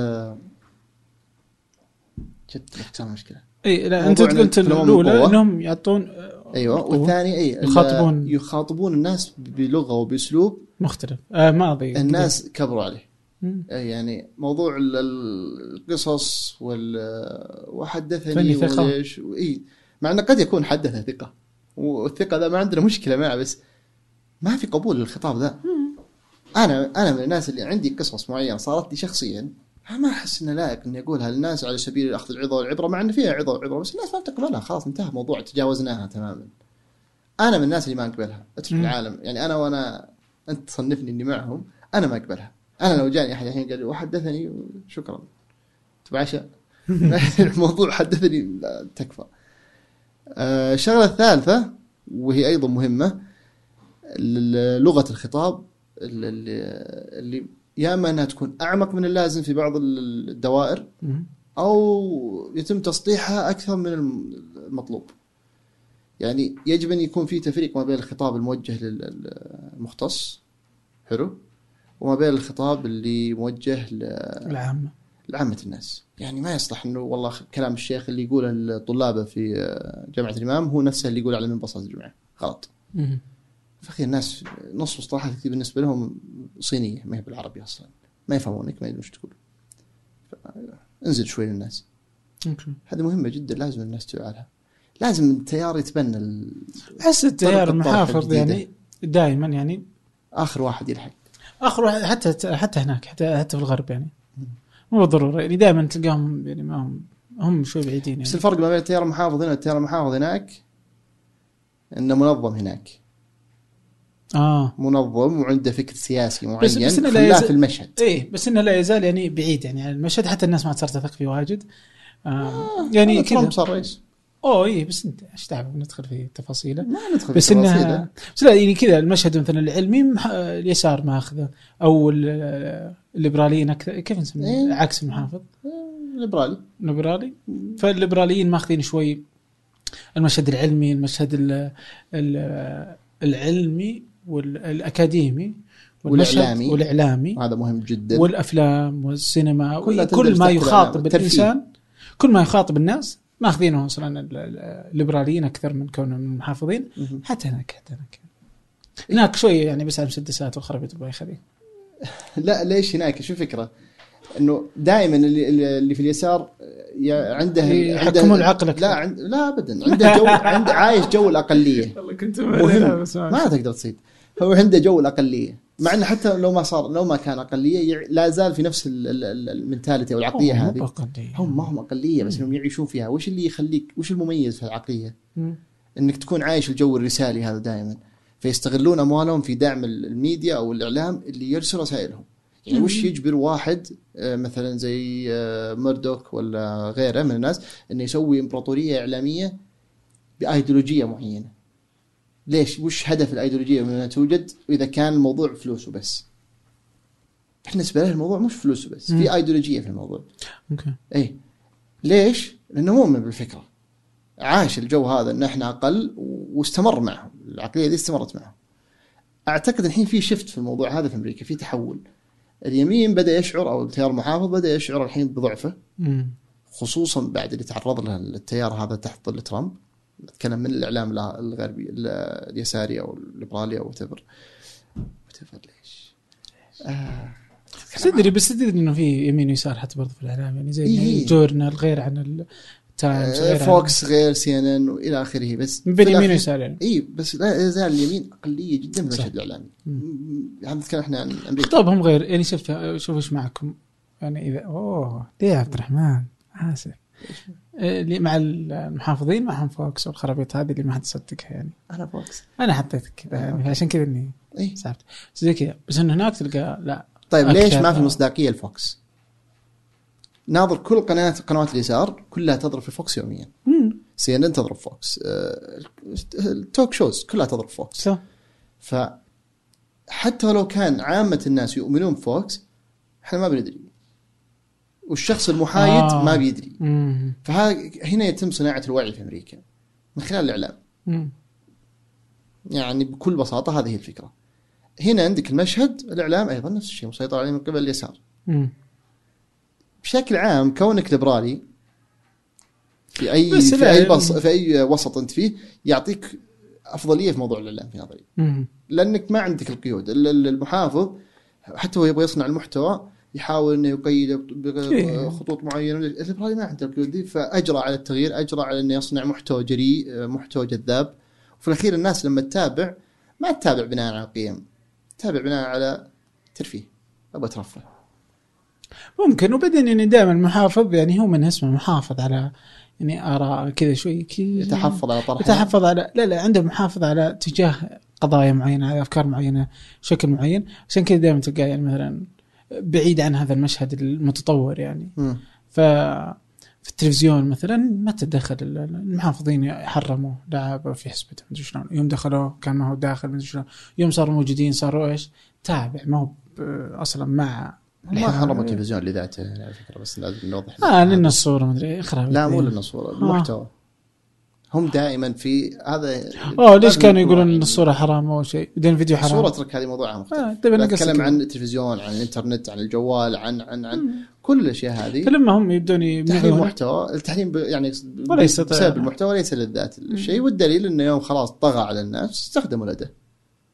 جد كان مشكلة. إيه لا أنت قلت الأولى إنهم يعطون أيوة والثاني أي يخاطبون يخاطبون الناس بلغة وبأسلوب مختلف آه ما أبي الناس جديد. كبروا عليه يعني موضوع القصص وحدثني وليش وإيه مع أنه قد يكون حدث ثقة والثقة ذا ما عندنا مشكلة معه بس ما في قبول للخطاب ذا. أنا أنا من الناس اللي عندي قصص معينة صارت لي شخصيا ما أحس إنه لائق إني أقولها للناس على سبيل أخذ العظة والعبرة مع إن فيها عظة وعبرة بس الناس ما تقبلها خلاص انتهى موضوع تجاوزناها تماما. أنا من الناس اللي ما أقبلها أترك العالم يعني أنا وأنا أنت تصنفني إني معهم أنا ما أقبلها. أنا لو جاني أحد الحين قال لي وحدثني شكرا تبع عشاء الموضوع حدثني تكفى. الشغلة آه الثالثة وهي أيضا مهمة لغة الخطاب اللي, اللي يا اما انها تكون اعمق من اللازم في بعض الدوائر او يتم تسطيحها اكثر من المطلوب. يعني يجب ان يكون في تفريق ما بين الخطاب الموجه للمختص حلو وما بين الخطاب اللي موجه للعامه لعامه الناس. يعني ما يصلح انه والله كلام الشيخ اللي يقوله الطلاب في جامعه الامام هو نفسه اللي يقول على منبر صلاه الجمعه غلط. فخي الناس نص مصطلحات كثير بالنسبة لهم صينية ما هي بالعربي أصلا، ما يفهمونك ما يدرون ايش تقول. انزل شوي للناس. أوكي. هذه مهمة جدا لازم الناس توعى لها. لازم التيار يتبنى ال... أحس التيار المحافظ يعني دائما يعني آخر واحد يلحق. آخر واحد حتى حتى هناك حتى حتى في الغرب يعني مو ضروري يعني دائما تلقاهم يعني ما هم هم شوي بعيدين يعني. بس الفرق ما بين التيار المحافظ هنا والتيار المحافظ هناك إنه منظم هناك. آه منظم وعنده فكر سياسي معين بس بس خلاه في المشهد. إيه بس إنه لا يزال يعني بعيد يعني عن المشهد حتى الناس ما صارت تثق فيه واجد. آه آه يعني كذا صار رئيس. أوه إيه بس أنت إيش تعرف ندخل في تفاصيله. ما ندخل بس في تفاصيله. إنها بس لا يعني كذا المشهد مثلا العلمي اليسار ما أخذه أو الليبراليين كيف نسميه إيه؟ عكس المحافظ. ليبرالي. ليبرالي. فالليبراليين ماخذين شوي المشهد العلمي المشهد ال ال العلمي والأكاديمي والإعلامي والإعلامي هذا مهم جدا والأفلام والسينما كل, كل ما يخاطب الإنسان كل ما يخاطب الناس ماخذينه أصلا الليبراليين أكثر من كونهم المحافظين. حتى هناك حتى هناك هناك شوي يعني بس على المسدسات والخرابيط الله يخليه. لا ليش هناك شو فكرة إنه دائما اللي اللي في اليسار عنده يحكمون عقلك. لا عند لا أبدا عنده جو عنده عايش جو الأقلية. مهم ما تقدر تصيد. هو عنده جو الأقلية مع إنه حتى لو ما صار لو ما كان أقلية لا زال في نفس المنتاليتي أو العقلية هذه. هم ما هم أقلية بس إنهم يعيشون فيها. وش اللي يخليك وش المميز في العقلية؟ إنك تكون عايش الجو الرسالي هذا دائما. فيستغلون أموالهم في دعم الميديا أو الإعلام اللي يرسل رسائلهم. يعني وش يجبر واحد مثلا زي مردوك ولا غيره من الناس إنه يسوي إمبراطورية إعلامية بأيديولوجية معينة؟ ليش؟ وش هدف الأيديولوجية من أنها توجد إذا كان الموضوع فلوسه بس؟ بالنسبة له الموضوع مش فلوسه بس، في أيديولوجية في الموضوع. أوكي. إيه ليش؟ لأنه مؤمن بالفكرة، عاش الجو هذا إن إحنا أقل واستمر معهم، العقلية دي استمرت معهم. أعتقد الحين في شفت في الموضوع هذا في أمريكا، في تحول. اليمين بدأ يشعر أو التيار المحافظ بدأ يشعر الحين بضعفه، خصوصا بعد اللي تعرض له التيار هذا تحت ظل ترامب. نتكلم من الإعلام الغربي اليساري أو الليبرالي أو whatever whatever ليش آه. تدري بس تدري إنه في يمين ويسار حتى برضه في الإعلام يعني زي إيه؟ جورنال غير عن التايمز غير فوكس عن غير سي إن إن وإلى آخره. بس بين يمين ويسار يعني إيه بس لا يزال اليمين أقلية جدا في المشهد الإعلامي. يعني نتكلم إحنا عن أمريكا خطابهم غير يعني شفت شوف إيش معكم يعني إذا أوه ليه عبد الرحمن آسف اللي مع المحافظين معهم فوكس والخرابيط هذه اللي ما حد يصدقها يعني. أنا فوكس أنا حطيتك كذا يعني عشان كذا إني إيه صعبت زي كذا. بس إنه هناك تلقى لا. طيب ليش ما في مصداقية الفوكس؟ ناظر كل قناة قنوات اليسار كلها تضرب في فوكس يوميا. سي إن إن تضرب فوكس، التوك شوز كلها تضرب فوكس. صح. فحتى لو كان عامة الناس يؤمنون بفوكس إحنا ما بندري، والشخص المحايد آه. ما بيدري. فهنا يتم صناعة الوعي في أمريكا من خلال الإعلام. مم. يعني بكل بساطة هذه الفكرة. هنا عندك المشهد الإعلام أيضا نفس الشيء مسيطر عليه من قبل اليسار. مم. بشكل عام كونك ليبرالي في أي في أي, بص في أي وسط أنت فيه يعطيك أفضلية في موضوع الإعلام في نظري. مم. لأنك ما عندك القيود. المحافظ حتى هو يبغى يصنع المحتوى يحاول انه يقيد بخطوط معينه. الليبرالي ما عنده القيود دي، فاجرى على التغيير، اجرى على انه يصنع محتوى جريء، محتوى جذاب. وفي الاخير الناس لما تتابع ما تتابع بناء على القيم، تتابع بناء على ترفيه، ابغى اترفه ممكن. وبعدين يعني دائما المحافظ يعني هو من اسمه محافظ على يعني آراء كذا شوي كذا، يتحفظ على طرحه، يتحفظ على لا لا عنده محافظ على تجاه قضايا معينه، على افكار معينه، شكل معين. عشان كذا دائما تلقى يعني مثلا بعيد عن هذا المشهد المتطور يعني. ففي التلفزيون مثلا ما تدخل المحافظين، يحرموا لعبة في حسبتهم مدري شلون، يوم دخلوا كان ما هو داخل مدري شلون، يوم صاروا موجودين صاروا ايش تابع، ما هو اصلا مع ما حرموا التلفزيون لذاته على فكرة، بس لازم نوضح اه لنا الصورة مدري اخرى. لا مو لنا الصورة، المحتوى آه. هم دائما في هذا. اه ليش كانوا يقولون ان الصورة حرام او شيء، بعدين الفيديو حرام. الصورة ترك هذه موضوعها مختلف. آه نتكلم عن التلفزيون، عن الانترنت، عن الجوال، عن عن عن مم. كل الاشياء هذه. فلما هم يبدون تحريم محتوى، التحريم يعني بسبب المحتوى ليس للذات الشيء. والدليل انه يوم خلاص طغى على الناس استخدموا لده.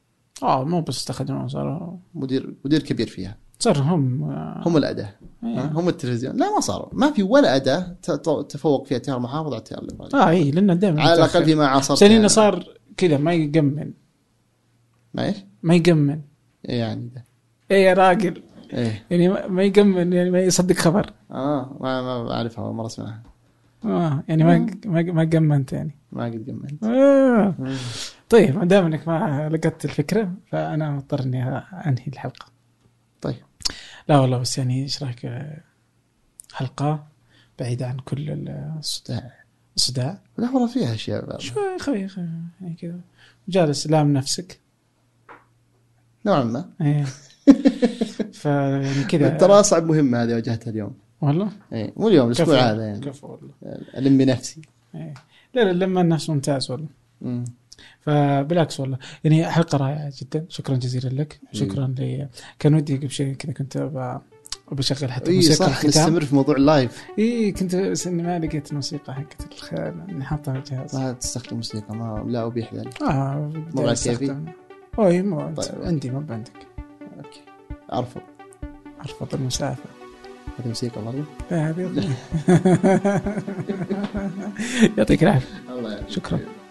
اه مو بس استخدموا، صاروا مدير مدير كبير فيها، صار هم هم الأداة، إيه. هم التلفزيون. لا ما صاروا، ما في ولا أداة تفوق فيها تيار محافظ على التيار الليبرالي. اه اي لأنه دائما على الأقل فيما عاصرت سنين صار كذا ما يقمن، ما إيش ما يقمن يعني ده ايه يا راجل إيه يعني ما يقمن، يعني ما يصدق خبر. آه ما ما أعرفها مرة اسمها اه يعني ما ما ما قمنت يعني ما قد قمنت. آه. طيب ما دام انك ما لقيت الفكره فانا مضطر اني انهي الحلقه. طيب لا والله بس يعني ايش رايك حلقه بعيده عن كل الصداع الصداع لا والله فيها اشياء شوي خوي يعني كذا جالس لام نفسك نوعا ما. ايه فيعني كذا ترى صعب مهمه هذه واجهتها اليوم والله. ايه مو اليوم الاسبوع هذا يعني كفو والله الم بنفسي. ايه لا لا لما النفس ممتاز والله. امم فبالعكس والله يعني حلقة رائعة جدا. شكرا جزيلا لك. شكرا لي. كان ودي قبل شيء كذا كنت بشغل حتى إيه موسيقى صح نستمر في موضوع اللايف. اي كنت بس اني ما لقيت الموسيقى حقت الخيال نحطها في الجهاز. ما تستخدم موسيقى ما لا أبيح ذلك. اه مو على كيفي. اوه مو طيب. عندي ما عندك. اوكي ارفض ارفض المسافة. هذه موسيقى برضه. هذه يعطيك العافية. الله يعافيك. شكرا.